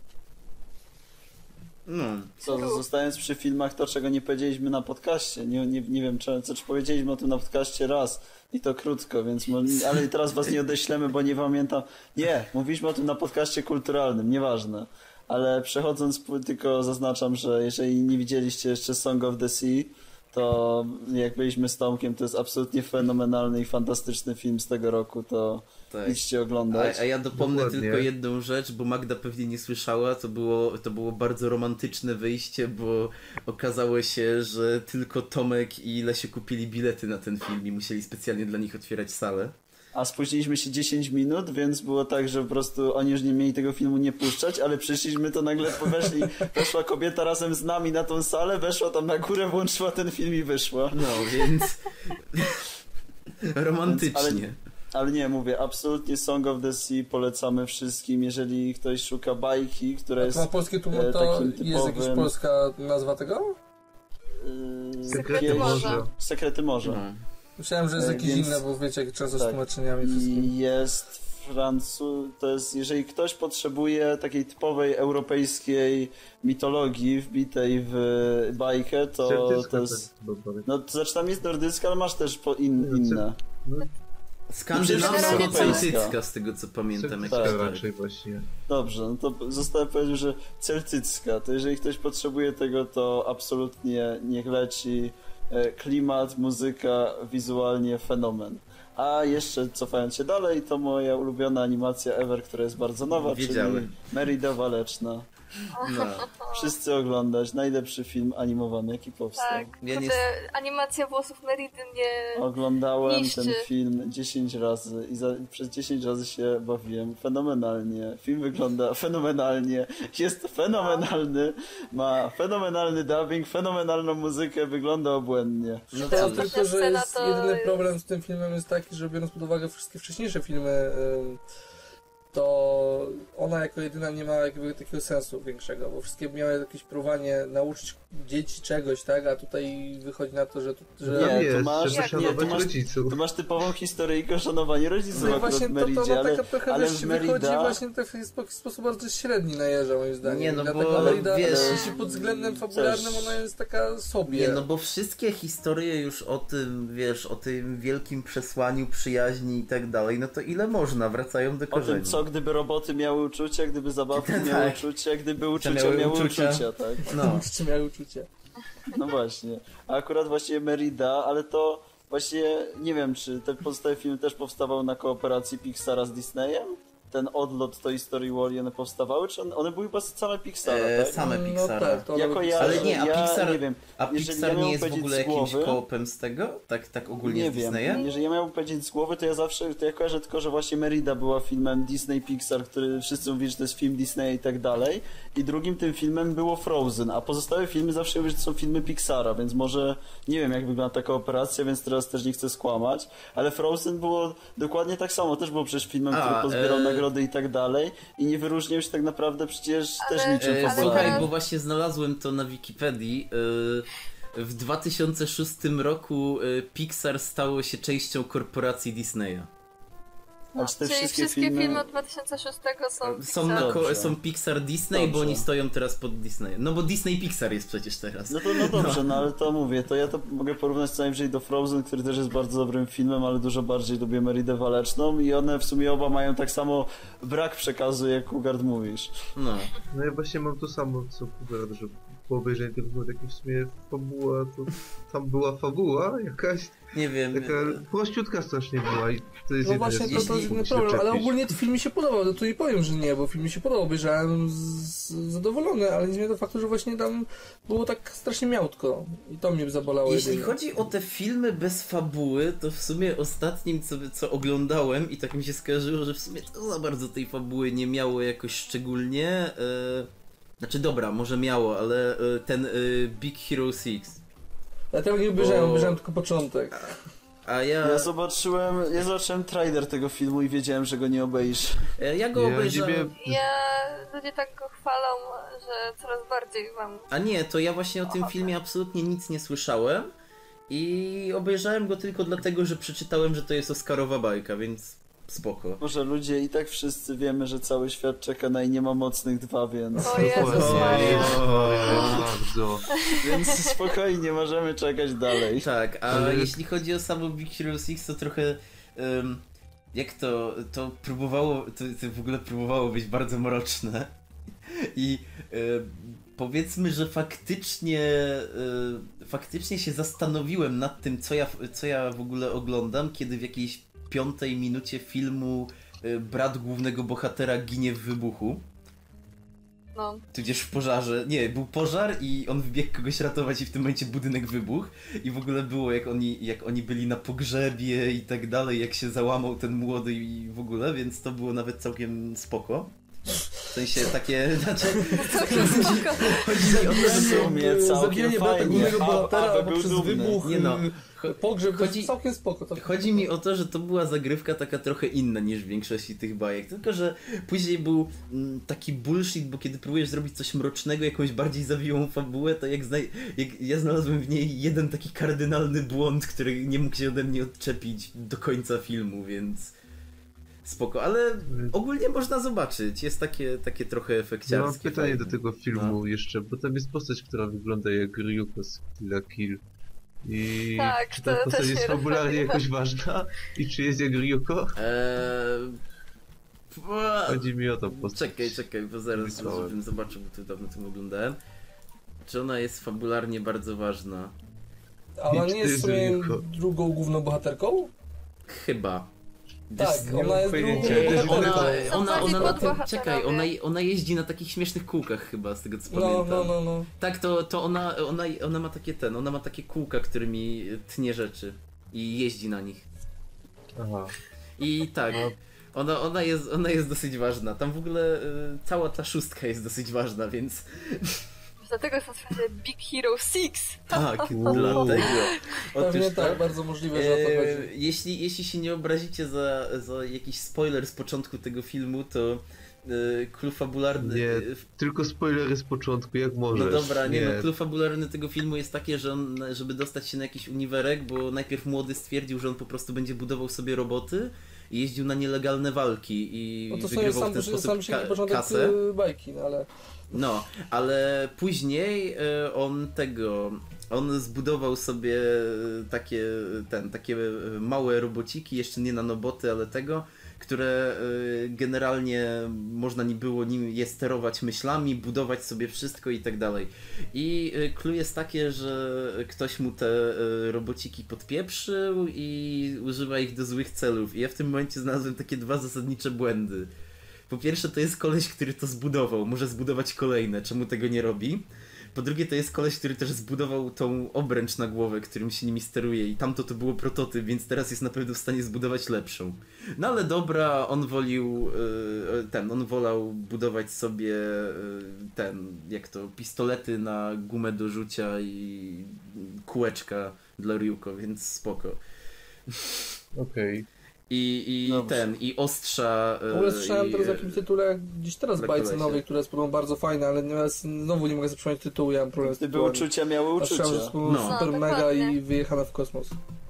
No. Co, zostając przy filmach, to czego nie powiedzieliśmy na podcaście. Nie wiem, czy powiedzieliśmy o tym na podcaście raz i to krótko, więc ale i teraz was nie odeślemy, bo nie pamiętam. Nie, mówiliśmy o tym na podcaście kulturalnym, nieważne. Ale przechodząc, tylko zaznaczam, że jeżeli nie widzieliście jeszcze Song of the Sea, to jak byliśmy z Tomkiem, to jest absolutnie fenomenalny i fantastyczny film z tego roku, to Tak. idźcie oglądać. A ja dopomnę Dokładnie. tylko jedną rzecz, bo Magda pewnie nie słyszała, to było bardzo romantyczne wyjście, bo okazało się, że tylko Tomek i Lesiu kupili bilety na ten film i musieli specjalnie dla nich otwierać salę. A spóźniliśmy się 10 minut, więc było tak, że po prostu oni już nie mieli tego filmu nie puszczać, ale przyszliśmy, to nagle weszła kobieta razem z nami na tą salę, weszła tam na górę, włączyła ten film i wyszła. No, więc romantycznie. Ale nie, mówię, absolutnie Song of the Sea polecamy wszystkim, jeżeli ktoś szuka bajki, która A jest to na polskie tłumaczenie to takim jest jakaś typowym... polska nazwa tego? Sekrety morza. Sekrety morza. No. Myślałem, że jest jakieś Więc- inne, bo wiecie, jak często z tak. tłumaczeniami wszystkim. I jest to jest, jeżeli ktoś potrzebuje takiej typowej europejskiej mitologii wbitej w bajkę, to Celtycka jest... chyba bardziej. No to znaczy tam jest nordycka, ale masz też inne. Skandynawska, Generalnie to jest- celtycka, z tego co pamiętam. Celtycka jakoś tak. raczej właśnie. Dobrze, no to zostałem powiedzieć, że celtycka, to jeżeli ktoś potrzebuje tego, to absolutnie niech leci. Klimat, muzyka, wizualnie fenomen. A jeszcze cofając się dalej, to moja ulubiona animacja ever, która jest bardzo nowa, Wiedziałem. czyli Merida Waleczna. No. Wszyscy oglądać, najlepszy film animowany jaki powstał. Tak, Ja kurde, animacja włosów Meridy mnie... Oglądałem niszczy. ten film 10 razy i przez 10 razy się bawiłem fenomenalnie. Film wygląda fenomenalnie, jest fenomenalny, ma fenomenalny dubbing, fenomenalną muzykę, wygląda obłędnie. No To cóż. tylko, że Scena jest to jedyny jest- problem z tym filmem jest taki, że biorąc pod uwagę wszystkie wcześniejsze filmy, to ona jako jedyna nie ma jakby takiego sensu większego, bo wszystkie miały jakieś próbowanie nauczyć dzieci czegoś, tak? A tutaj wychodzi na to, że... Nie, Tam to jest, masz- żeby nie, szanować to masz- rodziców. To masz typową historyjkę o szanowaniu rodziców No i akurat właśnie w to Meridzie, ona ale, taka trochę ale wiesz, w wychodzi Merida... właśnie w sposób bardzo średni najeżdża moim zdaniem. Nie, no I bo dlatego Merida wiesz- pod względem fabularnym Też- ona jest taka sobie. Nie, no bo wszystkie historie już o tym, wiesz, o tym wielkim przesłaniu przyjaźni i tak dalej, no to ile można, wracają do O korzeni. tym, co gdyby roboty miały uczucia, gdyby zabawki Tak. miały uczucia, gdyby uczucia miały miały uczucia. uczucia, tak? No. Czy miały uczucie. No właśnie. A akurat właśnie Merida, ale to właśnie nie wiem, czy ten pozostały film też powstawał na kooperacji Pixara z Disneyem? Ten odlot Toy Story Wall, one powstawały, czy one były chyba same Pixara, tak? Same No Pixara. tak, to Jako one- ja, Ale nie, a ja Pixar, nie wiem. a Jeżeli Pixar ja nie miałem jest w powiedzieć ogóle z jakimś głowy- koopem z tego? Tak ogólnie Nie z wiem. Disneyem? Jeżeli ja miałbym powiedzieć z głowy, to ja kojarzę tylko, że właśnie Merida była filmem Disney Pixar, który wszyscy mówili, że to jest film Disneya i tak dalej. I drugim tym filmem było Frozen, a pozostałe filmy zawsze mówią, że to są filmy Pixara, więc może nie wiem, jak wygląda taka operacja, więc teraz też nie chcę skłamać. Ale Frozen było dokładnie tak samo, też było przecież filmem, który pozbierał nagrody i tak dalej. I nie wyróżnił się tak naprawdę przecież też Ale- niczym ale fabularnie. Słuchaj, teraz- bo właśnie znalazłem to na Wikipedii. W 2006 roku Pixar stało się częścią korporacji Disneya. A czy te Czyli wszystkie wszystkie filmy od 2006 są Są, Pixar. Dobrze. są Pixar Disney, bo Dobrze. oni stoją teraz pod Disneyem. No bo Disney Pixar jest przecież teraz. No dobrze, no ale to mówię, to ja to mogę porównać co najwyżej do Frozen, który też jest bardzo dobrym filmem, ale dużo bardziej lubię Meridę Waleczną i one w sumie oba mają tak samo brak przekazu, jak Kugard mówisz. No. No ja właśnie mam to samo, co Kugard, że po obejrzeniu tego było takie w sumie fabuła, to tam była fabuła jakaś, Nie wiem. taka prościutka strasznie była i to jest No jedyne, właśnie, co to jest mogę inny się problem, ale czepić. ogólnie film mi się podobał, no to nie powiem, że nie, bo film mi się podobał, obejrzałem zadowolony, ale nie zmienia to faktu, że właśnie tam było tak strasznie miałtko i to mnie zabolało Jeśli jedynie. chodzi o te filmy bez fabuły, to w sumie ostatnim, co oglądałem i tak mi się skojarzyło, że w sumie to za bardzo tej fabuły nie miało jakoś szczególnie. Znaczy dobra, może miało, ale ten Big Hero 6. Ja tego nie obejrzałem tylko początek. A Ja zobaczyłem trailer tego filmu i wiedziałem, że go nie obejrzę. ja go Nie, obejrzałem. Ludzie tak go chwalą, że coraz bardziej wam... A nie, to ja właśnie o tym filmie absolutnie nic nie słyszałem i obejrzałem go tylko dlatego, że przeczytałem, że to jest Oscarowa bajka, więc spoko. Może ludzie i tak wszyscy wiemy, że cały świat czeka na I nie ma mocnych 2, więc... O Jezus Maria. Bardzo. Więc spokojnie, możemy czekać dalej. Tak, a Ale- jeśli chodzi o samo Big Hero 6, to trochę... jak to próbowało, to w ogóle próbowało być bardzo mroczne i powiedzmy, że faktycznie się zastanowiłem nad tym, co ja w ogóle oglądam, kiedy w jakiejś 5 minucie filmu brat głównego bohatera ginie w wybuchu. No. Tudzież w pożarze. Nie, był pożar i on wbiegł kogoś ratować i w tym momencie budynek wybuchł. I w ogóle było jak oni byli na pogrzebie i tak dalej, jak się załamał ten młody i w ogóle, więc to było nawet całkiem spoko. W sensie takie, znaczy... Całkiem spoko. Chodzi mi o to, że W sumie całkiem Zabijanie brata fajnie. głównego bohatera Aby był poprzez dumny. wybuch, Nie no, pogrzeb, chodzi- całkiem spoko. To Chodzi mi o to, że to była zagrywka taka trochę inna niż w większości tych bajek, tylko że później był taki bullshit, bo kiedy próbujesz zrobić coś mrocznego, jakąś bardziej zawiłą fabułę, to jak ja znalazłem w niej jeden taki kardynalny błąd, który nie mógł się ode mnie odczepić do końca filmu, więc spoko, ale ogólnie można zobaczyć, jest takie trochę Ja mam efekciarskie. pytanie fajne. do tego filmu jeszcze, bo tam jest postać, która wygląda jak Ryuko z Kill la Kill. I Tak, czy ta to postać też jest mnie fabularnie rozbawiło. jakoś ważna? I czy jest jak Ryuko? Chodzi mi o tą postać. Czekaj, bo zaraz Wysłałem. żebym zobaczył, bo to dawno tym oglądałem. Czy ona jest fabularnie bardzo ważna? A ona nie jest w sumie Ryuko. drugą główną bohaterką? Chyba. Tak, Wiesz, ona jest drugą pojęcia. bohaterką. Bardziej na tym, podbohaterowie. czekaj, ona jeździ na takich śmiesznych kółkach chyba, z tego co No, pamiętam. no. Tak, to ona ma ona ma takie kółka, którymi tnie rzeczy i jeździ na nich. Aha. I tak, ona jest dosyć ważna. Tam w ogóle cała ta szóstka jest dosyć ważna, więc Dlatego jest nazywane Big Hero 6. tak, dlatego. Pewnie tak, tak. bardzo możliwe, że o to chodzi. Jeśli się nie obrazicie za jakiś spoiler z początku tego filmu, to clue fabularny... Nie, tylko spoilery z początku, jak możesz. No dobra, nie no, clue fabularny tego filmu jest takie, że on, żeby dostać się na jakiś uniwerek, bo najpierw młody stwierdził, że on po prostu będzie budował sobie roboty i jeździł na nielegalne walki i No to sobie wygrywał w ten sam sposób się początek kasę. bajki, no ale... No, ale później on zbudował sobie takie małe robociki, jeszcze nie nanoboty, ale które generalnie można było nim je sterować myślami, budować sobie wszystko i tak dalej. I clue jest takie, że ktoś mu te robociki podpieprzył i używa ich do złych celów. I ja w tym momencie znalazłem takie dwa zasadnicze błędy. Po pierwsze, to jest koleś, który to zbudował, może zbudować kolejne, czemu tego nie robi. Po drugie, to jest koleś, który też zbudował tą obręcz na głowę, którym się nimi steruje i tamto to było prototyp, więc teraz jest na pewno w stanie zbudować lepszą. No ale dobra, on wolał budować sobie pistolety na gumę do rzucia i kółeczka dla Ryuko, więc spoko. Okej. I ostrza. W ogóle słyszałem teraz o jakimś tytule, gdzieś teraz w bajce kolesie. nowej, która jest podobno bardzo fajna, ale znowu nie mogę sobie przypomnieć tytułu, ja mam problem z Gdyby tytułami. uczucia miały A słyszałem, że uczucia. jest No. super No, mega dokładnie. i wyjechana w kosmos.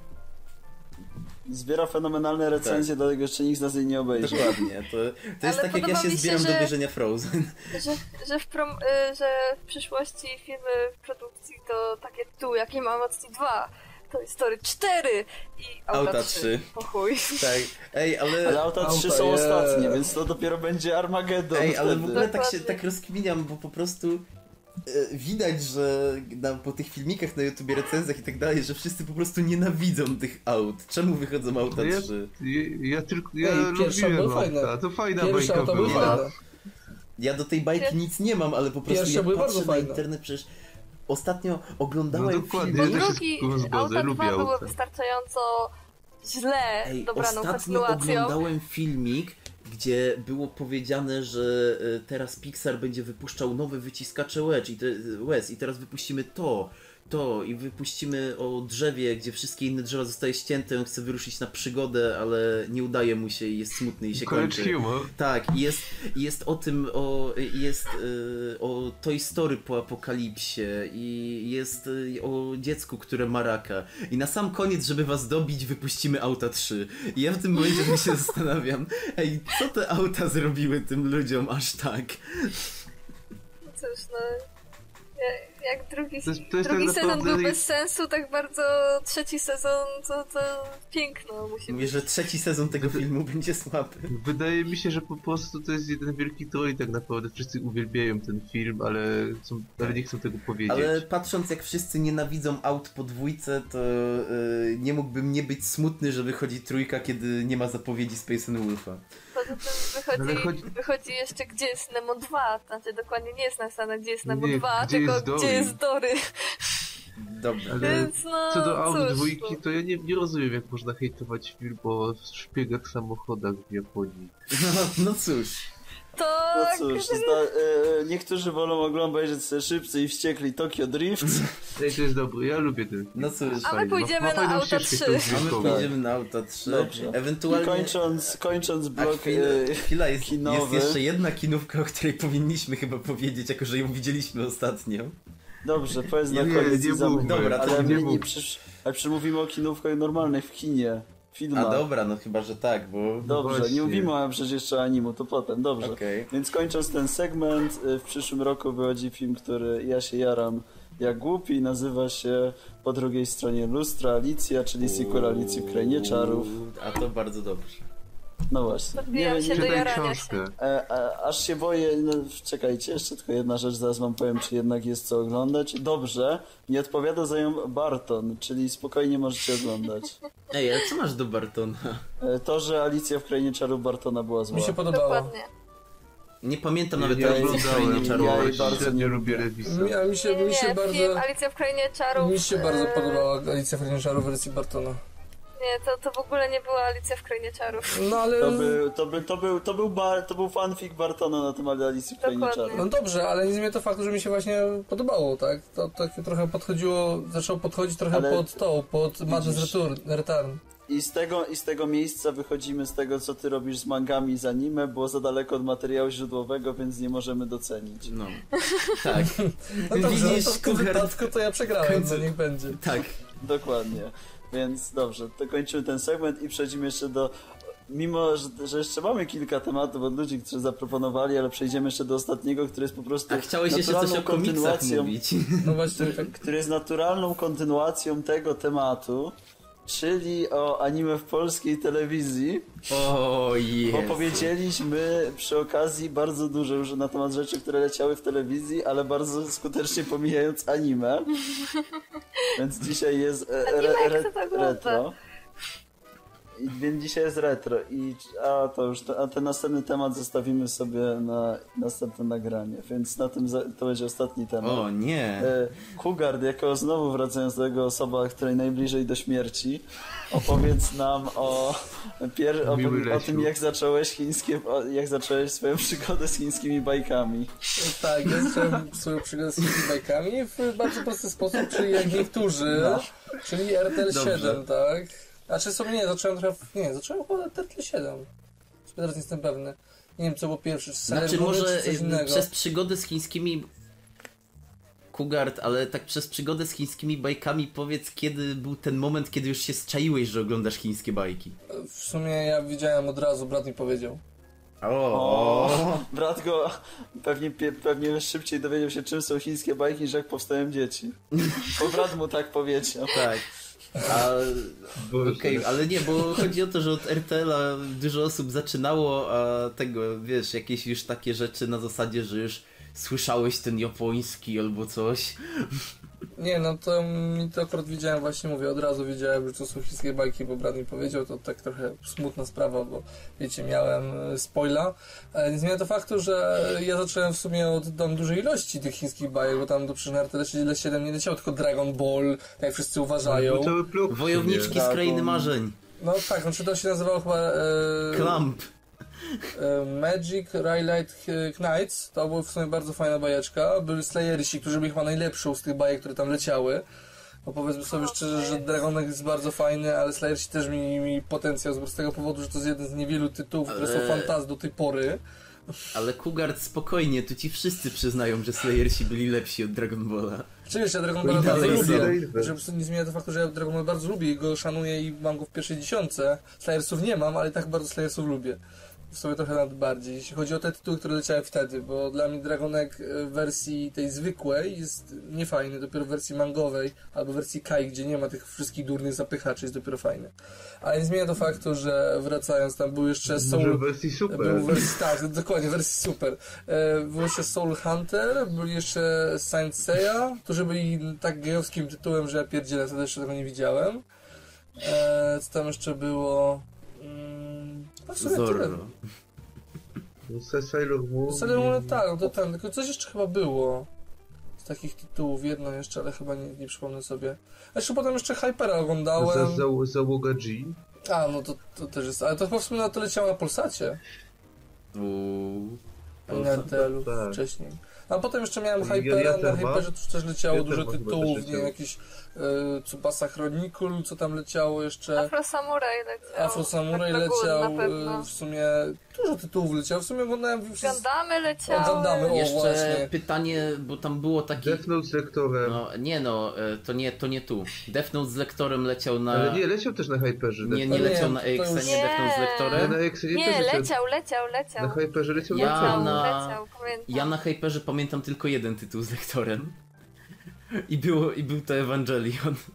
Zbiera fenomenalne recenzje, dlatego jeszcze nikt z nas jej nie obejrzy. Dokładnie. To jest Ale tak, jak ja podoba się mi się, zbieram do że- wierzenia Frozen. Że w przyszłości filmy w produkcji to takie tytuły, jakie mamy od 2. Toy Story 4 i Auta 3. O chuj. Tak. Ej, Ale Auta 3 Auta, są jest. ostatnie, więc to dopiero będzie Armageddon Ej, ale w wtedy. ogóle Dokładnie. tak rozkminiam, bo po prostu widać, że po tych filmikach na YouTubie, recenzjach i tak dalej, że wszyscy po prostu nienawidzą tych aut. Czemu wychodzą Auta 3? Ja pierwsze lubiłem były fajne. Auta, to fajna Pierwsze bajka auta były była. fajne. Ja do tej bajki nic nie mam, ale po prostu Pierwsze ja były patrzę bardzo na fajne. internet, przecież ostatnio No oglądałem dokładnie, film... ja też się Drugi, z tym zgodzę, Auta lubię 2 były auta. wystarczająco źle Ej, dobraną ostatnio kontynuacją. oglądałem filmik, gdzie było powiedziane, że teraz Pixar będzie wypuszczał nowe wyciskacze łez i teraz wypuścimy to i wypuścimy o drzewie, gdzie wszystkie inne drzewa zostaje ścięte, on chce wyruszyć na przygodę, ale nie udaje mu się i jest smutny i się College kończy. humor. Tak, jest o tym, o Toy Story po apokalipsie i jest o dziecku, które ma raka. I na sam koniec, żeby was dobić, wypuścimy Auta 3. I ja w tym momencie tak się zastanawiam, ej, co te auta zrobiły tym ludziom aż tak? No cóż, no... Jak drugi, To jest drugi tak sezon naprawdę- był bez sensu, tak bardzo trzeci sezon to piękno musi Mówię, być. że trzeci sezon tego filmu będzie słaby. Wydaje mi się, że po prostu to jest jeden wielki troj tak naprawdę. Wszyscy uwielbiają ten film, ale nie chcą tego powiedzieć. Ale patrząc jak wszyscy nienawidzą aut po dwójce, to nie mógłbym nie być smutny, że wychodzi trójka, kiedy nie ma zapowiedzi Space and Wolfa. Poza tym Ale wychodzi jeszcze gdzie jest Nemo 2, znaczy dokładnie nie jest napisane gdzie jest Nemo Nie, 2, gdzie tylko jest Dory. gdzie jest Dory. Dobra. Ale Więc no co do aut cóż, dwójki, to ja nie rozumiem, jak można hejtować film o szpiegach samochodach w Japonii. No cóż. to No cóż, niektórzy wolą oglądać sobie Szybcy i Wściekli Tokyo Drift. Ej, to jest dobry, ja lubię ten film. No cóż. A my Fajny, pójdziemy ma na fajną Auta ścieżkę 3. A my dźwiękową. pójdziemy na Auta 3. Dobrze. I Ewentualnie... kończąc A blok chwila, jest kinowy. jeszcze jedna kinówka, o której powinniśmy chyba powiedzieć, jako że ją widzieliśmy ostatnio. Dobrze, powiedz na Nie, koniec nie i zamknij. mówmy. Dobra, to ale nie ale przemówimy o kinówkach normalnych w kinie. Filmach. A dobra, no chyba, że tak, bo... Dobrze, właśnie. nie mówimy przecież jeszcze o animu, to potem, dobrze. Okej. Więc kończąc ten segment, w przyszłym roku wychodzi film, który ja się jaram jak głupi, nazywa się Po drugiej stronie lustra Alicja, czyli sequel Alicji w Krainie Czarów. A to bardzo dobrze. No właśnie. Podbijam się do Czytaj jarania się. książkę. Aż się boję, no czekajcie, jeszcze tylko jedna rzecz, zaraz wam powiem, czy jednak jest co oglądać. Dobrze, nie odpowiada za ją Barton, czyli spokojnie możecie oglądać. Ej, ale co masz do Bartona? To, że Alicja w Krainie Czarów Bartona była zła. Mi się podobało. Dokładnie. Nie pamiętam nawet Nie Alicji w Krainie oglądałem, Czarów. Ja jej ja bardzo średnio nie lubię lubię. Revisa. A mi się, Nie, mi się film bardzo... Alicja w Krainie Czarów. Mi się bardzo podobała Alicja w Krainie Czarów w wersji Bartona. Nie, to w ogóle nie była Alicja w Krainie Czarów. No ale... To był fanfic Bartona na temat Alicji w Krainie Dokładnie. Czarów. No dobrze, ale nie zmienia to faktu, że mi się właśnie podobało, tak? To tak trochę podchodziło, zaczęło podchodzić trochę Ale pod Madness widzisz- Return. I z tego miejsca wychodzimy z tego, co ty robisz z mangami i z anime, było za daleko od materiału źródłowego, więc nie możemy docenić. No. Tak. No dobrze, Widzisz, no to w tym Cougar- wypadku to ja przegrałem, końcu- no niech będzie. Tak. Dokładnie. Więc dobrze, to kończymy ten segment i przechodzimy jeszcze do... Mimo, że jeszcze mamy kilka tematów od ludzi, którzy zaproponowali, ale przejdziemy jeszcze do ostatniego, który jest po prostu A chciałeś jeszcze coś naturalną o komiksach kontynuacją, mówić. No właśnie, tak. który jest naturalną kontynuacją tego tematu, czyli o anime w polskiej telewizji. O Bo jest. powiedzieliśmy przy okazji bardzo dużo już na temat rzeczy, które leciały w telewizji, ale bardzo skutecznie pomijając anime. Więc dzisiaj jest Anime, jak to ogląda? retro. Więc dzisiaj jest retro. A ten następny temat zostawimy sobie na następne nagranie. Więc na tym to będzie ostatni temat. O nie. Kugard, jako znowu wracając do tego osoba, której najbliżej do śmierci, opowiedz nam o tym, jak zacząłeś swoją przygodę z chińskimi bajkami. Tak, ja zacząłem swoją przygodę z tymi bajkami w bardzo prosty sposób, czyli jak niektórzy, czyli RTL 7, tak? Znaczy sobie nie, zacząłem chyba od RTL 7. Teraz nie jestem pewny. Nie wiem, co było pierwsze, czy Sailor Znaczy Moon, może czy coś innego. przez przygodę z chińskimi... Kugard, ale tak przez przygodę z chińskimi bajkami powiedz, kiedy był ten moment, kiedy już się zczaiłeś, że oglądasz chińskie bajki. W sumie ja widziałem od razu, brat mi powiedział. Brat go pewnie szybciej dowiedział się, czym są chińskie bajki, niż jak powstają dzieci. Bo brat mu tak powiedział. Tak. A, Boże. okej, ale nie, bo chodzi o to, że od RTL-a dużo osób zaczynało, a tego, wiesz, jakieś już takie rzeczy na zasadzie, że już słyszałeś ten japoński albo coś. Nie, no to mi to akurat widziałem, właśnie mówię, od razu wiedziałem, że to są chińskie bajki, bo brat mi powiedział, to tak trochę smutna sprawa, bo wiecie, miałem spoila. Ale nie zmienia to faktu, że ja zacząłem w sumie od tam dużej ilości tych chińskich bajek, bo tam do przynajmniej RTL 7 nie leciało tylko Dragon Ball, tak jak wszyscy uważają. To cały blok w sumie. Wojowniczki z Krainy Marzeń. No tak, znaczy to się nazywało chyba... Clamp. Magic Raylight Knights, to była w sumie bardzo fajna bajeczka. Byli Slayersi, którzy byli chyba najlepszą z tych bajek, które tam leciały. Bo powiedzmy sobie szczerze, że Dragonek jest bardzo fajny, ale Slayersi też mi potencjał z tego powodu, że to jest jeden z niewielu tytułów, które są fantazji do tej pory. Ale Kugard, spokojnie, tu ci wszyscy przyznają, że Slayersi byli lepsi od Dragon Balla. Oczywiście, ja Dragon Balla I bardzo dalej lubię. są. Że po prostu nie zmienia to faktu, że ja Dragon Ball bardzo lubię i go szanuję i mam go w pierwszej dziesiątce. Slayersów nie mam, ale tak bardzo Slayersów lubię. W sobie trochę nawet bardziej, jeśli chodzi o te tytuły, które leciały wtedy, bo dla mnie Dragonek w wersji tej zwykłej jest niefajny, dopiero w wersji mangowej albo w wersji Kai, gdzie nie ma tych wszystkich durnych zapychaczy, jest dopiero fajny. Ale nie zmienia to faktu, że wracając, tam był jeszcze Może Soul... w wersji super. Był w wersji, tak, dokładnie, w wersji super. Był jeszcze Soul Hunter, był jeszcze Saint Seiya, którzy byli tak gejowskim tytułem, że ja pierdzielę, wtedy jeszcze tego nie widziałem. Co tam jeszcze było? No w sumie tyle. Zorro. Sailor Moon. Sailor Moon, tak, no to tam, tylko coś jeszcze chyba było. Z takich tytułów, jedno jeszcze, ale chyba nie przypomnę sobie. A jeszcze potem jeszcze Hypera oglądałem. Załoga G. A, no to też jest, ale to chyba w sumie to leciało na Polsacie. A nie na RTL-u Tak. wcześniej. A potem jeszcze miałem Ja Hypera, na też mam. Hyperze też leciało Ja dużo też mam chyba tytułów, też nie wiem, leciało. jakiś Tsubasa Chronicle, co tam leciało jeszcze. Afro Samurai leciał. Afro Samurai Tak, leciał, na pewno. w sumie dużo tytułów leciało, w sumie oglądałem... Gundamy leciały. O, Gundamy, o. Jeszcze właśnie. pytanie, bo tam było takie... Death Note z lektorem. No, nie no, to nie tu. Death Note z lektorem leciał na... Ale nie, leciał też na Hyperze. Nie To leciał nie, na to EXA, już- nie Death Note z Ale lektorem. na Exenie Nie, też leciał. Na Hyperze leciał Ja na Leciał, pamiętam. Ja na Hyperze pamiętam tylko jeden tytuł z lektorem. I był to Evangelion.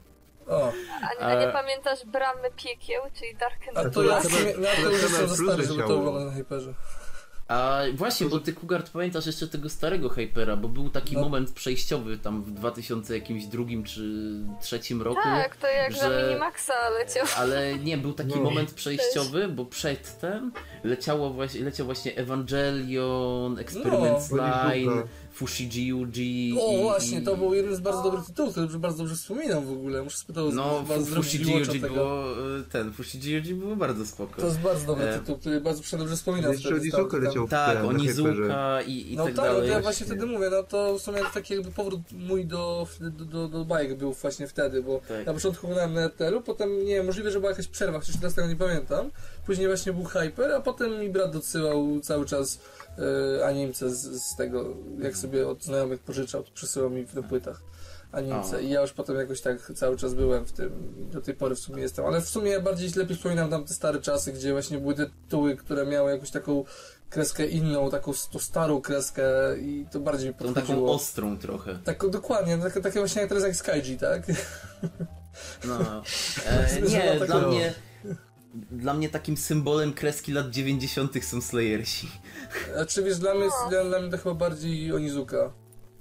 O, A nie pamiętasz Bramy Piekieł, czyli Dark and a to ja w chyba- sumie, na to chyba już jestem za Plus stary, żeby to leciało. oglądać na Hyperze. A właśnie, bo ty Kugart pamiętasz jeszcze tego starego Hypera, bo był taki No. moment przejściowy tam w 2002 czy 2003 roku. Tak, to jak za że- Minimaxa leciał. Ale nie, był taki No. moment przejściowy, bo przedtem leciał właśnie Evangelion, Experiments No. Line, Onizuka. Fushigi Yuji. O, i- właśnie, to był jeden z bardzo dobrych tytułów, który bardzo dobrze wspominam w ogóle. Muszę spytać No, was Fushigi Watcha Yuji tego. było, Fushigi Yuji było bardzo spoko. To jest bardzo dobry E, tytuł, który bardzo dobrze wspominam. Jeszcze wtedy, Onizuka tam- leciał w Tak, tym, na Hyperze. Onizuka i No tak tak, no to dalej. ja właśnie wtedy mówię, no to w sumie taki jakby powrót mój do bajek był właśnie wtedy, bo Tak. na początku oglądałem na RTL-u, potem nie, możliwe, że była jakaś przerwa, chociaż teraz tego nie pamiętam. Później właśnie był Hyper, a potem mi brat dosyłał cały czas animce z tego, jak sobie od znajomych pożyczał, to przesyłał mi na płytach animce O. i ja już potem jakoś tak cały czas byłem w tym, do tej pory w sumie jestem, ale w sumie bardziej lepiej wspominam tam te stare czasy, gdzie właśnie były tytuły, które miały jakąś taką kreskę inną, taką starą kreskę i to bardziej mi Tą taką podchodziło. ostrą trochę. Tak, dokładnie, takie właśnie jak teraz jak Skyji, tak? No. Zmierzała Nie, tak dla do- mnie... Dla mnie takim symbolem kreski lat 90. są Slayersi. A czy wiesz, dla mnie to chyba bardziej Onizuka.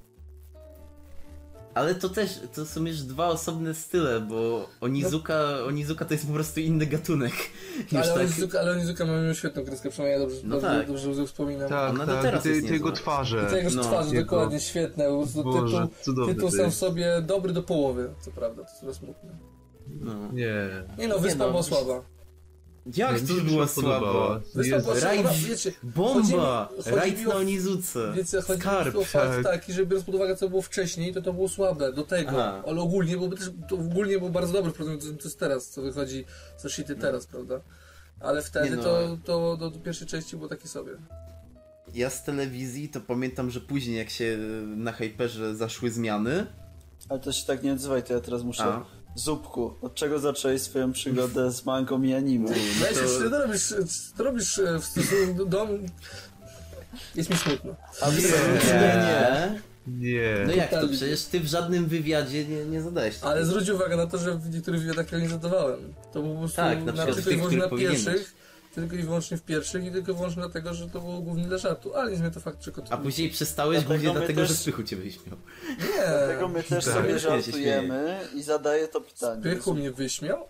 Ale to są już dwa osobne style, bo Onizuka to jest po prostu inny gatunek. Już Ale Onizuka ma miał świetną kreskę, przynajmniej ja No tak. dobrze wspominam. Tak, Ona do tak, teraz i jest te jego niezła. twarze. I tego No, twarzy, jego- dokładnie, świetne. Po prostu Boże, cudowny tytuł to sam w jest. sobie dobry do połowy, co prawda, to jest smutne. No. Nie. Nie no, Wyspa no, była słaba. Jak Mi to się była podobała. słaba? Wyspa Jezu. była słaba, Rajd- wiecie, Bomba! chodzi mi Rajd o- na Onizuce. Więc chodzi Skarb. o fakt tak. taki, że biorąc pod uwagę co było wcześniej, to było słabe do tego, Aha. ale ogólnie byłoby też, to ogólnie było bardzo dobre, to jest teraz, co wychodzi, co shity teraz, prawda? Ale wtedy Nie no. to do pierwszej części było takie sobie. Ja z telewizji to pamiętam, że później jak się na Hyperze zaszły zmiany. Ale to się tak nie odzywaj, to ja teraz muszę... A. Zupku, od czego zacząłeś swoją przygodę z mangą i anime? Weź, już to robisz w stosunku do... Jest mi smutno. Nie. Nie. No jak to? Totalnie. Przecież ty w żadnym wywiadzie nie zadałeś. Ale zwróć uwagę na to, że w niektórych wywiadach ja nie zadawałem. To było po prostu Tak, na przykład tylko i tych, wyłącznie na których powinieneś. pierwszych, tylko i wyłącznie w pierwszych i tylko i wyłącznie dlatego, że to było głównie dla żartu. Ale nie zmienia to fakt, że A później przestałeś Dlatego głównie my dlatego, też- że Spychu cię wyśmiał. Dlatego my też Tak. sobie Ja się żartujemy i zadaję to pytanie. Pychu mnie wyśmiał?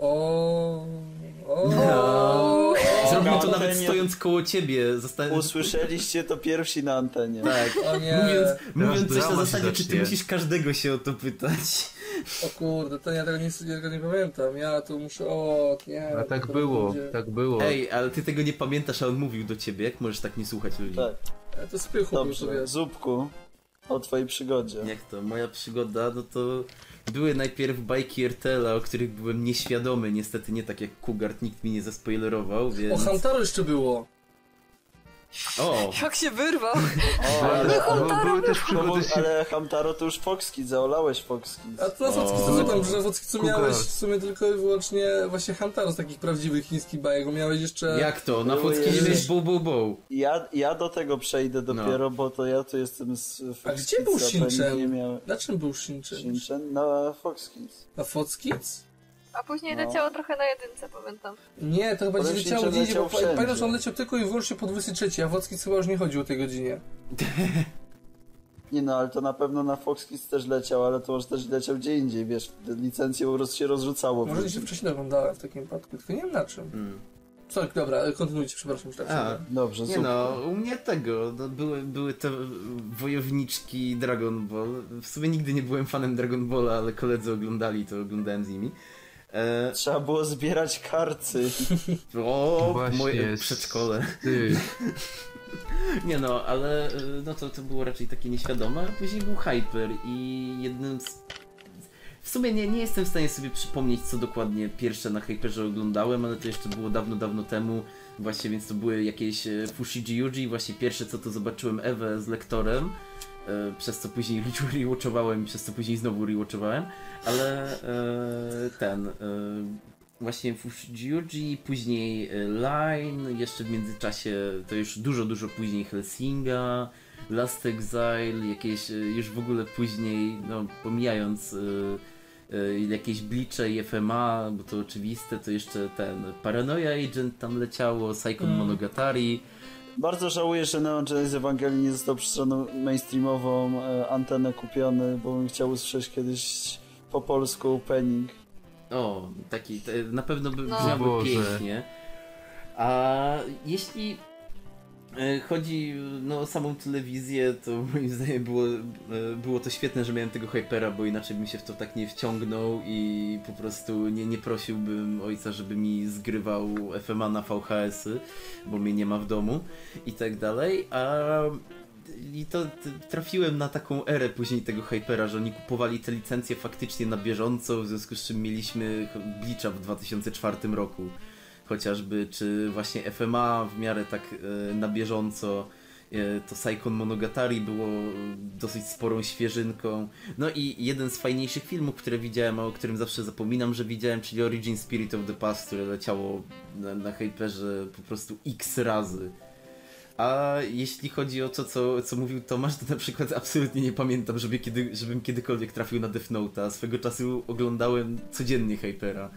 No. Zrobił to No, nawet nie- stojąc koło ciebie. Usłyszeliście to pierwsi na antenie. Tak. O nie, Mówiąc coś na drama się zasadzie, czy ty zacznie. musisz każdego się o to pytać. o kurde, to ja tego nie pamiętam. Ja tu muszę, nie. A tak to było, będzie- tak było. Ej, ale ty tego nie pamiętasz, a on mówił do ciebie. Jak możesz tak nie słuchać ludzi? Tak, To z Pychu był to dobrze. wiesz. Zupku, o twojej przygodzie. Jak to? Moja przygoda, no to były najpierw bajki RTL-a, o których byłem nieświadomy. Niestety nie tak jak Kugart, nikt mi nie zaspoilerował, O, więc... Hamtaro jeszcze było. O! Jak się wyrwał. O, Były też przygody z ale Hamtaro to już Fox Kids, zaolałeś Fox Kids. A to na Focki, O. co tam, że na Focki co Kugart. miałeś w sumie tylko i wyłącznie właśnie Hamtaro z takich prawdziwych chińskich bajek, bo miałeś jeszcze... Jak to? Na Były fotki nie jeszcze- wiesz bow bow bow. Ja do tego przejdę dopiero, bo to ja tu jestem z Fox A gdzie był Kids, a pewnie Shinchan? nie miałem. Na czym był Shinchan? Shinchan na Fox Kids. Na Fockids? A później No. leciało trochę na jedynce, pamiętam. Nie, to chyba Potem gdzieś leciało Shinchan gdzieś, bo leciał wszędzie. pamiętam, że on leciał tylko i wyłącznie po 23, a Fockids chyba już nie chodził o tej godzinie. Nie no, ale to na pewno na Fox Kids też leciał, ale to może też leciał gdzie indziej, wiesz, licencje się rozrzucało. Może się wcześniej oglądałem w takim wypadku, tylko nie wiem na czym. Sorry, dobra, kontynuujcie, przepraszam, już tak A, sobie. Dobrze, Nie super. no, u mnie tego, no, były te wojowniczki Dragon Ball. W sumie nigdy nie byłem fanem Dragon Balla, ale koledzy oglądali, to oglądałem z nimi. Trzeba było zbierać karty. O, Właśnie, moje przedszkole. Ty. Nie no, ale no to było raczej takie nieświadome, a później był Hyper i jednym z... W sumie nie jestem w stanie sobie przypomnieć, co dokładnie pierwsze na Hyperze oglądałem, ale to jeszcze było dawno, dawno temu. Właśnie, więc to były jakieś Fushigi Yuji, właśnie pierwsze co to zobaczyłem Ewę z lektorem, przez co później rewatchowałem i przez co później znowu rewatchowałem, ale właśnie Fushigi Yuji, później Line, jeszcze w międzyczasie to już dużo później Helsinga, Last Exile, jakieś już w ogóle później, no pomijając jakieś Bleache i FMA, bo to oczywiste, to jeszcze ten Paranoia Agent tam leciało, Saikon Monogatari. Bardzo żałuję, że Neon Genesis Evangelion nie został przez żadną mainstreamową antenę kupiony, bo bym chciał usłyszeć kiedyś po polsku opening. O, taki, na pewno by No. brzmiałby Boże. pięknie. A jeśli chodzi o samą telewizję, to moim zdaniem było to świetne, że miałem tego Hypera, bo inaczej bym się w to tak nie wciągnął i po prostu nie prosiłbym ojca, żeby mi zgrywał FMA na VHS-y, bo mnie nie ma w domu i tak dalej. I to trafiłem na taką erę później tego Hypera, że oni kupowali te licencje faktycznie na bieżąco, w związku z czym mieliśmy Bleacha w 2004 roku chociażby, czy właśnie FMA w miarę tak na bieżąco. To Saikon Monogatari było dosyć sporą świeżynką. No i jeden z fajniejszych filmów, które widziałem, a o którym zawsze zapominam, że widziałem, czyli Origin Spirit of the Past, które leciało na Hyperze po prostu x razy. A jeśli chodzi o to, co mówił Tomasz, to na przykład absolutnie nie pamiętam, żebym kiedykolwiek trafił na Death Note'a. Swego czasu oglądałem codziennie Hypera.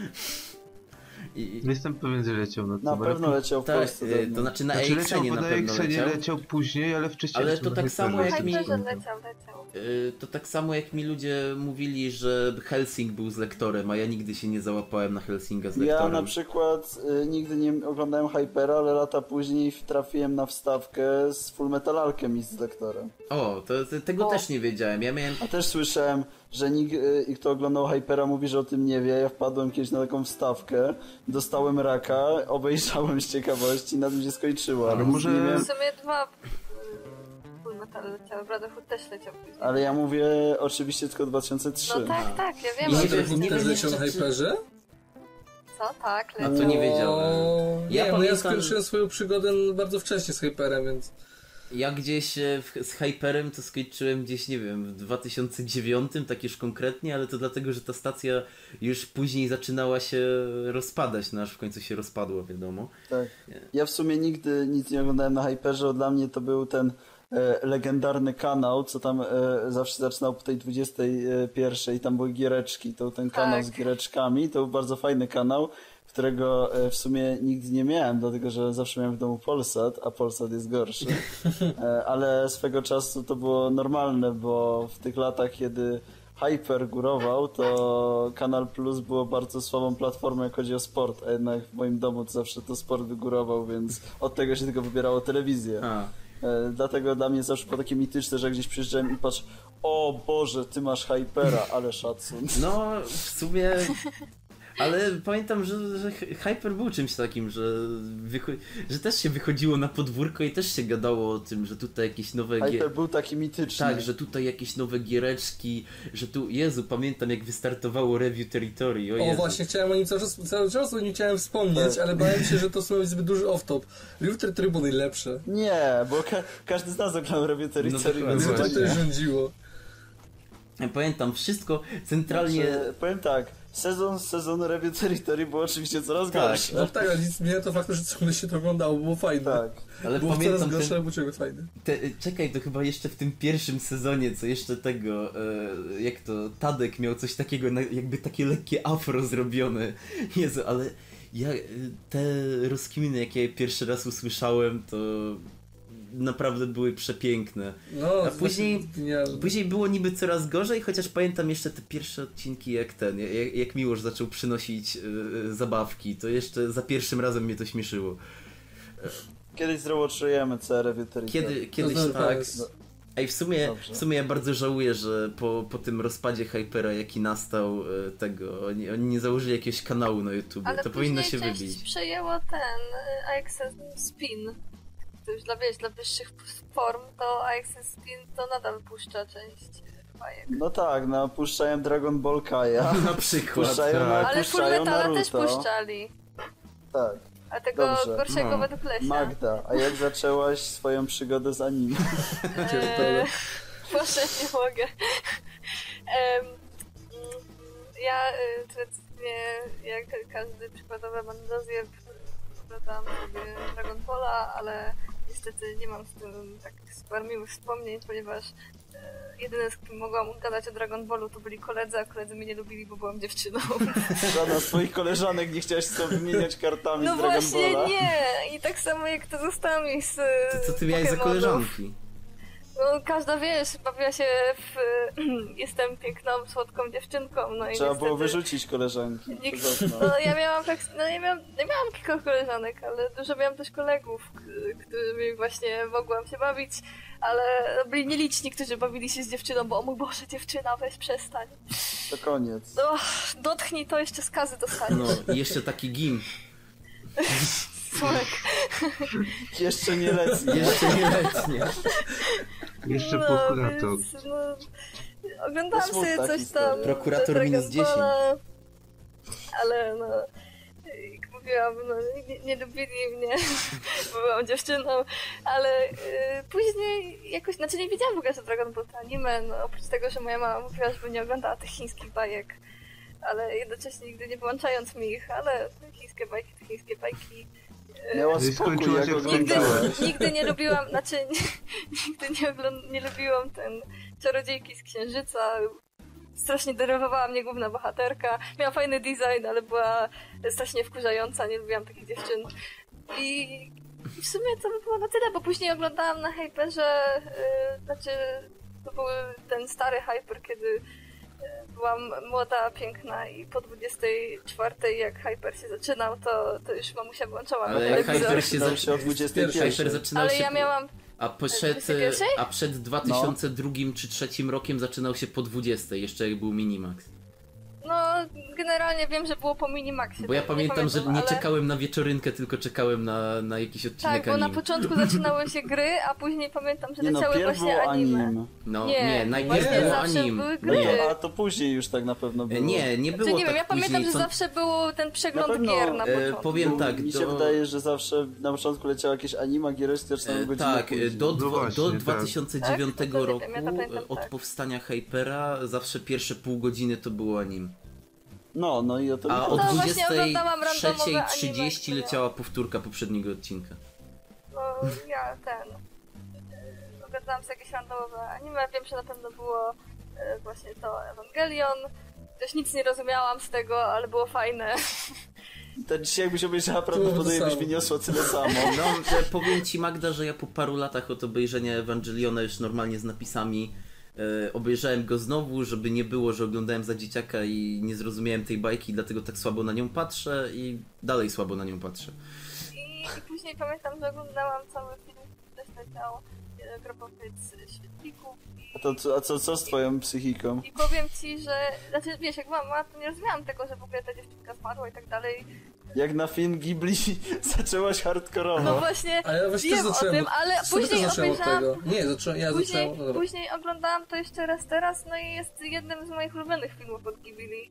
Jestem pewien, że leciał na Na pewno leciał w Tak, Polsce. to znaczy na Znaczy EXN-ie na pewno leciał. leciał później, ale wcześniej Ale leciał to na tak samo Hyperze. jak mi- Hyperze leciał. To tak samo jak mi ludzie mówili, że Helsing był z lektorem, a ja nigdy się nie załapałem na Helsinga z Ja lektorem. na przykład nigdy nie oglądałem Hypera, ale lata później trafiłem na wstawkę z Full Metal Alchemist z lektorem. O, tego też nie wiedziałem. Ja miałem... A też słyszałem, że nikt, kto oglądał Hypera, mówi, że o tym nie wie. Ja wpadłem kiedyś na taką wstawkę, dostałem raka, obejrzałem z ciekawości, na tym się skończyło. Ale Więc może- nie miałem... W sumie 2 Full Metal leciały, Brotherhood też leciał później. Ale ja mówię oczywiście tylko 2003. No tak, ja wiem. Nie ale- wiem, nie Też wiem leciał na jeszcze, czy- Hyperze? Co? Tak, A leciał. to nie wiedziałem. Nie, Ja ja pamiętam- skończyłem swoją przygodę bardzo wcześnie z Hyperem, więc... Ja gdzieś z Hyperem to skończyłem gdzieś, nie wiem, w 2009, tak już konkretnie, ale to dlatego, że ta stacja już później zaczynała się rozpadać, no aż w końcu się rozpadła, wiadomo. Tak. Ja w sumie nigdy nic nie oglądałem na Hyperze, dla mnie to był ten legendarny kanał, co tam zawsze zaczynał po tej 21 i tam były giereczki, to ten kanał z giereczkami, to był bardzo fajny kanał, którego w sumie nigdy nie miałem, dlatego że zawsze miałem w domu Polsat, a Polsat jest gorszy. Ale swego czasu to było normalne, bo w tych latach, kiedy Hyper górował, to Kanal Plus było bardzo słabą platformą, jak chodzi o sport, a jednak w moim domu to zawsze to sport wygórował, więc od tego się tylko wybierało telewizję. A, Dlatego dla mnie zawsze było takie mityczne, że gdzieś przyjeżdżałem i patrz, o Boże, ty masz Hypera, ale szacun. no w sumie... Ale pamiętam, że Hyper był czymś takim, że też się wychodziło na podwórko i też się gadało o tym, że tutaj jakieś nowe... Hyper był taki mityczny. Tak, że tutaj jakieś nowe giereczki, że tu, Jezu, pamiętam jak wystartowało Review Territory, o Jezu. O właśnie, chciałem o nim cały czas o nim chciałem wspomnieć, Tak. ale bałem się, że to są zbyt duży off-top. Review było najlepsze. Nie, bo każdy z nas oglądał Review Territory, No więc dokładnie. Review właśnie. też rządziło. Ja pamiętam, wszystko centralnie... Znaczy, powiem tak, sezon Review Territory było oczywiście coraz Tak. gorsze. No tak, ale nic zmienia to faktu, że ciągle się to oglądało, było fajne. Tak. Ale Było pamiętam coraz gorsze, ten, ale było ciągle fajne. czekaj, to chyba jeszcze w tym pierwszym sezonie, co jeszcze tego, jak to, Tadek miał coś takiego, jakby takie lekkie afro zrobione. Jezu, ale ja, te rozkminy, jakie pierwszy raz usłyszałem, to naprawdę były przepiękne. No, A to później- znaczy genialne. Później było niby coraz gorzej, chociaż pamiętam jeszcze te pierwsze odcinki, jak Miłosz zaczął przynosić zabawki, to jeszcze za pierwszym razem mnie to śmieszyło. Kiedyś zroboczujemy całe Review Territory. Kiedyś To tak. jest- Ej, w Dobrze. sumie ja bardzo żałuję, że po tym rozpadzie Hypera, jaki nastał, oni nie założyli jakiegoś kanału na YouTube. Ale To powinno się później wybić. część przejęło ten AXS Spin. To już dla wyższych form, to AXS Spin to nadal puszcza część bajek. No tak, no puszczają Dragon Ball Kaja. Na przykład. Puszczają tak. na- Ale Full puszczają Metala też Naruto. puszczali. Tak. A tego Dobrze. gorszego No. według Lesia. Magda, a jak zaczęłaś swoją przygodę z anime? Pierdolę. Boże, nie mogę. Ja tradycyjnie, jak każdy przykładowy mandozjew, oglądam sobie Dragon Balla, ale niestety nie mam z tym tak super miłych wspomnień, ponieważ jedyne, z kim mogłam gadać o Dragon Ballu, to byli koledzy, a koledzy mnie nie lubili, bo byłam dziewczyną. Żadna z twoich koleżanek nie chciałaś z tobą wymieniać kartami No z Dragon właśnie Balla? nie! I tak samo jak to zostało z Co ty miałeś za Pokemonów. koleżanki? No każda, wiesz, bawiła się w... jestem piękną, słodką dziewczynką, no i Trzeba niestety... było wyrzucić koleżanki. Nikt, Przez okno. no ja miałam tak, no ja miałam kilka koleżanek, ale dużo miałam też kolegów, którymi właśnie mogłam się bawić, ale byli nieliczni, którzy bawili się z dziewczyną, bo o mój Boże, dziewczyna, weź przestań. To koniec. No, dotknij to, jeszcze skazy dostaniesz. No i jeszcze taki gim. Słek. Jeszcze nie lecnie. Jeszcze nieletnie. Jeszcze No, prokurator. więc, no, oglądałam To sobie smutna coś historia. tam. Prokurator Dragon minus 10. Balla, ale no, jak mówiłam, no, nie lubili mnie, bo byłam dziewczyną, ale później jakoś, znaczy nie wiedziałam w ogóle, że Dragon Ball to anime, no, oprócz tego, że moja mama mówiła, żeby nie oglądała tych chińskich bajek, ale jednocześnie nigdy nie wyłączając mi ich, ale te chińskie bajki. Miała No i spokój, skończyłaś jak jak oglądałaś. Nigdy nie lubiłam, znaczy nie lubiłam ten Czarodziejki z Księżyca. Strasznie denerwowała mnie główna bohaterka. Miała fajny design, ale była strasznie wkurzająca, nie lubiłam takich dziewczyn. I w sumie to by było na tyle, bo później oglądałam na Hyperze, znaczy to był ten stary Hyper, kiedy byłam młoda, piękna i po 24 jak Hyper się zaczynał, to już mamusia włączała Ale na jak telewizor. Hyper się Zaczynał się o Hyper 21. zaczynał Ale się... ja miałam... A przed 2002 czy 2003 rokiem zaczynał się po 20, jeszcze jak był Minimax. No, generalnie wiem, że było po Minimaxie. Bo ja tak, pamiętam, że nie ale... czekałem na wieczorynkę, tylko czekałem na jakiś odcinek Tak, bo anime. na początku zaczynały się gry, a później pamiętam, że Nie no, leciały pierw właśnie było anime. anime. No Nie, nie, najpierw właśnie było zawsze anim. były No gry. to, a to później już tak na pewno było. Nie Czy było nie wiem, tak ja pamiętam, później. że zawsze był ten przegląd Na pewno, gier na początku. powiem tak, Mi się wydaje, że zawsze na początku leciało jakieś anima giereczki, na godzinę tak, później. do właśnie, tak. 2009 Tak? To nie roku, wiem, ja to pamiętam, od tak. powstania Hypera, zawsze pierwsze pół godziny to było anim. No i o to mi A chodzi. o No właśnie oglądałam randomowe 23:30 anime, leciała powtórka poprzedniego odcinka. No, ja oglądałam sobie jakieś randomowe anime, wiem, że na pewno było właśnie to Evangelion. Też nic nie rozumiałam z tego, ale było fajne. To dzisiaj jakbyś obejrzała, prawdopodobnie byś wyniosła tyle samo. No, powiem ci Magda, że ja po paru latach od obejrzenia Ewangeliona już normalnie z napisami obejrzałem go znowu, żeby nie było, że oglądałem za dzieciaka i nie zrozumiałem tej bajki, dlatego tak słabo na nią patrzę i dalej słabo na nią patrzę. I później pamiętam, że oglądałam cały film, też leciał Grobowiec Świetlików. A co z twoją psychiką? I powiem ci, że, znaczy wiesz, jak byłam mała, to nie rozumiałam tego, że w ogóle ta dziewczynka zmarła i tak dalej. Jak na film Ghibli zaczęłaś hardkorowo. No właśnie, A ja właśnie wiem też o zacząłem tym, ale w sumie później też zacząłem od obejrzałam... tego. Nie, zacząłem... No dobra. Później oglądałam to jeszcze raz teraz, no i jest jednym z moich ulubionych filmów od Ghibli.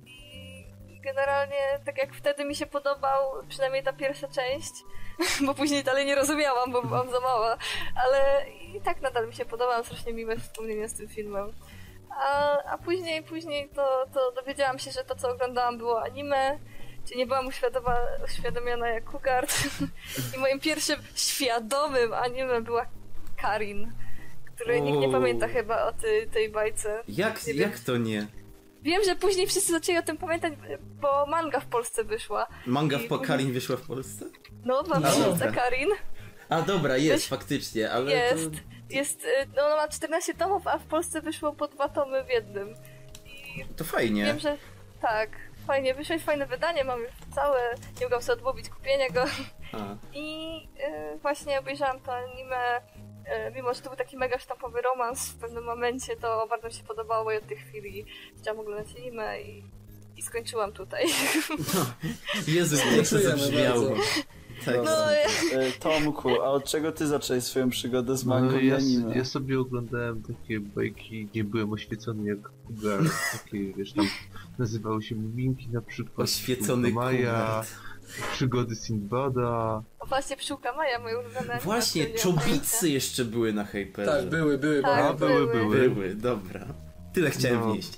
I generalnie, tak jak wtedy mi się podobał, przynajmniej ta pierwsza część, bo później dalej nie rozumiałam, bo byłam za mała, ale i tak nadal mi się podoba, mam strasznie miłe wspomnienia z tym filmem. A później to dowiedziałam się, że to, co oglądałam, było anime, czy nie byłam uświadomiona jak Kugart. I moim pierwszym świadomym anime była Karin, której nikt nie pamięta chyba o tej bajce. Jak to nie? Wiem, że później wszyscy zaczęli o tym pamiętać, bo manga w Polsce wyszła. Manga I w Karin wyszła w Polsce? Nowa No Polska dobra. Karin A dobra, jest faktycznie, ale jest, no ona ma 14 tomów, a w Polsce wyszło po 2 tomy w jednym. I to fajnie. wiem, że tak, fajnie, wyszło jest fajne wydanie, mam już całe, nie mogłam sobie odmówić kupienia go. A. I właśnie obejrzałam to anime, mimo że to był taki mega sztampowy romans w pewnym momencie, to bardzo mi się podobało i od tej chwili chciałam oglądać anime i skończyłam tutaj. Jezu, jak to Dziękujemy zabrzmiało. bardzo. Tak. No, Tomku, a od czego ty zacząłeś swoją przygodę z mangą i anime? Ja sobie oglądałem takie bajki, nie byłem oświecony jak Kugar, takie wiesz tam nazywały się Muminki na przykład, Oświecony Maja, Kugart. Przygody Sinbada. o właśnie Pszczółka Maja, moje ulubione anime. Właśnie, które nie czobicy jeszcze były na Hyperze. Tak, były. Tak, A, były. Były, dobra. Tyle chciałem No. wnieść.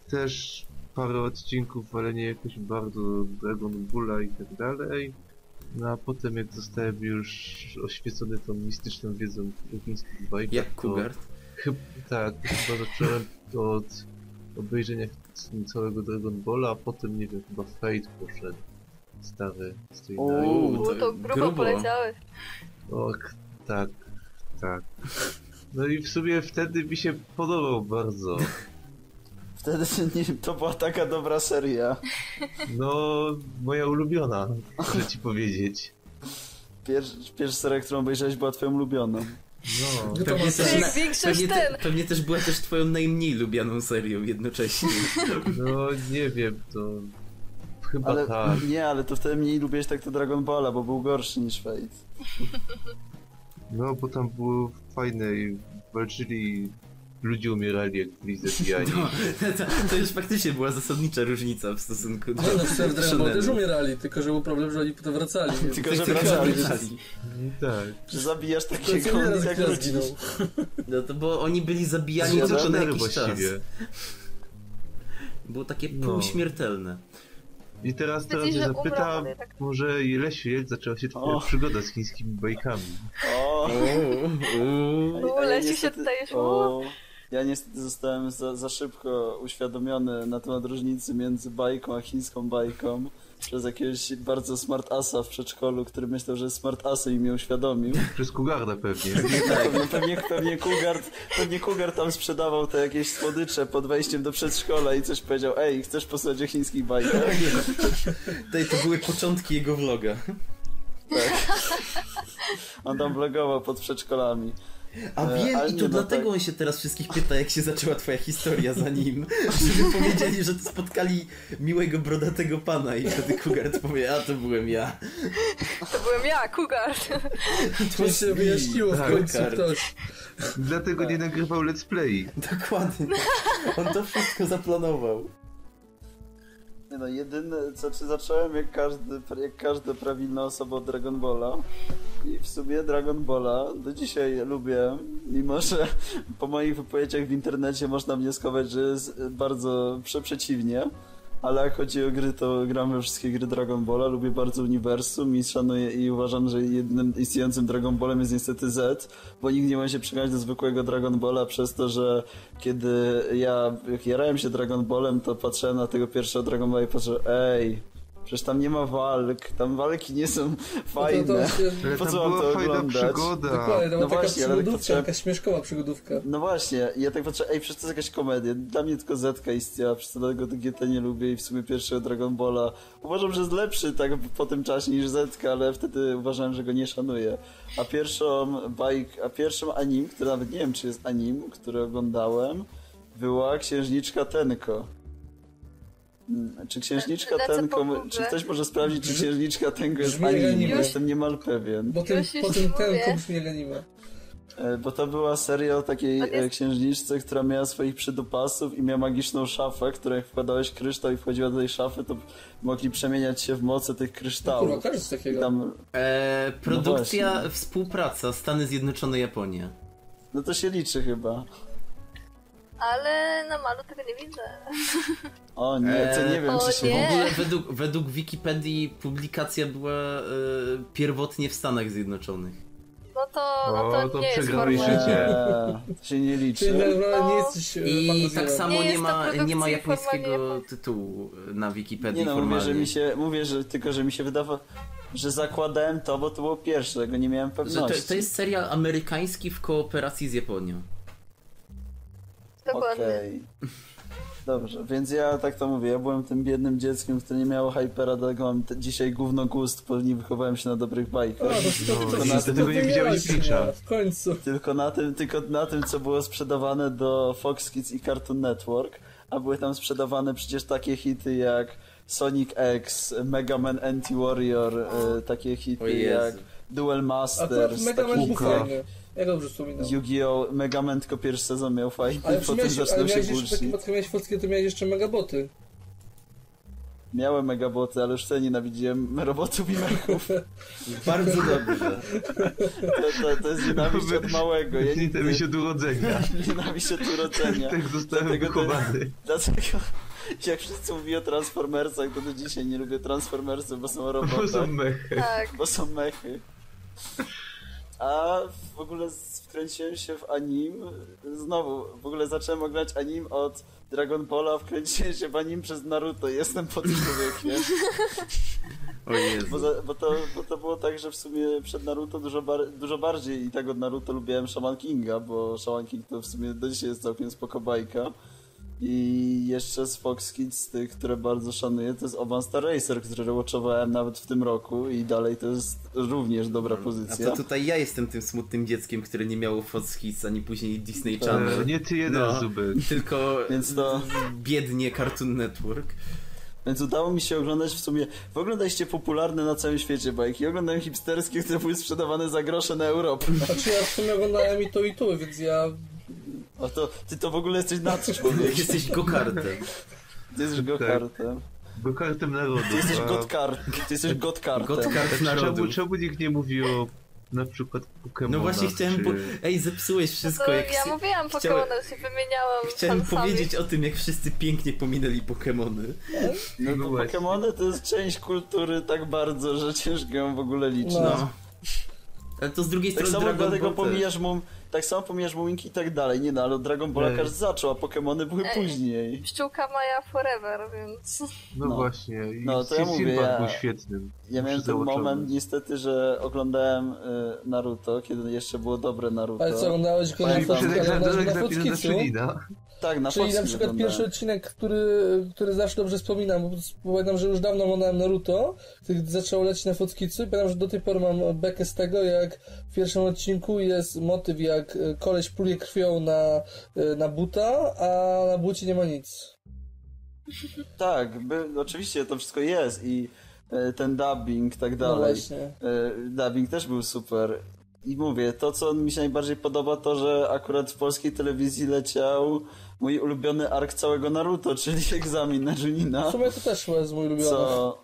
Też parę odcinków, ale nie jakoś bardzo Dragon Balla i tak dalej. No a potem jak zostałem już oświecony tą mistyczną wiedzą o chińskich bajkach, Jak Cougar. Tak, chyba zacząłem od obejrzenia całego Dragon Balla, a potem, nie wiem, chyba Fate poszedł. Stary, stoi na... Uuu, To grubo poleciałeś. Och, tak, tak. No i w sumie wtedy mi się podobał bardzo. Wtedy to była taka dobra seria. No, moja ulubiona, muszę ci powiedzieć. Pierwsza seria, którą obejrzałeś, była twoją ulubioną. No, Pewnie też, Większość pewnie też była też twoją najmniej lubianą serią jednocześnie. no nie wiem, to chyba Ale tak. nie, ale to wtedy mniej lubiłeś tak to Dragon Balla, bo był gorszy niż Fate. No, bo tam było fajne i walczyli, ludzie umierali jak byli zabijani. No, to już faktycznie była zasadnicza różnica w stosunku do No, w Dragon Ball Shonenu. też umierali, tylko że był problem, że oni potem wracali. Więc... Tylko, że wracali. Tak. Że zabijasz To takiego, co nie on raz i tak raz wrócisz. zginął. No to bo oni byli zabijani Zjadane tylko na jakiś właściwie. czas. Było takie No. półśmiertelne. I teraz Stwierdzili, się że umrą, zapytam, ale tak. może Lesiu, jak zaczęła się twoja O. przygoda z chińskimi bajkami? O, Leci się niestety- tutaj już. Ja niestety zostałem za szybko uświadomiony na temat różnicy między bajką a chińską bajką przez jakiegoś bardzo smart asa w przedszkolu, który myślał, że jest smart asem i mnie uświadomił. Przez Kugarda pewnie. No pewnie Cougar tam sprzedawał te jakieś słodycze pod wejściem do przedszkola i coś powiedział: ej, chcesz posłuchać o chińskich bajkach? To były początki jego vloga. On tam vlogował pod przedszkolami. A wiem, ale i nie, to no dlatego tak. on się teraz wszystkich pyta, jak się zaczęła twoja historia za nim. Żeby powiedzieli, że spotkali miłego, brodatego pana i wtedy Cougar powie, a to byłem ja. To byłem ja, Cougar. To się wyjaśniło w Tak, końcu Cougar. ktoś. Dlatego nie nagrywał let's play. Dokładnie. On to wszystko zaplanował. Nie no, jedyne, zacząłem jak każda prawilna osoba od Dragon Balla i w sumie Dragon Balla do dzisiaj lubię, mimo że po moich wypowiedziach w internecie można wnioskować, że jest bardzo przeciwnie, ale jak chodzi o gry, to gram we wszystkie gry Dragon Balla, lubię bardzo uniwersum i szanuję i uważam, że jednym istniejącym Dragon Ballem jest niestety Z, bo nikt nie może się przekonać do zwykłego Dragon Balla przez to, że kiedy jak jarałem się Dragon Ballem, to patrzyłem na tego pierwszego Dragon Balla i patrzę, ej, przecież tam nie ma walk, tam walki nie są fajne. Ale Po tam co mam była to fajna oglądać? przygoda. Dokładnie, to No była taka właśnie, ale tak przygodówka, patrzyłem- jakaś śmieszkowa przygodówka. No właśnie, i ja tak patrzę, ej, przecież to jest jakaś komedia. Dla mnie tylko Zetka istniała, przez to dlatego to GT nie lubię i w sumie pierwszego Dragon Balla uważam, że jest lepszy tak po tym czasie niż Zetka, ale wtedy uważałem, że go nie szanuję. A pierwszą anim, który nawet nie wiem, czy jest anim, który oglądałem, była Księżniczka Tenko. Czy Księżniczka Lecę Tenko, po Google. czy ktoś może sprawdzić, czy Księżniczka Tenko jest Brzmi jak anime? anime. Jestem niemal pewien. Bo ten, Już potem mówię. ten brzmi jak anime. Bo to była seria o takiej On jest- księżniczce, która miała swoich przydupasów i miała magiczną szafę, w której jak wkładałeś kryształ i wchodziła do tej szafy, to mogli przemieniać się w moce tych Kurwa, kryształów. też jest I takiego. tam, Produkcja, właśnie. współpraca, Stany Zjednoczone, Japonia. no to się liczy chyba. Ale na malu tego nie widzę. O nie, to nie wiem, O czy się... nie. W ogóle według Wikipedii publikacja była pierwotnie w Stanach Zjednoczonych. No to to nie jest przegrałeś formuła. życie. Nie, to się nie Czyli liczy. naprawdę nie jesteś I magazylem. tak samo Nie nie jest to ma produkcji japońskiego formalnie tytułu na Wikipedii Nie no, formalnie. mówię, że tylko, że mi się wydawało, że zakładałem to, bo to było pierwsze, tego nie miałem Że pewności. to jest serial amerykański w kooperacji z Japonią. Dokładnie. Okej. Dobrze, więc ja tak to mówię, ja byłem tym biednym dzieckiem, które nie miało hypera, dlatego mam dzisiaj gówno gust, bo nie wychowałem się na dobrych A, bajkach. dlatego nie widziałeś Peacha. W końcu. Tylko na tym, co było sprzedawane do Fox Kids i Cartoon Network, a były tam sprzedawane przecież takie hity jak Sonic X, Mega Man Anti-Warrior, takie O hity Jezu. jak Duel Akurat Masters, Mega Man był takie fajny. Ja dobrze wspominam. Yu-Gi-Oh! Mega Man tylko pierwszy sezon miał fajny, Ale potem miałeś zaczął się jeszcze taki bullshit. jak miałeś Polskie, to miałeś jeszcze Megaboty. Miałem megaboty, ale już wtedy nienawidziłem robotów i mechów. Bardzo dobrze. To jest nienawiść od małego. Ja Nie to mi się od urodzenia. Nienawiść od urodzenia. Tak zostałem Dlatego wychowany. Jak wszyscy mówią o Transformersach, to do dzisiaj nie lubię Transformersów, bo są Bo roboty. są mechy. Tak. Bo są mechy. A w ogóle wkręciłem się w anim, znowu, w ogóle zacząłem oglądać anim od Dragon Balla, wkręciłem się w anim przez Naruto, jestem pod człowiekiem. O Jezu. Bo to było tak, że w sumie przed Naruto dużo bardziej i tak od Naruto lubiłem Shaman Kinga, bo Shaman King to w sumie do dzisiaj jest całkiem spoko bajka. I jeszcze z Fox Kids, z tych, które bardzo szanuję, to jest Oban Star Racer, który watchowałem nawet w tym roku i dalej to jest również dobra A pozycja. to tutaj ja jestem tym smutnym dzieckiem, które nie miało Fox Kids, ani później Disney Channel. Nie ty jeden, Zubek. Tylko Więc to- biednie Cartoon Network. Więc udało mi się oglądać w sumie... Wy oglądaliście popularne na całym świecie bajki. Oglądałem hipsterskie, które były sprzedawane za grosze na Europę. Znaczy ja w sumie oglądałem i tu, więc ja... O to, ty to w ogóle jesteś nadczłowiek. Jesteś go-kartem. Ty jesteś go-kartem. Bo kartem narodu. Ty jesteś a- godkartem. Ty jesteś godkartem. God-kart narodu. Czemu nikt nie mówi o na przykład Pokémonach? No właśnie chciałem... czy... Ej, zepsułeś No wszystko. to Jak ja się... mówiłam Pokémon, już się wymieniałam Chciałem fansami. powiedzieć o tym, jak wszyscy pięknie pominęli Pokémony. No to właśnie. Pokémony to jest część kultury tak bardzo, że ciężko ją w ogóle liczyć. No. Ale to z drugiej Tak strony samo Dragon dlatego Ball też. tak samo pomijasz Muminki i tak dalej. Nie no, ale od Dragon Balla Ej. każdy zaczął, a Pokémony były Ej. później. Pszczółka Maja Forever, więc... No, No. właśnie. I No, to ja mówię, Silver ja- był świetnym. Ja miałem ten Przyzauczony. moment niestety, że oglądałem Naruto, kiedy jeszcze było dobre Naruto. Ale co, oglądałeś go na Pamiętam. Fotkicu? Tak, na Czyli Foxie na przykład oglądałem. pierwszy odcinek, który zawsze dobrze wspominam, bo pamiętam, że już dawno oglądałem Naruto, gdy zaczęło lecieć na Fotkicu i pamiętam, że do tej pory mam bekę z tego, jak w pierwszym odcinku jest motyw, jak koleś pluje krwią na buta, a na bucie nie ma nic. Tak, oczywiście to wszystko jest i ten dubbing i tak No dalej. właśnie. Dubbing też był super. I mówię, to co mi się najbardziej podoba, to że akurat w polskiej telewizji leciał mój ulubiony ark całego Naruto, czyli egzamin na Junina. W sumie to też chyba jest mój ulubiony.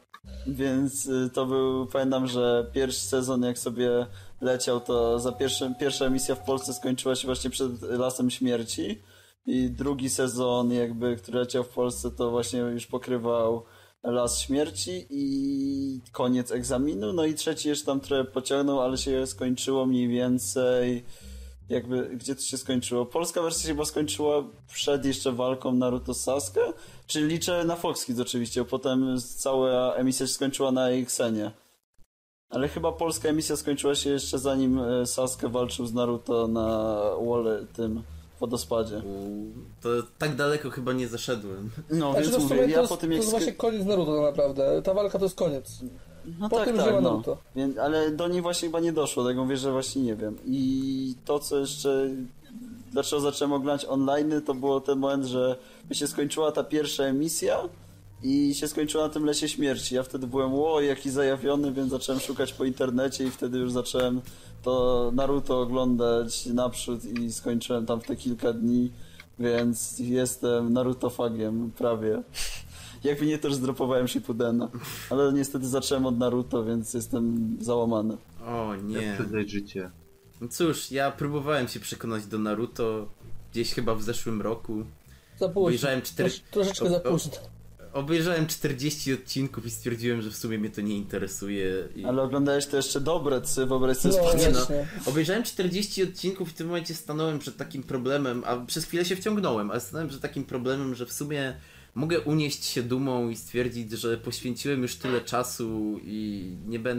Więc to był, pamiętam, że pierwszy sezon jak sobie leciał, to za pierwsza emisja w Polsce skończyła się właśnie przed Lasem Śmierci i drugi sezon jakby, który leciał w Polsce, to właśnie już pokrywał Las Śmierci i koniec egzaminu, no i trzeci jeszcze tam trochę pociągnął, ale się skończyło mniej więcej jakby, gdzie to się skończyło? Polska wersja się chyba skończyła przed jeszcze walką Naruto z Sasuke, czyli liczę na Fox Kids oczywiście, bo potem cała emisja się skończyła na Xenie. Ale chyba polska emisja skończyła się jeszcze zanim Sasuke walczył z Naruto na tym wodospadzie. To tak daleko chyba nie zaszedłem. No Znaczy, więc to w mówię, sumie ja to po tym jest jak... właśnie koniec Naruto tak naprawdę. Ta walka to jest koniec. No Po tym, że ma Naruto. Więc, ale do niej właśnie chyba nie doszło, tak mówię, że właśnie nie wiem. I to, co jeszcze... Dlaczego zacząłem oglądać online, to było ten moment, że się skończyła ta pierwsza emisja i się skończyła na tym Lesie Śmierci. Ja wtedy byłem, jaki zajawiony, więc zacząłem szukać po internecie i wtedy już zacząłem to Naruto oglądać naprzód i skończyłem tam w te kilka dni, więc jestem Narutofagiem prawie. Jakby nie, też zdropowałem Shippudena. Ale niestety zacząłem od Naruto, więc jestem załamany. O nie. Jak przedać życie. No cóż, ja próbowałem się przekonać do Naruto gdzieś chyba w zeszłym roku. Za późno. Obejrzałem Troszeczkę za późno. Obejrzałem 40 odcinków i stwierdziłem, że w sumie mnie to nie interesuje. Ale oglądałeś to jeszcze dobre, wyobraź sobie No, spokojnie. właśnie. Obejrzałem 40 odcinków i w tym momencie stanąłem przed takim problemem, a przez chwilę się wciągnąłem, ale stanąłem przed takim problemem, że w sumie mogę unieść się dumą i stwierdzić, że poświęciłem już tyle czasu i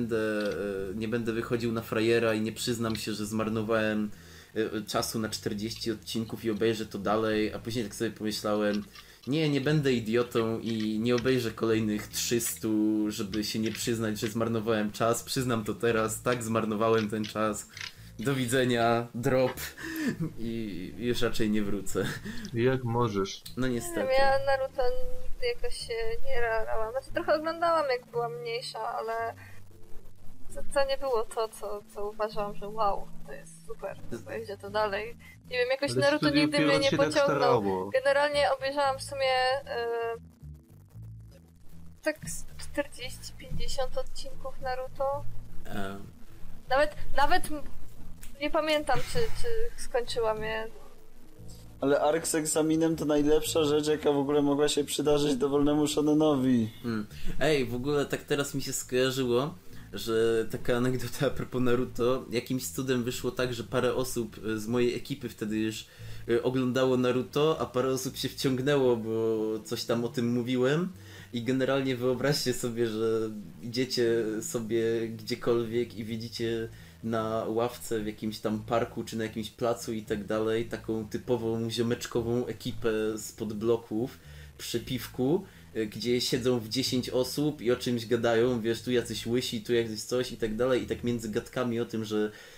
nie będę wychodził na frajera i nie przyznam się, że zmarnowałem czasu na 40 odcinków i obejrzę to dalej, a później tak sobie pomyślałem, nie będę idiotą i nie obejrzę kolejnych 300, żeby się nie przyznać, że zmarnowałem czas. Przyznam to teraz, tak, zmarnowałem ten czas. Do widzenia, drop i już raczej nie wrócę. Jak możesz? No Nie niestety. wiem, ja Naruto nigdy jakoś się nie rarałam. Znaczy trochę oglądałam jak byłam mniejsza, ale to nie było to, co uważałam, że wow, to jest super, pojedzie to dalej. Nie wiem, jakoś Ale Naruto studio nigdy mnie Pierrot nie się tak pociągnął. starało. Generalnie obejrzałam w sumie tak 40-50 odcinków Naruto. E, Nawet nie pamiętam, czy skończyłam je. Ale ark z egzaminem to najlepsza rzecz, jaka w ogóle mogła się przydarzyć dowolnemu shonenowi. Ej, w ogóle tak teraz mi się skojarzyło, że taka anegdota a propos Naruto, jakimś cudem wyszło tak, że parę osób z mojej ekipy wtedy już oglądało Naruto, a parę osób się wciągnęło, bo coś tam o tym mówiłem. I generalnie wyobraźcie sobie, że idziecie sobie gdziekolwiek i widzicie na ławce w jakimś tam parku czy na jakimś placu i tak dalej taką typową ziomeczkową ekipę spod bloków przy piwku, gdzie siedzą w 10 osób i o czymś gadają, wiesz, tu jacyś łysi, tu jacyś coś i tak dalej, i tak między gadkami o tym,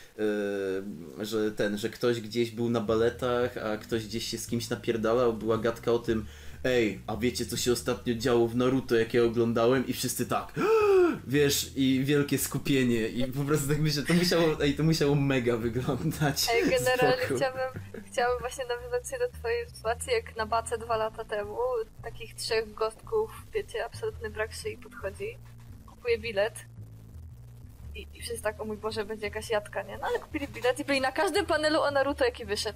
że ktoś gdzieś był na baletach, a ktoś gdzieś się z kimś napierdalał, była gadka o tym, ej, a wiecie co się ostatnio działo w Naruto, jak ja oglądałem, i wszyscy tak, wiesz, i wielkie skupienie, i po prostu tak myślę, to musiało mega wyglądać. Ej, generalnie Spoko. chciałabym właśnie nawiązać się do twojej sytuacji, jak na Bace 2 lata temu, takich 3 gostków, wiecie, absolutny brak szyi podchodzi, kupuje bilet i wszyscy tak, o mój Boże, będzie jakaś jadka, nie? No ale kupili bilet i byli na każdym panelu o Naruto, jaki wyszedł.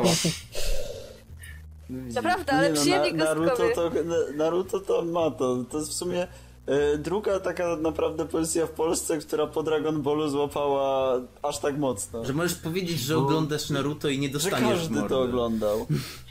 Naprawdę, ale przyjemni gostkowie. Naruto to ma to. To jest w sumie druga taka naprawdę pozycja w Polsce, która po Dragon Ballu złapała aż tak mocno. Że możesz powiedzieć, że oglądasz Naruto i nie Że dostaniesz każdy mordy. to oglądał.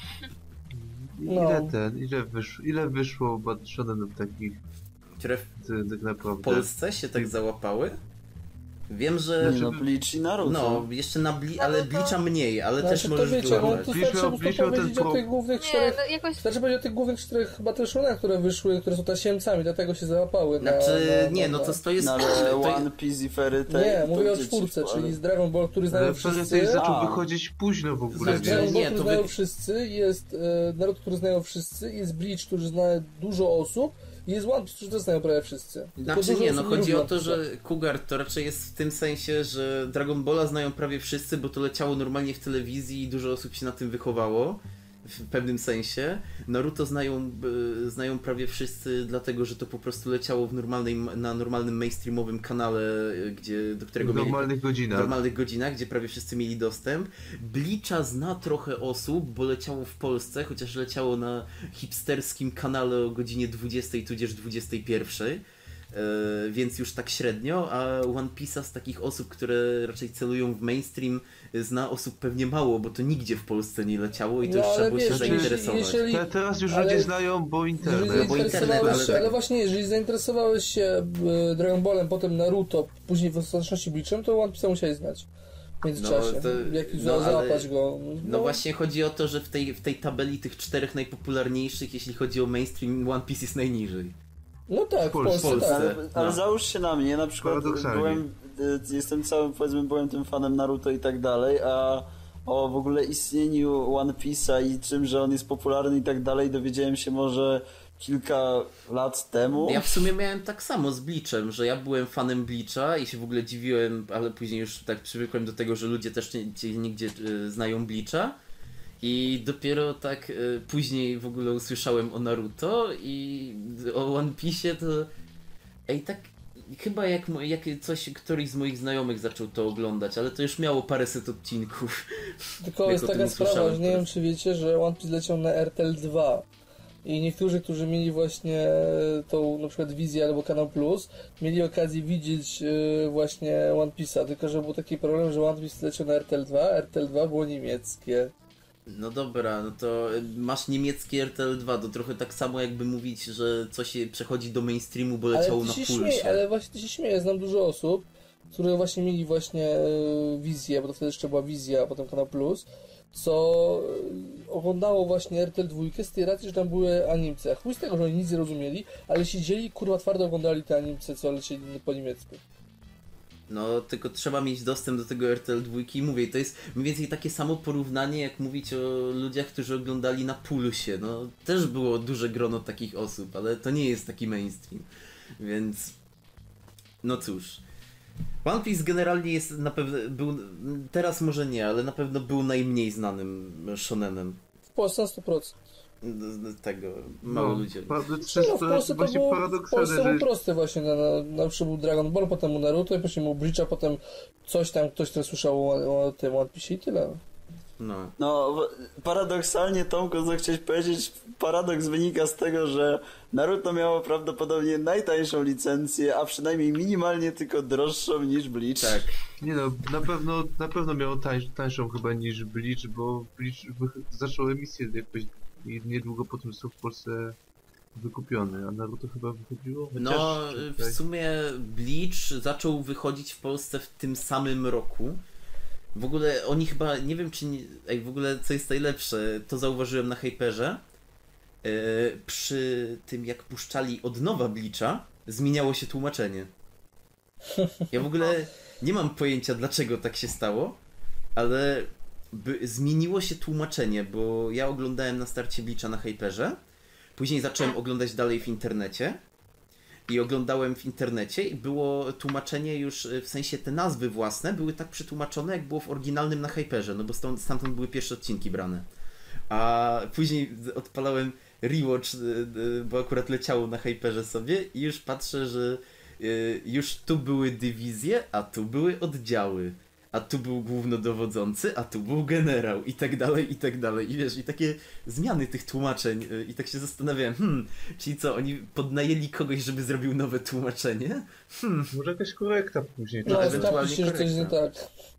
No. Ile wyszło shonenów takich Które tak naprawdę? w Polsce się tak załapały? Wiem, że... No Bleach i Naruto. No, jeszcze ale Bleacha mniej, ale też Znaczy, to możesz wiecie, no wyłapać. to starczy po prostu powiedzieć o tych głównych Nie, 4... no jakoś... Starczy powiedzieć o tych głównych 4 chyba też shonenach, które wyszły, które są tasiemcami, dlatego się załapały. To jest... No, ale to One Piece i Fairy Tail... Nie, to mówię o dzieci 4, wpadają. czyli z Dragon Ball, który znają Ale Fairy wszyscy. Tail zaczął A. wychodzić późno w ogóle, Znaczy, więc... Dragon Ball, nie, który to znają wszyscy, jest Naruto, który znają wszyscy, jest Bleach, który zna dużo osób i jest One Piece, który też znają prawie wszyscy. Tylko Znaczy dużo nie, no osób chodzi lubi o to, One Piece'a. że Cougar to raczej jest w tym sensie, że Dragon Balla znają prawie wszyscy, bo to leciało normalnie w telewizji i dużo osób się na tym wychowało. W pewnym sensie. Naruto znają prawie wszyscy, dlatego że to po prostu leciało na normalnym mainstreamowym kanale, do którego W normalnych godzinach. gdzie prawie wszyscy mieli dostęp. Bleacha zna trochę osób, bo leciało w Polsce, chociaż leciało na hipsterskim kanale o godzinie 20 tudzież 21. Więc już tak średnio, a One Piece'a z takich osób, które raczej celują w mainstream, zna osób pewnie mało, bo to nigdzie w Polsce nie leciało i to No, już ale trzeba było się wiesz, zainteresować. Teraz już ale- ludzie znają, bo Jeżeli internet. bo internet, zainteresowałeś ale się, tak. ale właśnie, jeżeli zainteresowałeś się Dragon Ballem, potem Naruto, później w ostateczności Bleachem, to One Piece'a musiałeś znać w międzyczasie. Załapać go. No właśnie chodzi o to, że w tej tabeli tych 4 najpopularniejszych, jeśli chodzi o mainstream, One Piece jest najniżej. No tak, w Polsce, Polsce. tak. Ale No. załóż się na mnie, na przykład Paradoksalnie. byłem tym fanem Naruto i tak dalej, a o w ogóle istnieniu One Piece'a i czym, że on jest popularny i tak dalej, dowiedziałem się może kilka lat temu. Ja w sumie miałem tak samo z Bleachem, że ja byłem fanem Bleacha i się w ogóle dziwiłem, ale później już tak przywykłem do tego, że ludzie też nigdzie znają Bleacha. I dopiero tak później w ogóle usłyszałem o Naruto i o One Piece'ie to... Ej, tak chyba jak któryś z moich znajomych zaczął to oglądać, ale to już miało paręset odcinków. Tylko Jak jest o tym taka sprawa, usłyszałem że nie wiem teraz. czy wiecie, że One Piece leciał na RTL 2 i niektórzy, którzy mieli właśnie tą na przykład wizję albo Kanał Plus, mieli okazję widzieć właśnie One Piece'a, tylko że był taki problem, że One Piece leciał na RTL 2, RTL 2 było niemieckie. No dobra, no to masz niemiecki RTL 2, to trochę tak samo jakby mówić, że coś przechodzi do mainstreamu, bo leciało na Pulsie. Ale właśnie ty się śmieje, znam dużo osób, które właśnie mieli właśnie wizję, bo to wtedy jeszcze była wizja, a potem Kanał Plus, co oglądało właśnie RTL 2 z tej racji, że tam były animce. Chuj z tego, że oni nic nie rozumieli, ale siedzieli, kurwa twardo oglądali te animce, co lecieli po niemiecku. No, tylko trzeba mieć dostęp do tego RTL 2 i mówię, to jest mniej więcej takie samo porównanie, jak mówić o ludziach, którzy oglądali na Pulsie. No, też było duże grono takich osób, ale to nie jest taki mainstream, więc... No cóż. One Piece generalnie jest na pewno... teraz może nie, ale na pewno był najmniej znanym shonenem. W Polsce na 100%. Tego mało ludzi. No, w Polsce to właśnie było, w paradoksalne, Polsce że był prosty właśnie, na przykład był Dragon Ball, potem był Naruto, i później był Bleach, a potem ktoś, który słyszał o tym One Piece i tyle. No. No, paradoksalnie, Tomku, co chciałeś powiedzieć, paradoks wynika z tego, że Naruto miało prawdopodobnie najtańszą licencję, a przynajmniej minimalnie tylko droższą niż Bleach. Tak. Nie no, na pewno miało tańszą chyba niż Bleach, bo Bleach zaczął emisję jakoś niedługo po tym został w Polsce wykupiony, a Naruto chyba wychodziło? No, w sumie Bleach zaczął wychodzić w Polsce w tym samym roku. W ogóle oni chyba, nie wiem czy nie, w ogóle co jest najlepsze, to zauważyłem na Hyperze. Przy tym jak puszczali od nowa Bleacha, zmieniało się tłumaczenie. Ja w ogóle nie mam pojęcia dlaczego tak się stało, ale zmieniło się tłumaczenie, bo ja oglądałem na starcie Bleacha na Hyperze, później zacząłem oglądać dalej w internecie i oglądałem w internecie i było tłumaczenie już, w sensie te nazwy własne były tak przetłumaczone jak było w oryginalnym na Hyperze, no bo stamtąd były pierwsze odcinki brane. A później odpalałem rewatch, bo akurat leciało na Hyperze sobie i już patrzę, że już tu były dywizje, a tu były oddziały. A tu był głównodowodzący, a tu był generał i tak dalej, i tak dalej. I wiesz, i takie zmiany tych tłumaczeń. I tak się zastanawiałem, czyli co, oni podnajęli kogoś, żeby zrobił nowe tłumaczenie? Może jakaś korekta później. No, ewentualnie się, że coś nie tak.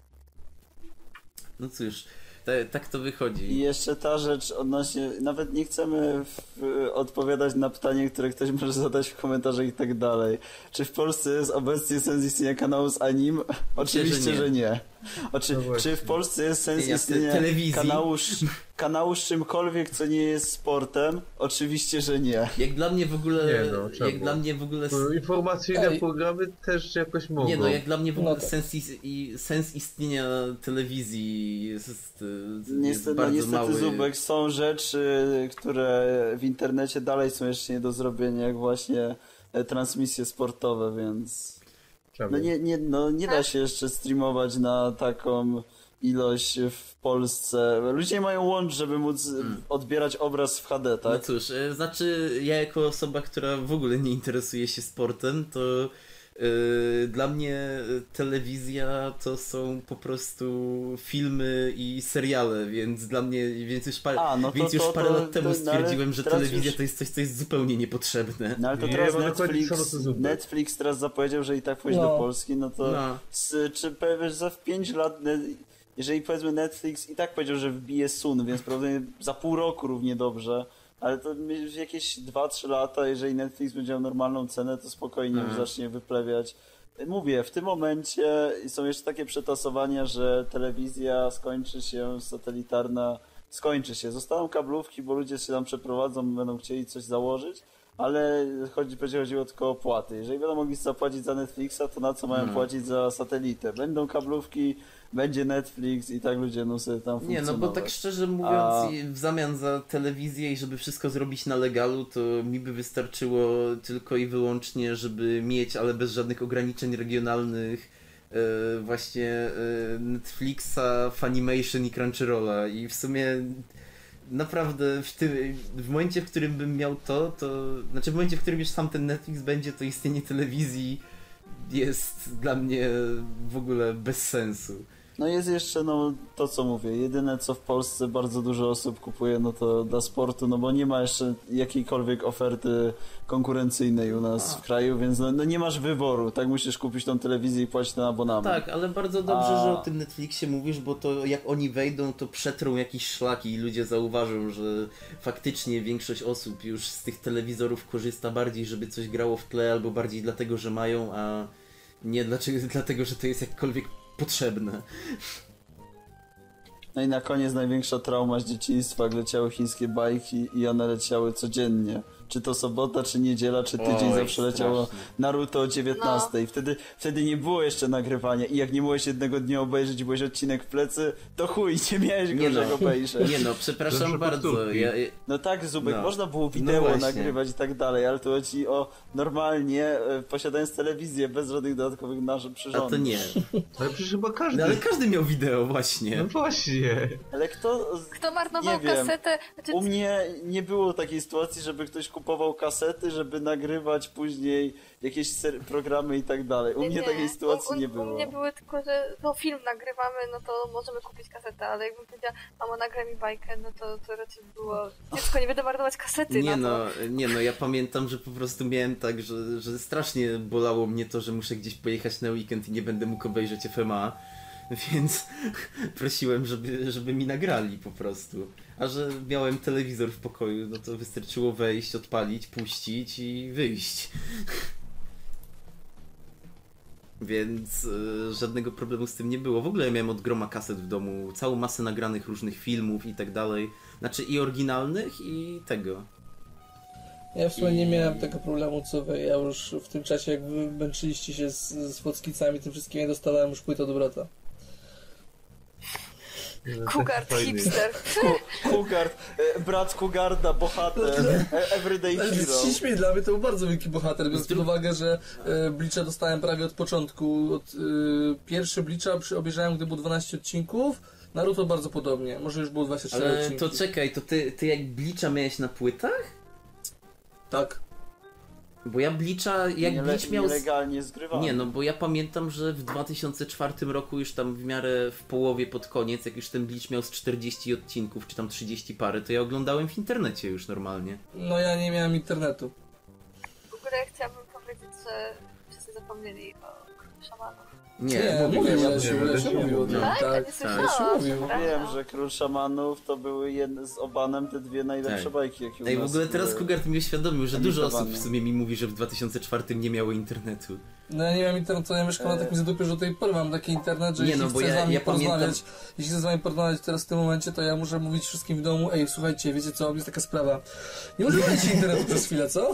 No cóż, tak to wychodzi. I jeszcze ta rzecz odnośnie, nawet nie chcemy odpowiadać na pytanie, które ktoś może zadać w komentarzach i tak dalej. Czy w Polsce jest obecnie sens istnienia kanału z anim? Oczywiście, że nie. Czy w Polsce jest sens istnienia kanału z czymkolwiek, co nie jest sportem? Oczywiście, że nie. Jak dla mnie w ogóle... Nie no, jak dla mnie w ogóle... Informacyjne programy też jakoś mogą. Nie no, jak dla mnie w ogóle No tak. sens istnienia telewizji jest Niestety, bardzo niestety mały. Zubek, są rzeczy, które w internecie dalej są jeszcze nie do zrobienia, jak właśnie transmisje sportowe, więc nie da się jeszcze streamować na taką ilość w Polsce. Ludzie mają łącz, żeby móc odbierać obraz w HD, tak? No cóż, znaczy ja jako osoba, która w ogóle nie interesuje się sportem, to dla mnie telewizja to są po prostu filmy i seriale, więc dla mnie, więc już parę lat temu stwierdziłem, że telewizja to jest coś, co jest zupełnie niepotrzebne. No ale to teraz Netflix teraz zapowiedział, że i tak wchodzi do Polski, no to czy powiesz za 5 lat, jeżeli powiedzmy Netflix i tak powiedział, że wbije Sun, więc prawdopodobnie za pół roku równie dobrze. Ale to jakieś 2-3 lata, jeżeli Netflix będzie miał normalną cenę, to spokojnie zacznie wyplewiać. Mówię, w tym momencie są jeszcze takie przetasowania, że telewizja skończy się, satelitarna skończy się. Zostaną kablówki, bo ludzie się tam przeprowadzą, będą chcieli coś założyć, ale będzie chodziło tylko o opłaty. Jeżeli będą mogli zapłacić za Netflixa, to na co mają płacić za satelitę? Będą kablówki, będzie Netflix i tak ludzie sobie tam funkcjonować. Nie, no bo tak szczerze mówiąc, w zamian za telewizję i żeby wszystko zrobić na legalu, to mi by wystarczyło tylko i wyłącznie, żeby mieć, ale bez żadnych ograniczeń regionalnych, właśnie Netflixa, Funimation i Crunchyrolla i w sumie naprawdę w momencie, w którym bym miał to znaczy w momencie, w którym już sam ten Netflix będzie, to istnienie telewizji jest dla mnie w ogóle bez sensu. No jest jeszcze to, co mówię. Jedyne, co w Polsce bardzo dużo osób kupuje, no to dla sportu, no bo nie ma jeszcze jakiejkolwiek oferty konkurencyjnej u nas w kraju, więc no nie masz wyboru, tak? Musisz kupić tą telewizję i płacić ten abonament. Tak, ale bardzo dobrze, że o tym Netflixie mówisz, bo to jak oni wejdą, to przetrą jakieś szlaki i ludzie zauważą, że faktycznie większość osób już z tych telewizorów korzysta bardziej, żeby coś grało w tle, albo bardziej dlatego, że mają, a nie dlatego, że to jest jakkolwiek potrzebne. No i na koniec największa trauma z dzieciństwa, jak leciały chińskie bajki i one leciały codziennie. Czy to sobota, czy niedziela, czy tydzień, zawsze leciało Naruto o 19. No. Wtedy nie było jeszcze nagrywania i jak nie mogłeś jednego dnia obejrzeć i byłeś odcinek w plecy, to chuj, nie miałeś go czego obejrzeć. Nie no, przepraszam bardzo. No tak, Zubek, można było wideo nagrywać i tak dalej, ale to chodzi o normalnie, posiadając telewizję bez żadnych dodatkowych przyrządów. A to nie. Ale przecież chyba każdy. No, ale każdy miał wideo właśnie. No właśnie. Ale kto marnował kasetę? U mnie nie było takiej sytuacji, żeby ktoś kupował kasety, żeby nagrywać później jakieś programy i tak dalej. U mnie takiej sytuacji nie było. U mnie były tylko, że no film nagrywamy, no to możemy kupić kasetę, ale jakbym powiedziała, mamo nagraj mi bajkę, no to raczej było, dziecko nie będę marnować kasety Nie na to. no, ja pamiętam, że po prostu miałem tak, że strasznie bolało mnie to, że muszę gdzieś pojechać na weekend i nie będę mógł obejrzeć FMA, więc prosiłem, żeby mi nagrali po prostu. A że miałem telewizor w pokoju, no to wystarczyło wejść, odpalić, puścić i wyjść. Więc żadnego problemu z tym nie było. W ogóle ja miałem od groma kaset w domu, całą masę nagranych różnych filmów i tak dalej. Znaczy i oryginalnych i tego. Ja w sumie nie miałem tego problemu co wy. Ja już w tym czasie, jak wy męczyliście się z fockicami, tym wszystkim, ja dostawałem już płytę od brata. Kugard, hipster. Kugard, brat Kugarda, bohater, everyday Ale hero. śmiej, dla mnie to był bardzo wielki bohater, biorąc pod uwagę, że Bleacha dostałem prawie od początku. Pierwszy Bleacha obejrzałem, gdy było 12 odcinków, Naruto bardzo podobnie, może już było 24 Ale odcinki. to czekaj, to ty jak Bleacha miałeś na płytach? Tak. Bo ja Bleacha, jak Bleach miał... Nielegalnie zgrywany. Nie, no bo ja pamiętam, że w 2004 roku już tam w miarę w połowie pod koniec, jak już ten Bleach miał z 40 odcinków, czy tam 30 parę, to ja oglądałem w internecie już normalnie. No ja nie miałem internetu. W ogóle chciałabym powiedzieć, że wszyscy zapomnieli o Królu Szamanów. Nie, mówiłem, ja się mówiłem. mówił o tym. Tak? Ja nie Tak, słyszałam. się mówił. Wiem, że Król Szamanów to były z Obanem te dwie najlepsze Tak. bajki, jakie u Ej, w nas ogóle teraz były. Kugard mi uświadomił, że dużo osób emitowane. w sumie mi mówi, że w 2004 nie miało internetu. No ja nie miałem internetu, ja mieszkam na takim zadupie, że do tej pory mam taki internet, że Nie, jeśli no, bo chcę z wami ja pamiętam- porozmawiać, jeśli chcę z wami porozmawiać teraz w tym momencie, to ja muszę mówić wszystkim w domu, ej, słuchajcie, wiecie co, jest taka sprawa. Nie używajcie internetu przez chwilę, co?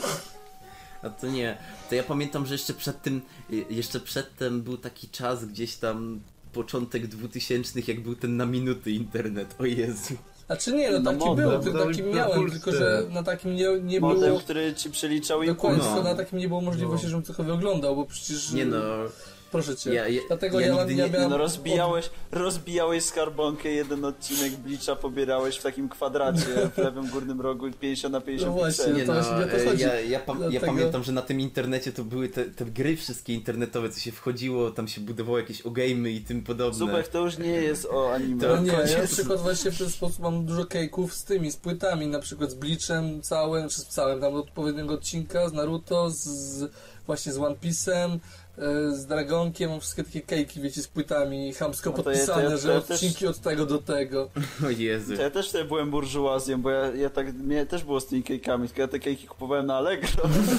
A to nie. To ja pamiętam, że jeszcze przedtem był taki czas gdzieś tam początek 2000, jak był ten na minuty internet. O Jezu. A czy nie, no No taki modem, był, tylko no taki i na miałem, Polsce. tylko że na takim nie Modem, było... który ci przeliczał i Dokładnie, No. tylko na takim nie było możliwości, żebym trochę wyglądał, bo przecież... Nie no. Proszę cię. Ja Dlatego ja nigdy nie... miałem... No rozbijałeś skarbonkę, jeden odcinek Bleacha pobierałeś w takim kwadracie w lewym górnym rogu 50 na 50 No właśnie, pikseli. Nie to no, właśnie o to chodzi. ja Dlatego- pamiętam, że na tym internecie to były te gry wszystkie internetowe, co się wchodziło, tam się budowało jakieś ogamy i tym podobne. Zubek, to już nie jest o anime. To No nie, ja na koniec. przykład właśnie w ten sposób mam dużo cake'ów z tymi, z płytami, na przykład z Bleachem całym, czy z całym, tam do odpowiedniego odcinka, z Naruto, właśnie z One Piece'em, z Dragonkiem, mam wszystkie takie cake'i, wiecie, z płytami, chamsko No to podpisane, ja że też- odcinki od tego do tego. O Jezu. To ja też wtedy byłem burżuazją, bo mnie też było z tymi cake'ami, tylko ja te cake'i kupowałem na Allegro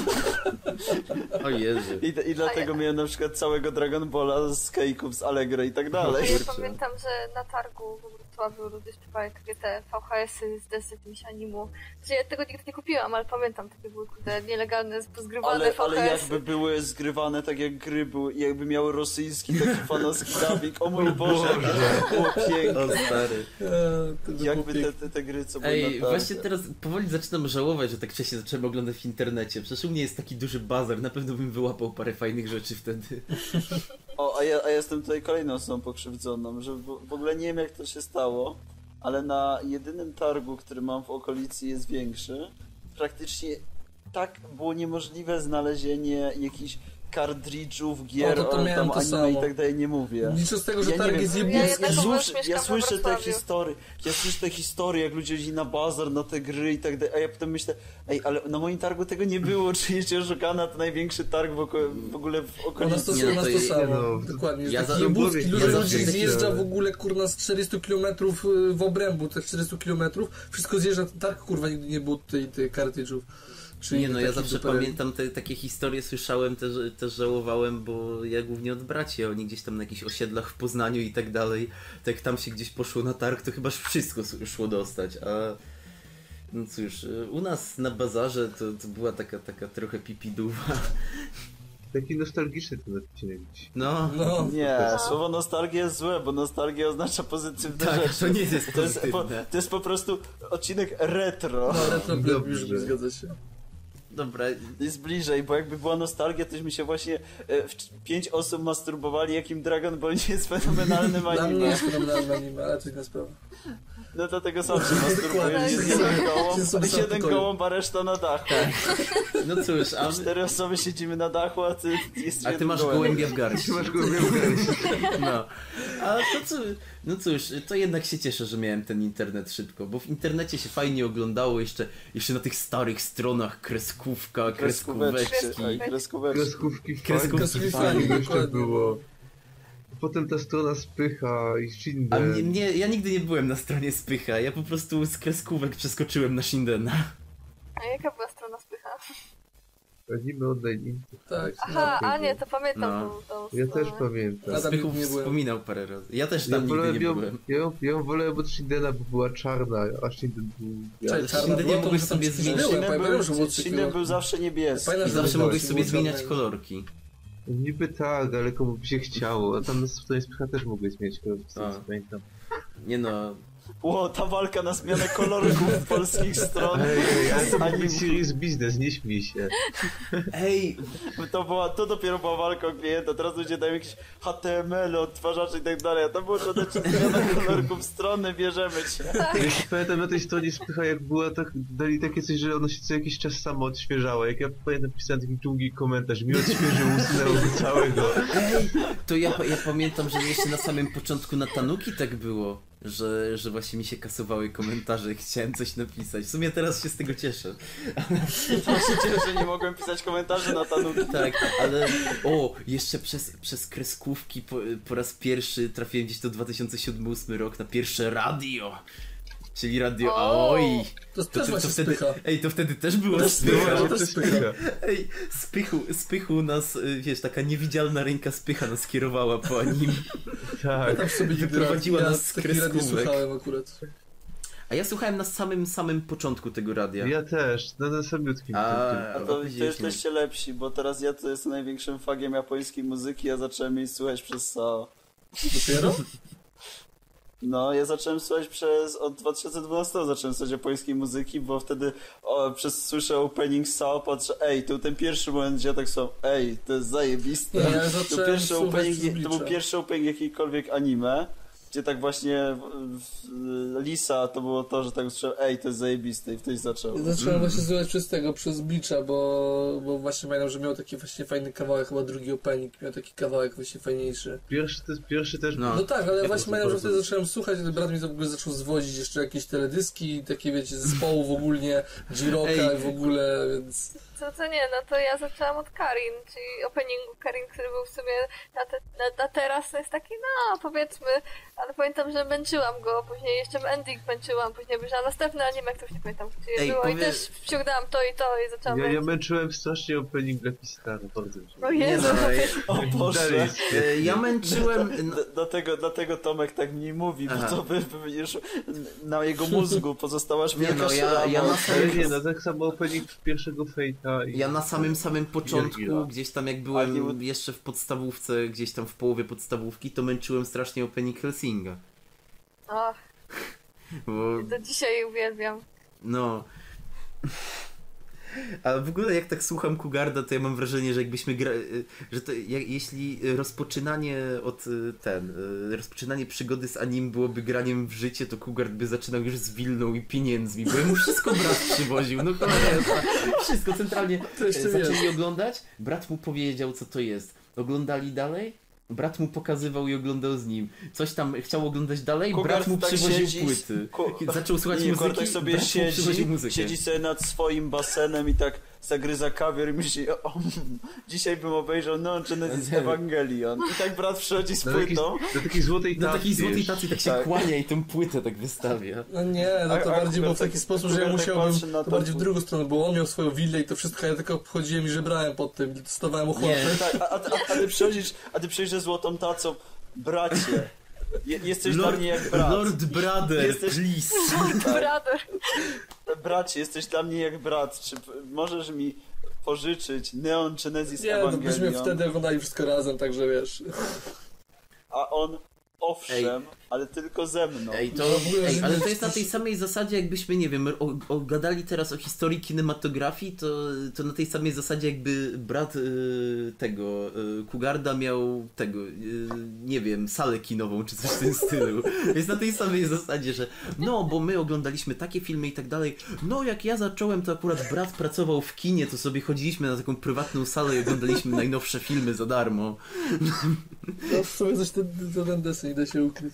O Jezu. i dlatego miałem na przykład całego Dragon Balla z cake'ów z Allegro i tak dalej. Ja Kurczę. pamiętam, że na targu w Wrocławiu ludzie śpiewali takie te VHS-y z desek jakimś animu. Znaczy, ja tego nigdy nie kupiłam, ale pamiętam, takie były kurde nielegalne, pozgrywane Ale VHS-y. jakby były zgrywane tak jak gry były i jakby miały rosyjski taki fanowski dubbing, o mój Boże, jak było piękne. O stary. To by było Jakby piękne. te gry, co były Ej, na targu. właśnie teraz powoli zaczynam żałować, że tak wcześnie zacząłem oglądać w internecie. Przecież u mnie jest taki duży bazar, na pewno bym wyłapał parę fajnych rzeczy wtedy. O, a ja jestem tutaj kolejną osobą pokrzywdzoną, że w ogóle nie wiem jak to się stało, ale na jedynym targu, który mam w okolicy jest większy, praktycznie tak było niemożliwe znalezienie jakichś kartridżów, gier, O, to miałem tam to anime samo. i tak dalej nie mówię. Liczę z tego, że Ja nie targ wiem, jest Ja jebnięty. jednak mieszkam ja we słyszę te Wrocławiu. historie, jak ludzie jeździli na bazar, na te gry i tak dalej, a ja potem myślę, ej, ale na moim targu tego nie było, czyli się oszukana, to największy targ w ogóle w U nas okolicy. to, Nie, no u nas to to jest- samo, no, dokładnie. ja Taki za- jebutki, ja dużo zawsze ludzi taki- zjeżdża w ogóle, kurna, z 400 km w obrębu, tych 400 km, wszystko zjeżdża, targ, kurwa, nigdy nie było tych kartridżów. Czyli Nie no, ja takich zawsze dupereli. pamiętam takie historie, słyszałem, też żałowałem, bo ja głównie od braci, oni gdzieś tam na jakichś osiedlach w Poznaniu i tak dalej, to jak tam się gdzieś poszło na targ, to chyba wszystko szło dostać, a no cóż, u nas na bazarze to była taka trochę pipiduwa. Taki nostalgiczny ten odcinek dziś. No, No, Nie, słowo nostalgia jest złe, bo nostalgia oznacza pozytywne tak, rzeczy. to nie jest To jest, pozytywne. to jest po prostu odcinek retro. no ale to Dobrze. już zgadza się. Dobra. Jest bliżej, bo jakby była nostalgia, tośmy się właśnie 5 osób masturbowali, jakim Dragon Ball nie jest fenomenalnym Dla mnie anime. jest fenomenalne anime, ale to inna sprawa. No dlatego sam się masturbuje. Dokładnie. Jest jeden Jest jeden gołąb, a reszta na dachu. No cóż, a 4 osoby siedzimy na dachu, a ty jesteś ty jednym masz gołębiem. gołębia w garści. Ty masz gołębia w garści. No. A to co, no cóż, to jednak się cieszę, że miałem ten internet szybko, bo w internecie się fajnie oglądało jeszcze na tych starych stronach kreskówka, kreskóweczki. Kreskóweczki. Kreskówki Kreskówki fajnie fajne, jeszcze dokładnie. było. Potem ta strona Spycha i Shinden. A ja nigdy nie byłem na stronie Spycha, ja po prostu z kreskówek przeskoczyłem na Shindena. A jaka była strona Spycha? Anime online. Tak. Aha, a nie, to pamiętam No. tą Ja stronę. też pamiętam. A tam Spychu nigdy nie byłem. wspominał parę razy. Ja też tam nigdy nie byłem. Ja ją wolałem od Shindena, bo była czarna, a Shinden był... Cześć, czarna Shinden była, nie to mogłeś może tam sobie coś zmienić. byłem, pamiętam, że było Silny był zawsze niebieski. Pamiętam, I że zawsze było mogłeś coś sobie było zmieniać czarnego. kolorki. Niby tak, ale komu by się chciało. A tam na stronie Spycha też mogłeś zmieniać kolor, A. pamiętam. Nie no, Ło, ta walka na zmianę kolorków polskich stron. Ale to Anime. był serious business, nie śmiej się. ej, To dopiero była walka o klienta, teraz ludzie dają jakieś HTML, odtwarzacze i tak dalej, a to było człowiek zmiana kolorków strony, bierzemy cię. Ja się pamiętam na tej stronie Spycha, jak była, tak dali takie coś, że ono się co jakiś czas samo odświeżało. Jak ja pamiętam, pisałem taki długi komentarz, mi odświeżył, usunęło go całego. ej, to ja pamiętam, że jeszcze na samym początku na Tanuki tak było, że właśnie mi się kasowały komentarze i chciałem coś napisać. W sumie teraz się z tego cieszę. Właśnie cieszę, że nie mogłem pisać komentarzy na Tanuki. Tak, ale jeszcze przez kreskówki po raz pierwszy trafiłem gdzieś to 2007-2008 rok na pierwsze radio. Czyli radio O! Oj! To też właśnie wtedy, Spycha. ej, to wtedy też było To Spycha. to też Spycha. Ej, Spychu nas, wiesz, taka niewidzialna ręka Spycha nas kierowała po nim. Tak. Tam sobie Wyprowadziła nas z takich radio kreskówek. słuchałem akurat. A ja słuchałem na samym początku tego radia. Ja też, na samiutkim. A to widzisz, jesteście lepsi, bo teraz ja to jestem największym fagiem japońskiej muzyki, ja zacząłem jej słuchać przez SAO. Dopiero? No, ja zacząłem słuchać od 2012 zacząłem słuchać japońskiej muzyki, bo wtedy słyszę opening SAO, patrzę, ej, to ten pierwszy moment, gdzie ja tak słucham, ej, to jest zajebiste. Nie, ja To, zacząłem pierwszy słuchać opening, przez to był Bleacha. pierwszy opening jakiejkolwiek anime, gdzie tak właśnie Lisa to było to, że tak usłyszałem, ej, to jest zajebiste i wtedy zacząłem. Ja zacząłem właśnie słuchać przez Bleacha, bo właśnie pamiętam, że miał taki właśnie fajny kawałek, chyba drugi opening, miał taki kawałek właśnie fajniejszy. Pierwszy też No. No tak, ale Ja właśnie to pamiętam, że bardzo- wtedy zacząłem słuchać, ale brat mi to w ogóle zaczął zwodzić jeszcze jakieś teledyski, takie wiecie, zespołów ogólnie, J-Rocka Ej. i w ogóle, więc... Co nie, no to ja zaczęłam od Karin, czyli openingu Karin, który był w sumie na teraz to jest taki, no powiedzmy, ale pamiętam, że męczyłam go, później jeszcze ending męczyłam, później obejrzałam następny anime, jak to już nie pamiętam, gdzie Ej, było i powie- też wciągnęłam to i zaczęłam Ja męczyć. męczyłem strasznie opening Lucky Star, bardzo mi się O Nie Jezu, no, O Boże. Dalej jest świetny. ja męczyłem... Dlatego Tomek tak mi mówi, Aha. bo to by już na jego mózgu pozostała Nie wielka no, ja szrama. na Ale samym... nie, no tak samo opening pierwszego Fate'a i... Ja na samym początku, Jergira. gdzieś tam jak Ale byłem nie- jeszcze w podstawówce, gdzieś tam w połowie podstawówki, to męczyłem strasznie opening Helsinga. Ach, Bo, do dzisiaj uwielbiam. no... A w ogóle jak tak słucham Kugarda, to ja mam wrażenie, że jakbyśmy że to jeśli rozpoczynanie rozpoczynanie przygody z anim byłoby graniem w życie, to Kugard by zaczynał już z Wilną i pieniędzmi, bo mu wszystko brat przywoził, no cholera, wszystko centralnie To jeszcze zaczęli jest. oglądać, brat mu powiedział co to jest, oglądali dalej, brat mu pokazywał i oglądał z nim. Coś tam chciał oglądać dalej, Kugard brat mu tak przywoził siedzi, płyty. ku- Zaczął słuchać Nie, muzyki, Kortek sobie brat mu przywoził muzykę. siedzi sobie nad swoim basenem i tak zagryza kawior i myśli, dzisiaj bym obejrzał Neon Genesis Nie. Evangelion. I tak brat przychodzi z Na płytą. takiej złotej Na tacy, takiej złotej wiesz. tacy tak się Tak. kłania i tą płytę tak wystawia. No nie, no to A bardziej było w taki tak- sposób, że ja tak musiałbym, patrzy na to to- bardziej w drugą stronę, bo on miał swoją willę i to wszystko, ja tylko chodziłem i żebrałem pod tym, dostawałem ochotę. Nie. Tak, a ty przyjdziesz ze złotą tacą, bracie, jesteś dla mnie jak brat. Lord Brother, Jesteś- please. Brother. Bracie, jesteś dla mnie jak brat. Czy możesz mi pożyczyć Neon Genesis Nie, to byśmy Evangelion? wtedy oglądali wszystko razem, także wiesz. A on, Owszem, ale tylko ze mną. Ale to jest na tej samej zasadzie, jakbyśmy, nie wiem, gadali teraz o historii kinematografii, to na tej samej zasadzie, jakby brat tego Kugarda miał tego, nie wiem, salę kinową, czy coś w tym stylu. Jest na tej samej zasadzie, że no, bo my oglądaliśmy takie filmy i tak dalej. No, jak ja zacząłem, to akurat brat pracował w kinie, to sobie chodziliśmy na taką prywatną salę i oglądaliśmy najnowsze filmy za darmo. No w sumie coś ten deseń nie da się ukryć.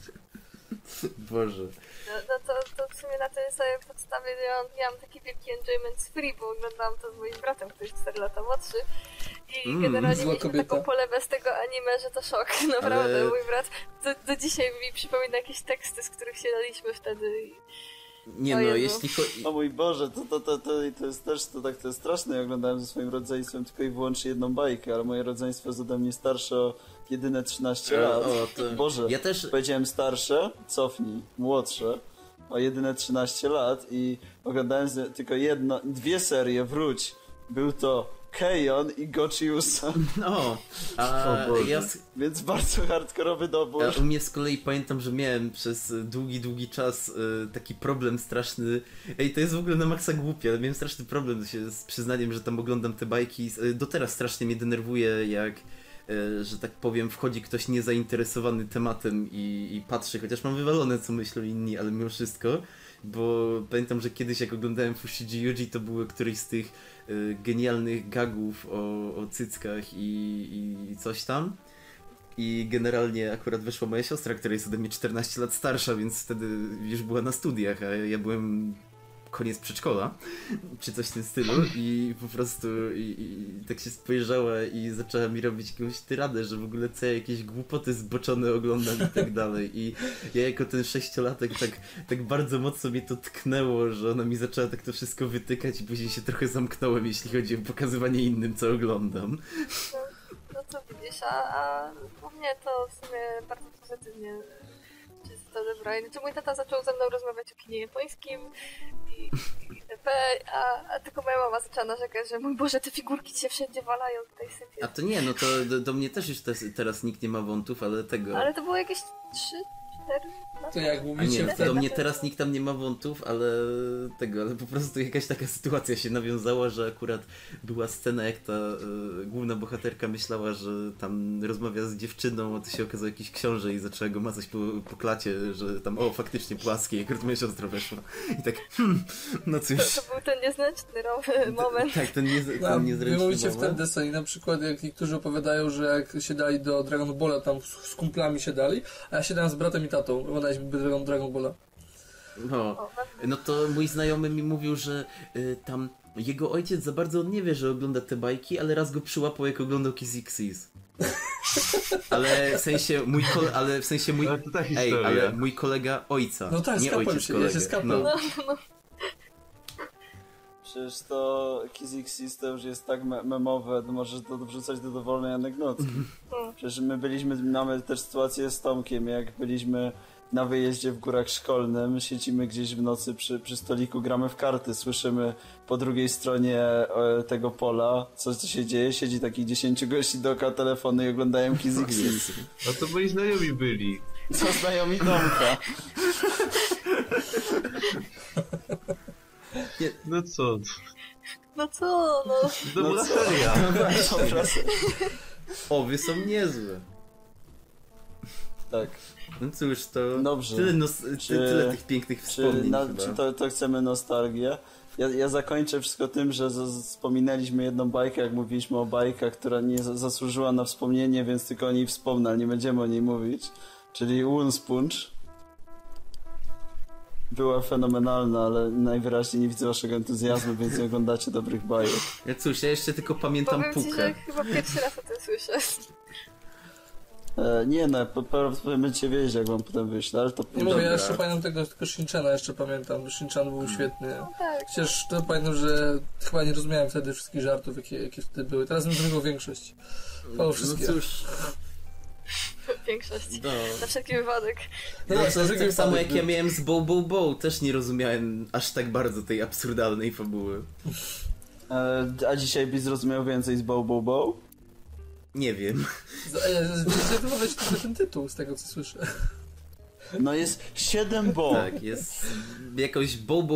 Boże. No to w sumie na tej samej podstawie ja mam taki wielki enjoyment free, bo oglądałam to z moim bratem, który jest 4 lata młodszy. I generalnie mieliśmy taką polewę z tego anime, że to szok. Naprawdę, ale... mój brat do dzisiaj mi przypomina jakieś teksty, z których się daliśmy wtedy. Nie no, jeśli o mój Boże, to jest też to jest straszne. Ja oglądałem ze swoim rodzeństwem tylko i wyłącznie jedną bajkę, ale moje rodzeństwo jest ode mnie starsze o jedyne 13 lat. Boże, ja też powiedziałem starsze, cofnij, młodsze o jedyne 13 lat i oglądałem tylko dwie serie, wróć. Był to Keion i Gochiusa. No, więc bardzo hardkorowy dobór. U mnie z kolei pamiętam, że miałem przez długi czas taki problem straszny. To jest w ogóle na maksa głupie, ale miałem straszny problem z przyznaniem, że tam oglądam te bajki. Do teraz strasznie mnie denerwuje, jak że tak powiem, wchodzi ktoś niezainteresowany tematem i patrzy, chociaż mam wywalone, co myślą inni, ale mimo wszystko, bo pamiętam, że kiedyś jak oglądałem Fushigi Yuji, to były któryś z tych genialnych gagów o cyckach i coś tam. I generalnie akurat weszła moja siostra, która jest ode mnie 14 lat starsza, więc wtedy już była na studiach, a ja byłem koniec przedszkola, czy coś w tym stylu i po prostu i tak się spojrzała i zaczęła mi robić jakąś tyradę, że w ogóle co ja jakieś głupoty zboczone oglądam i tak dalej i ja jako ten 6-latek tak bardzo mocno mnie to tknęło, że ona mi zaczęła tak to wszystko wytykać i później się trochę zamknąłem, jeśli chodzi o pokazywanie innym, co oglądam. No to widzisz, a u mnie to w sumie bardzo pozytywnie to odebrali. Znaczy mój tata zaczął ze mną rozmawiać o kinie japońskim i itp., a tylko moja mama zaczęła narzekać, że mój Boże, te figurki ci się wszędzie walają tutaj sypie. A to nie, no to do mnie też już teraz nikt nie ma wątów, ale tego... Ale to było jakieś 3-4 To jak mówicie nie, do mnie teraz nikt tam nie ma wątów, ale po prostu jakaś taka sytuacja się nawiązała, że akurat była scena, jak ta główna bohaterka myślała, że tam rozmawia z dziewczyną, a to się okazało jakiś książę i zaczęła go macać po klacie, że tam faktycznie płaskie, jak akurat moja siostra weszła. I tak, no cóż. To był ten niezręczny moment. Tak, ten niezręczny wy mówicie w ten deseń, na przykład jak niektórzy opowiadają, że jak się dali do Dragon Balla, tam z kumplami się dali, a ja się dałem z bratem i tatą, oglądaliśmy Dragon Balla. No to mój znajomy mi mówił, że tam jego ojciec za bardzo nie wie, że ogląda te bajki, ale raz go przyłapał, jak oglądał Kiss Xyz. Ale w sensie mój ale mój kolega ojca. No tak, nie ojciec się, kolega. ja się skapłem. No. Przecież to Kiss Xyz to już jest tak memowe, to możesz to wrzucać do dowolnej anegdotki. Przecież mamy też sytuację z Tomkiem, jak byliśmy na wyjeździe w górach szkolnym, siedzimy gdzieś w nocy przy stoliku, gramy w karty, słyszymy po drugiej stronie tego pola, co się dzieje, siedzi takich 10 gości dookoła telefonu i oglądają Kiss Xyz. No to moi znajomi byli. Co znajomi Tomka? No co? No co, no. Dobra seria. Wy są niezłe. Tak. No cóż, to dobrze. Tyle tych pięknych wspomnień Czy to chcemy nostalgię? Ja zakończę wszystko tym, że wspominaliśmy jedną bajkę, jak mówiliśmy o bajkach, która nie zasłużyła na wspomnienie, więc tylko o niej wspomnę, ale nie będziemy o niej mówić. Czyli Woundspunge. Była fenomenalna, ale najwyraźniej nie widzę waszego entuzjazmu, więc nie oglądacie dobrych bajek. Ja cóż, ja jeszcze tylko pamiętam Powiem ci, Pukę. że chyba pierwszy raz o tym słyszę. Nie, no, prawdopodobnie będziecie wiedzieć, jak wam potem wyślę, ale to... Nie mówię, ja jeszcze pamiętam tylko Shinchana jeszcze pamiętam, Shinchan był świetny. No tak. Chociaż to pamiętam, że chyba nie rozumiałem wtedy wszystkich żartów, jakie wtedy były. Teraz bym zrobił większość. Chwała wszystkie. No cóż... Większość. No. Na wszelki wypadek. No tak samo jak ja miałem z Bow, też nie rozumiałem aż tak bardzo tej absurdalnej fabuły. A dzisiaj byś zrozumiał więcej z Bow? Nie wiem. Zdecydowałeś trochę ten tytuł, z tego co słyszę. No jest 7 bo. Tak, jest jakoś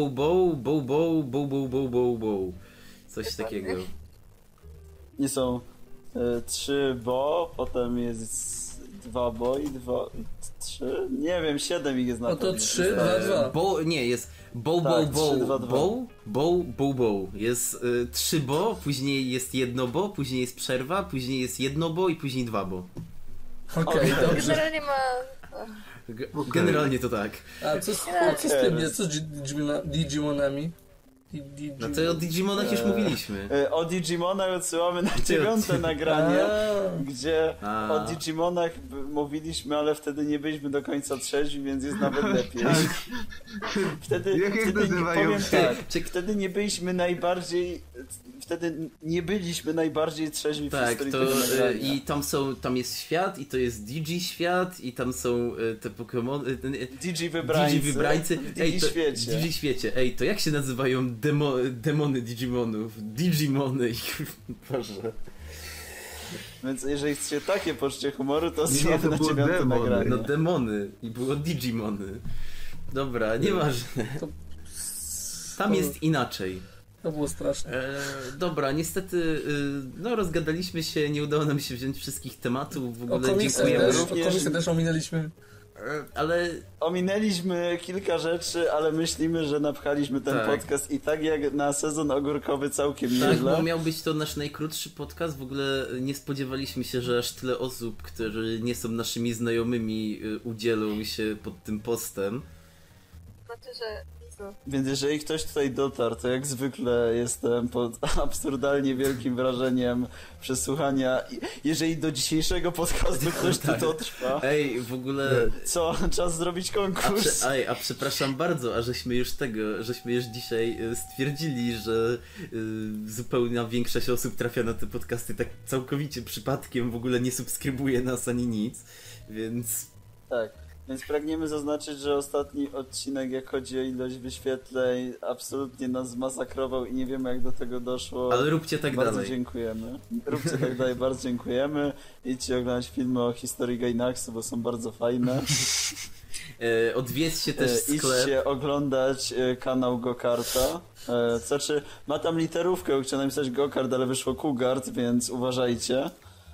bow. Coś takiego. Nie są 3 bo, potem jest 2 bo i 3. Nie wiem, 7 ich jest na No to pewno. 3, 2, 2. Nie, jest Tak, 3, 2, 2. bow. Jest 3 bo, później jest 1 bo, później jest przerwa, później jest 1 bo i później 2 bo. Okej, dobrze. Generalnie ma... Generalnie to tak. A co z tym, nie? Co z Digimonami? No to o Digimonach już mówiliśmy. O Digimonach odsyłamy na 9. nagranie, gdzie A. o Digimonach mówiliśmy, ale wtedy nie byliśmy do końca trzeźwi, więc jest nawet lepiej. Wtedy nazywają powiem się? tak, Czy- wtedy nie byliśmy najbardziej trzeźwi w Tak, historii to tego nagrania. i tam jest świat i to jest Digi świat i tam są te Pokémony. Digi wybrańcy. Digi wybrańcy. W Digi świecie. Digi świecie. Ej, to jak się nazywają demony Digimonów? Digimony i Boże. Więc jeżeli chcecie takie poczucie humoru, to Nie, odsyłamy to na było 9. demony. nagranie. No demony i było Digimony. Dobra, nieważne. To- Tam jest inaczej. To było straszne. Dobra, niestety no rozgadaliśmy się, nie udało nam się wziąć wszystkich tematów, w O ogóle komiksach dziękujemy. też, również. o komiksach też ominęliśmy. Ale Ominęliśmy kilka rzeczy, ale myślimy, że napchaliśmy ten Tak. podcast i tak jak na sezon ogórkowy całkiem tak, nieźle. bo miał być to nasz najkrótszy podcast, w ogóle nie spodziewaliśmy się, że aż tyle osób, którzy nie są naszymi znajomymi, udzielą się pod tym postem. Znaczy, że... Więc jeżeli ktoś tutaj dotarł, to jak zwykle jestem pod absurdalnie wielkim wrażeniem przesłuchania. Jeżeli do dzisiejszego podcastu ktoś tu Tak. dotrwa, Ej, w ogóle... co? Czas zrobić konkurs. A przepraszam bardzo, żeśmy już dzisiaj stwierdzili, że zupełna większość osób trafia na te podcasty tak całkowicie przypadkiem, w ogóle nie subskrybuje nas ani nic, więc... Tak. Więc pragniemy zaznaczyć, że ostatni odcinek, jak chodzi o ilość wyświetleń, absolutnie nas zmasakrował i nie wiemy, jak do tego doszło. Ale róbcie tak Bardzo dalej. dziękujemy. Róbcie tak dalej, bardzo dziękujemy. Idźcie oglądać filmy o historii Gainaxu, bo są bardzo fajne. Odwiedźcie też sklep. Idźcie oglądać kanał Gokarta. Znaczy, ma tam literówkę, chciałem napisać Gokart, ale wyszło Kugart, więc uważajcie.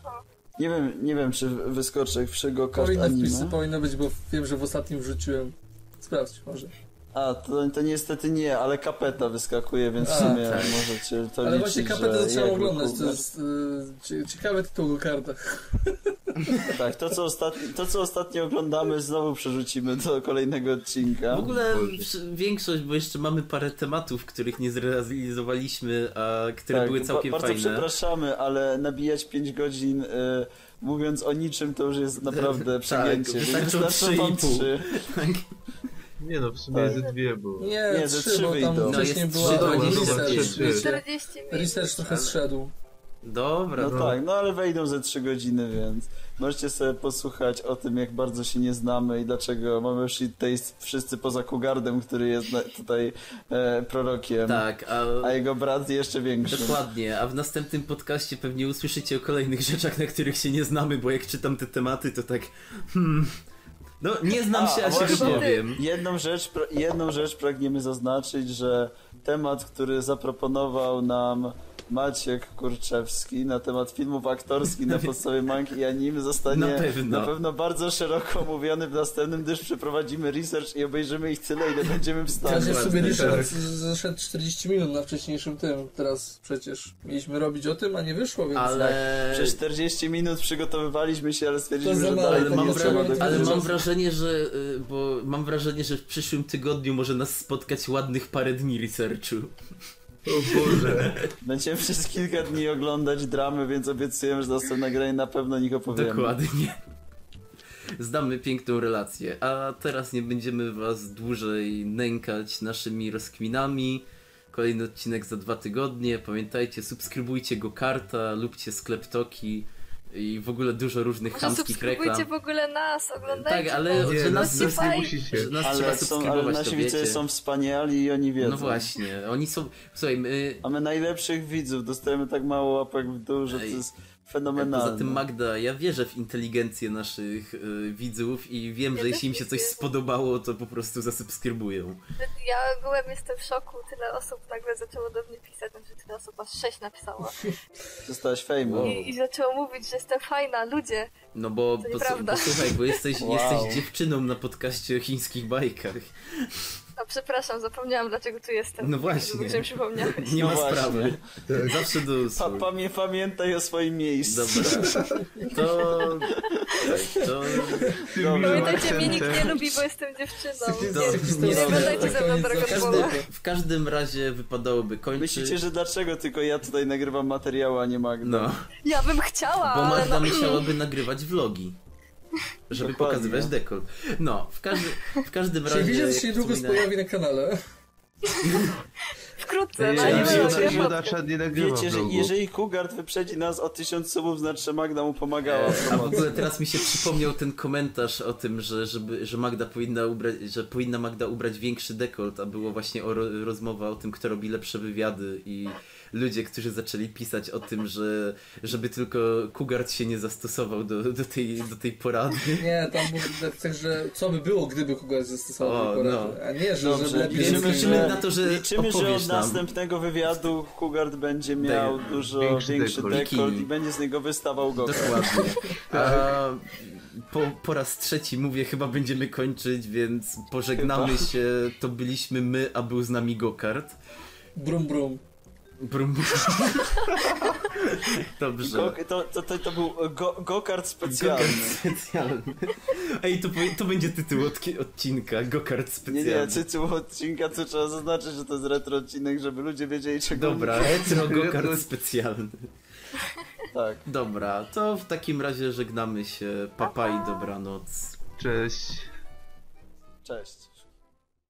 Nie wiem, czy wyskoczy jak przy Gokart anime. Powinno być, bo wiem, że w ostatnim wrzuciłem. Sprawdź może. A, to niestety nie, ale kapeta wyskakuje, więc w sumie tak. możecie to Ale liczyć, właśnie kapetę że zacząłem jakby oglądać, to Kugart. jest ciekawy tytuł o kartach. Tak, to co ostatnio oglądamy znowu przerzucimy do kolejnego odcinka. W ogóle większość, bo jeszcze mamy parę tematów, których nie zrealizowaliśmy, a które były całkiem bardzo fajne. przepraszamy, ale nabijać 5 godzin mówiąc o niczym to już jest naprawdę przegięcie. Tak, więc wystarczą wam 3,5. 3. Nie no, w sumie Tak. ze dwie, bo... Nie, ze 3, trzy bo tam wyjdą. wcześniej No, była jest taki trzy, dobra, research, trzy. wiecie. 40 minut. Research trochę zszedł. Dobra, No tak, no ale wejdą ze 3 godziny, więc możecie sobie posłuchać o tym, jak bardzo się nie znamy i dlaczego mamy shit taste wszyscy poza Kugardem, który jest tutaj prorokiem, tak, a jego brat jeszcze większy. dokładnie, a w następnym podcaście pewnie usłyszycie o kolejnych rzeczach, na których się nie znamy, bo jak czytam te tematy, to tak no nie znam się, a się właśnie. wypowiem. Jedną rzecz pragniemy zaznaczyć, że temat, który zaproponował nam Maciek Kurczewski na temat filmów aktorskich na podstawie mangi i anime zostanie Na pewno. bardzo szeroko omówiony w następnym, gdyż przeprowadzimy research i obejrzymy ich tyle, ile będziemy w stanie. Każdy sobie Dokładnie, research zeszedł 40 minut na wcześniejszym tym. Teraz przecież mieliśmy robić o tym, a nie wyszło, więc... Ale... Przez 40 minut przygotowywaliśmy się, ale stwierdziliśmy, To za że mało, dalej Ale to mam, nie trzeba ale dokończyć. mam wrażenie, że w przyszłym tygodniu może nas spotkać ładnych parę dni researchu. O Boże. Będziemy przez kilka dni oglądać dramy, więc obiecujemy, że za następne nagranie na pewno o nich opowiemy. Dokładnie. Zdamy piękną relację, a teraz nie będziemy was dłużej nękać naszymi rozkminami. Kolejny odcinek za 2 tygodnie. Pamiętajcie, subskrybujcie Gokarta, lubcie sklep Toki i w ogóle dużo różnych Może chamskich reklam. subskrybujcie w ogóle nas, oglądajcie Tak, ale nas, Nie, że nas, nas Spotify. nie musicie. że nas trzeba Ale subskrybować, nasi to widzowie wiecie. są wspaniali i oni wiedzą. No właśnie, oni są... Słuchaj, my... Mamy najlepszych widzów, dostajemy tak mało łapek w dół, że to Ej. jest fenomenalne. Poza tym Magda, ja wierzę w inteligencję naszych widzów i wiem, Ja że też jeśli im się coś wierzę. spodobało, to po prostu zasubskrybują. Ja ogółem jestem w szoku, tyle osób nagle zaczęło do mnie pisać, znaczy tyle osób, aż 6 napisało. Zostałaś fejmem. I zaczęło mówić, że jestem fajna, ludzie. No bo, To nieprawda. słuchaj, bo jesteś Wow. dziewczyną na podcaście o chińskich bajkach. A przepraszam, zapomniałam dlaczego tu jestem. No właśnie. Że mi przypomniałeś. Nie No ma właśnie. sprawy. Zawsze do usług. Pamiętaj o swoim miejscu. Dobra. To... Pamiętajcie, mnie nikt nie lubi, bo jestem dziewczyną. Nie oglądajcie ze mną Dragon Balla. W każdym razie wypadałoby kończyć. Myślicie, że dlaczego tylko ja tutaj nagrywam materiały, a nie Magda? No, Ja bym chciała, bo ale Magda no, musiałaby nagrywać vlogi. Żeby Dokładnie. pokazywać dekolt. No, w każdym Czyli razie... widzę, że jak się niedługo wspominałem- pojawi na kanale. wkrótce, Ja no nie wiem, wiem, że ja Judasza nie nagrywa Wiecie, że vlogu. jeżeli Kugard wyprzedzi nas o 1000 subów, znaczy że Magda mu pomagała w A w promocji. ogóle teraz mi się przypomniał ten komentarz o tym, że Magda powinna ubrać, że powinna Magda ubrać większy dekolt, a było właśnie rozmowa o tym, kto robi lepsze wywiady i ludzie, którzy zaczęli pisać o tym, że żeby tylko Kugard się nie zastosował do tej porady. Nie, tam był napisane, że co by było, gdyby kogoś zastosował O, tej porady. no. A nie, że Dobrze, żeby lepiej... Więc liczymy, liczymy że- na to, że Liczymy, że opowiesz od nam. następnego wywiadu Kugard będzie miał dużo większy większy dekolt. dekolt i Bikini. będzie z niego wystawał go. Dokładnie. A po raz trzeci mówię, chyba będziemy kończyć, więc pożegnamy się. To byliśmy my, a był z nami Gokart. Brum brum. Brum. Dobrze. To był go-kart specjalny. Gokart specjalny. Ej, to będzie tytuł odcinka. Gokart Nie, specjalny. tytuł odcinka, co trzeba zaznaczyć, że to jest retro odcinek, żeby ludzie wiedzieli czego... Dobra, retro Gokart specjalny. Tak. Dobra, to w takim razie żegnamy się. Papa i dobranoc. Cześć. Cześć.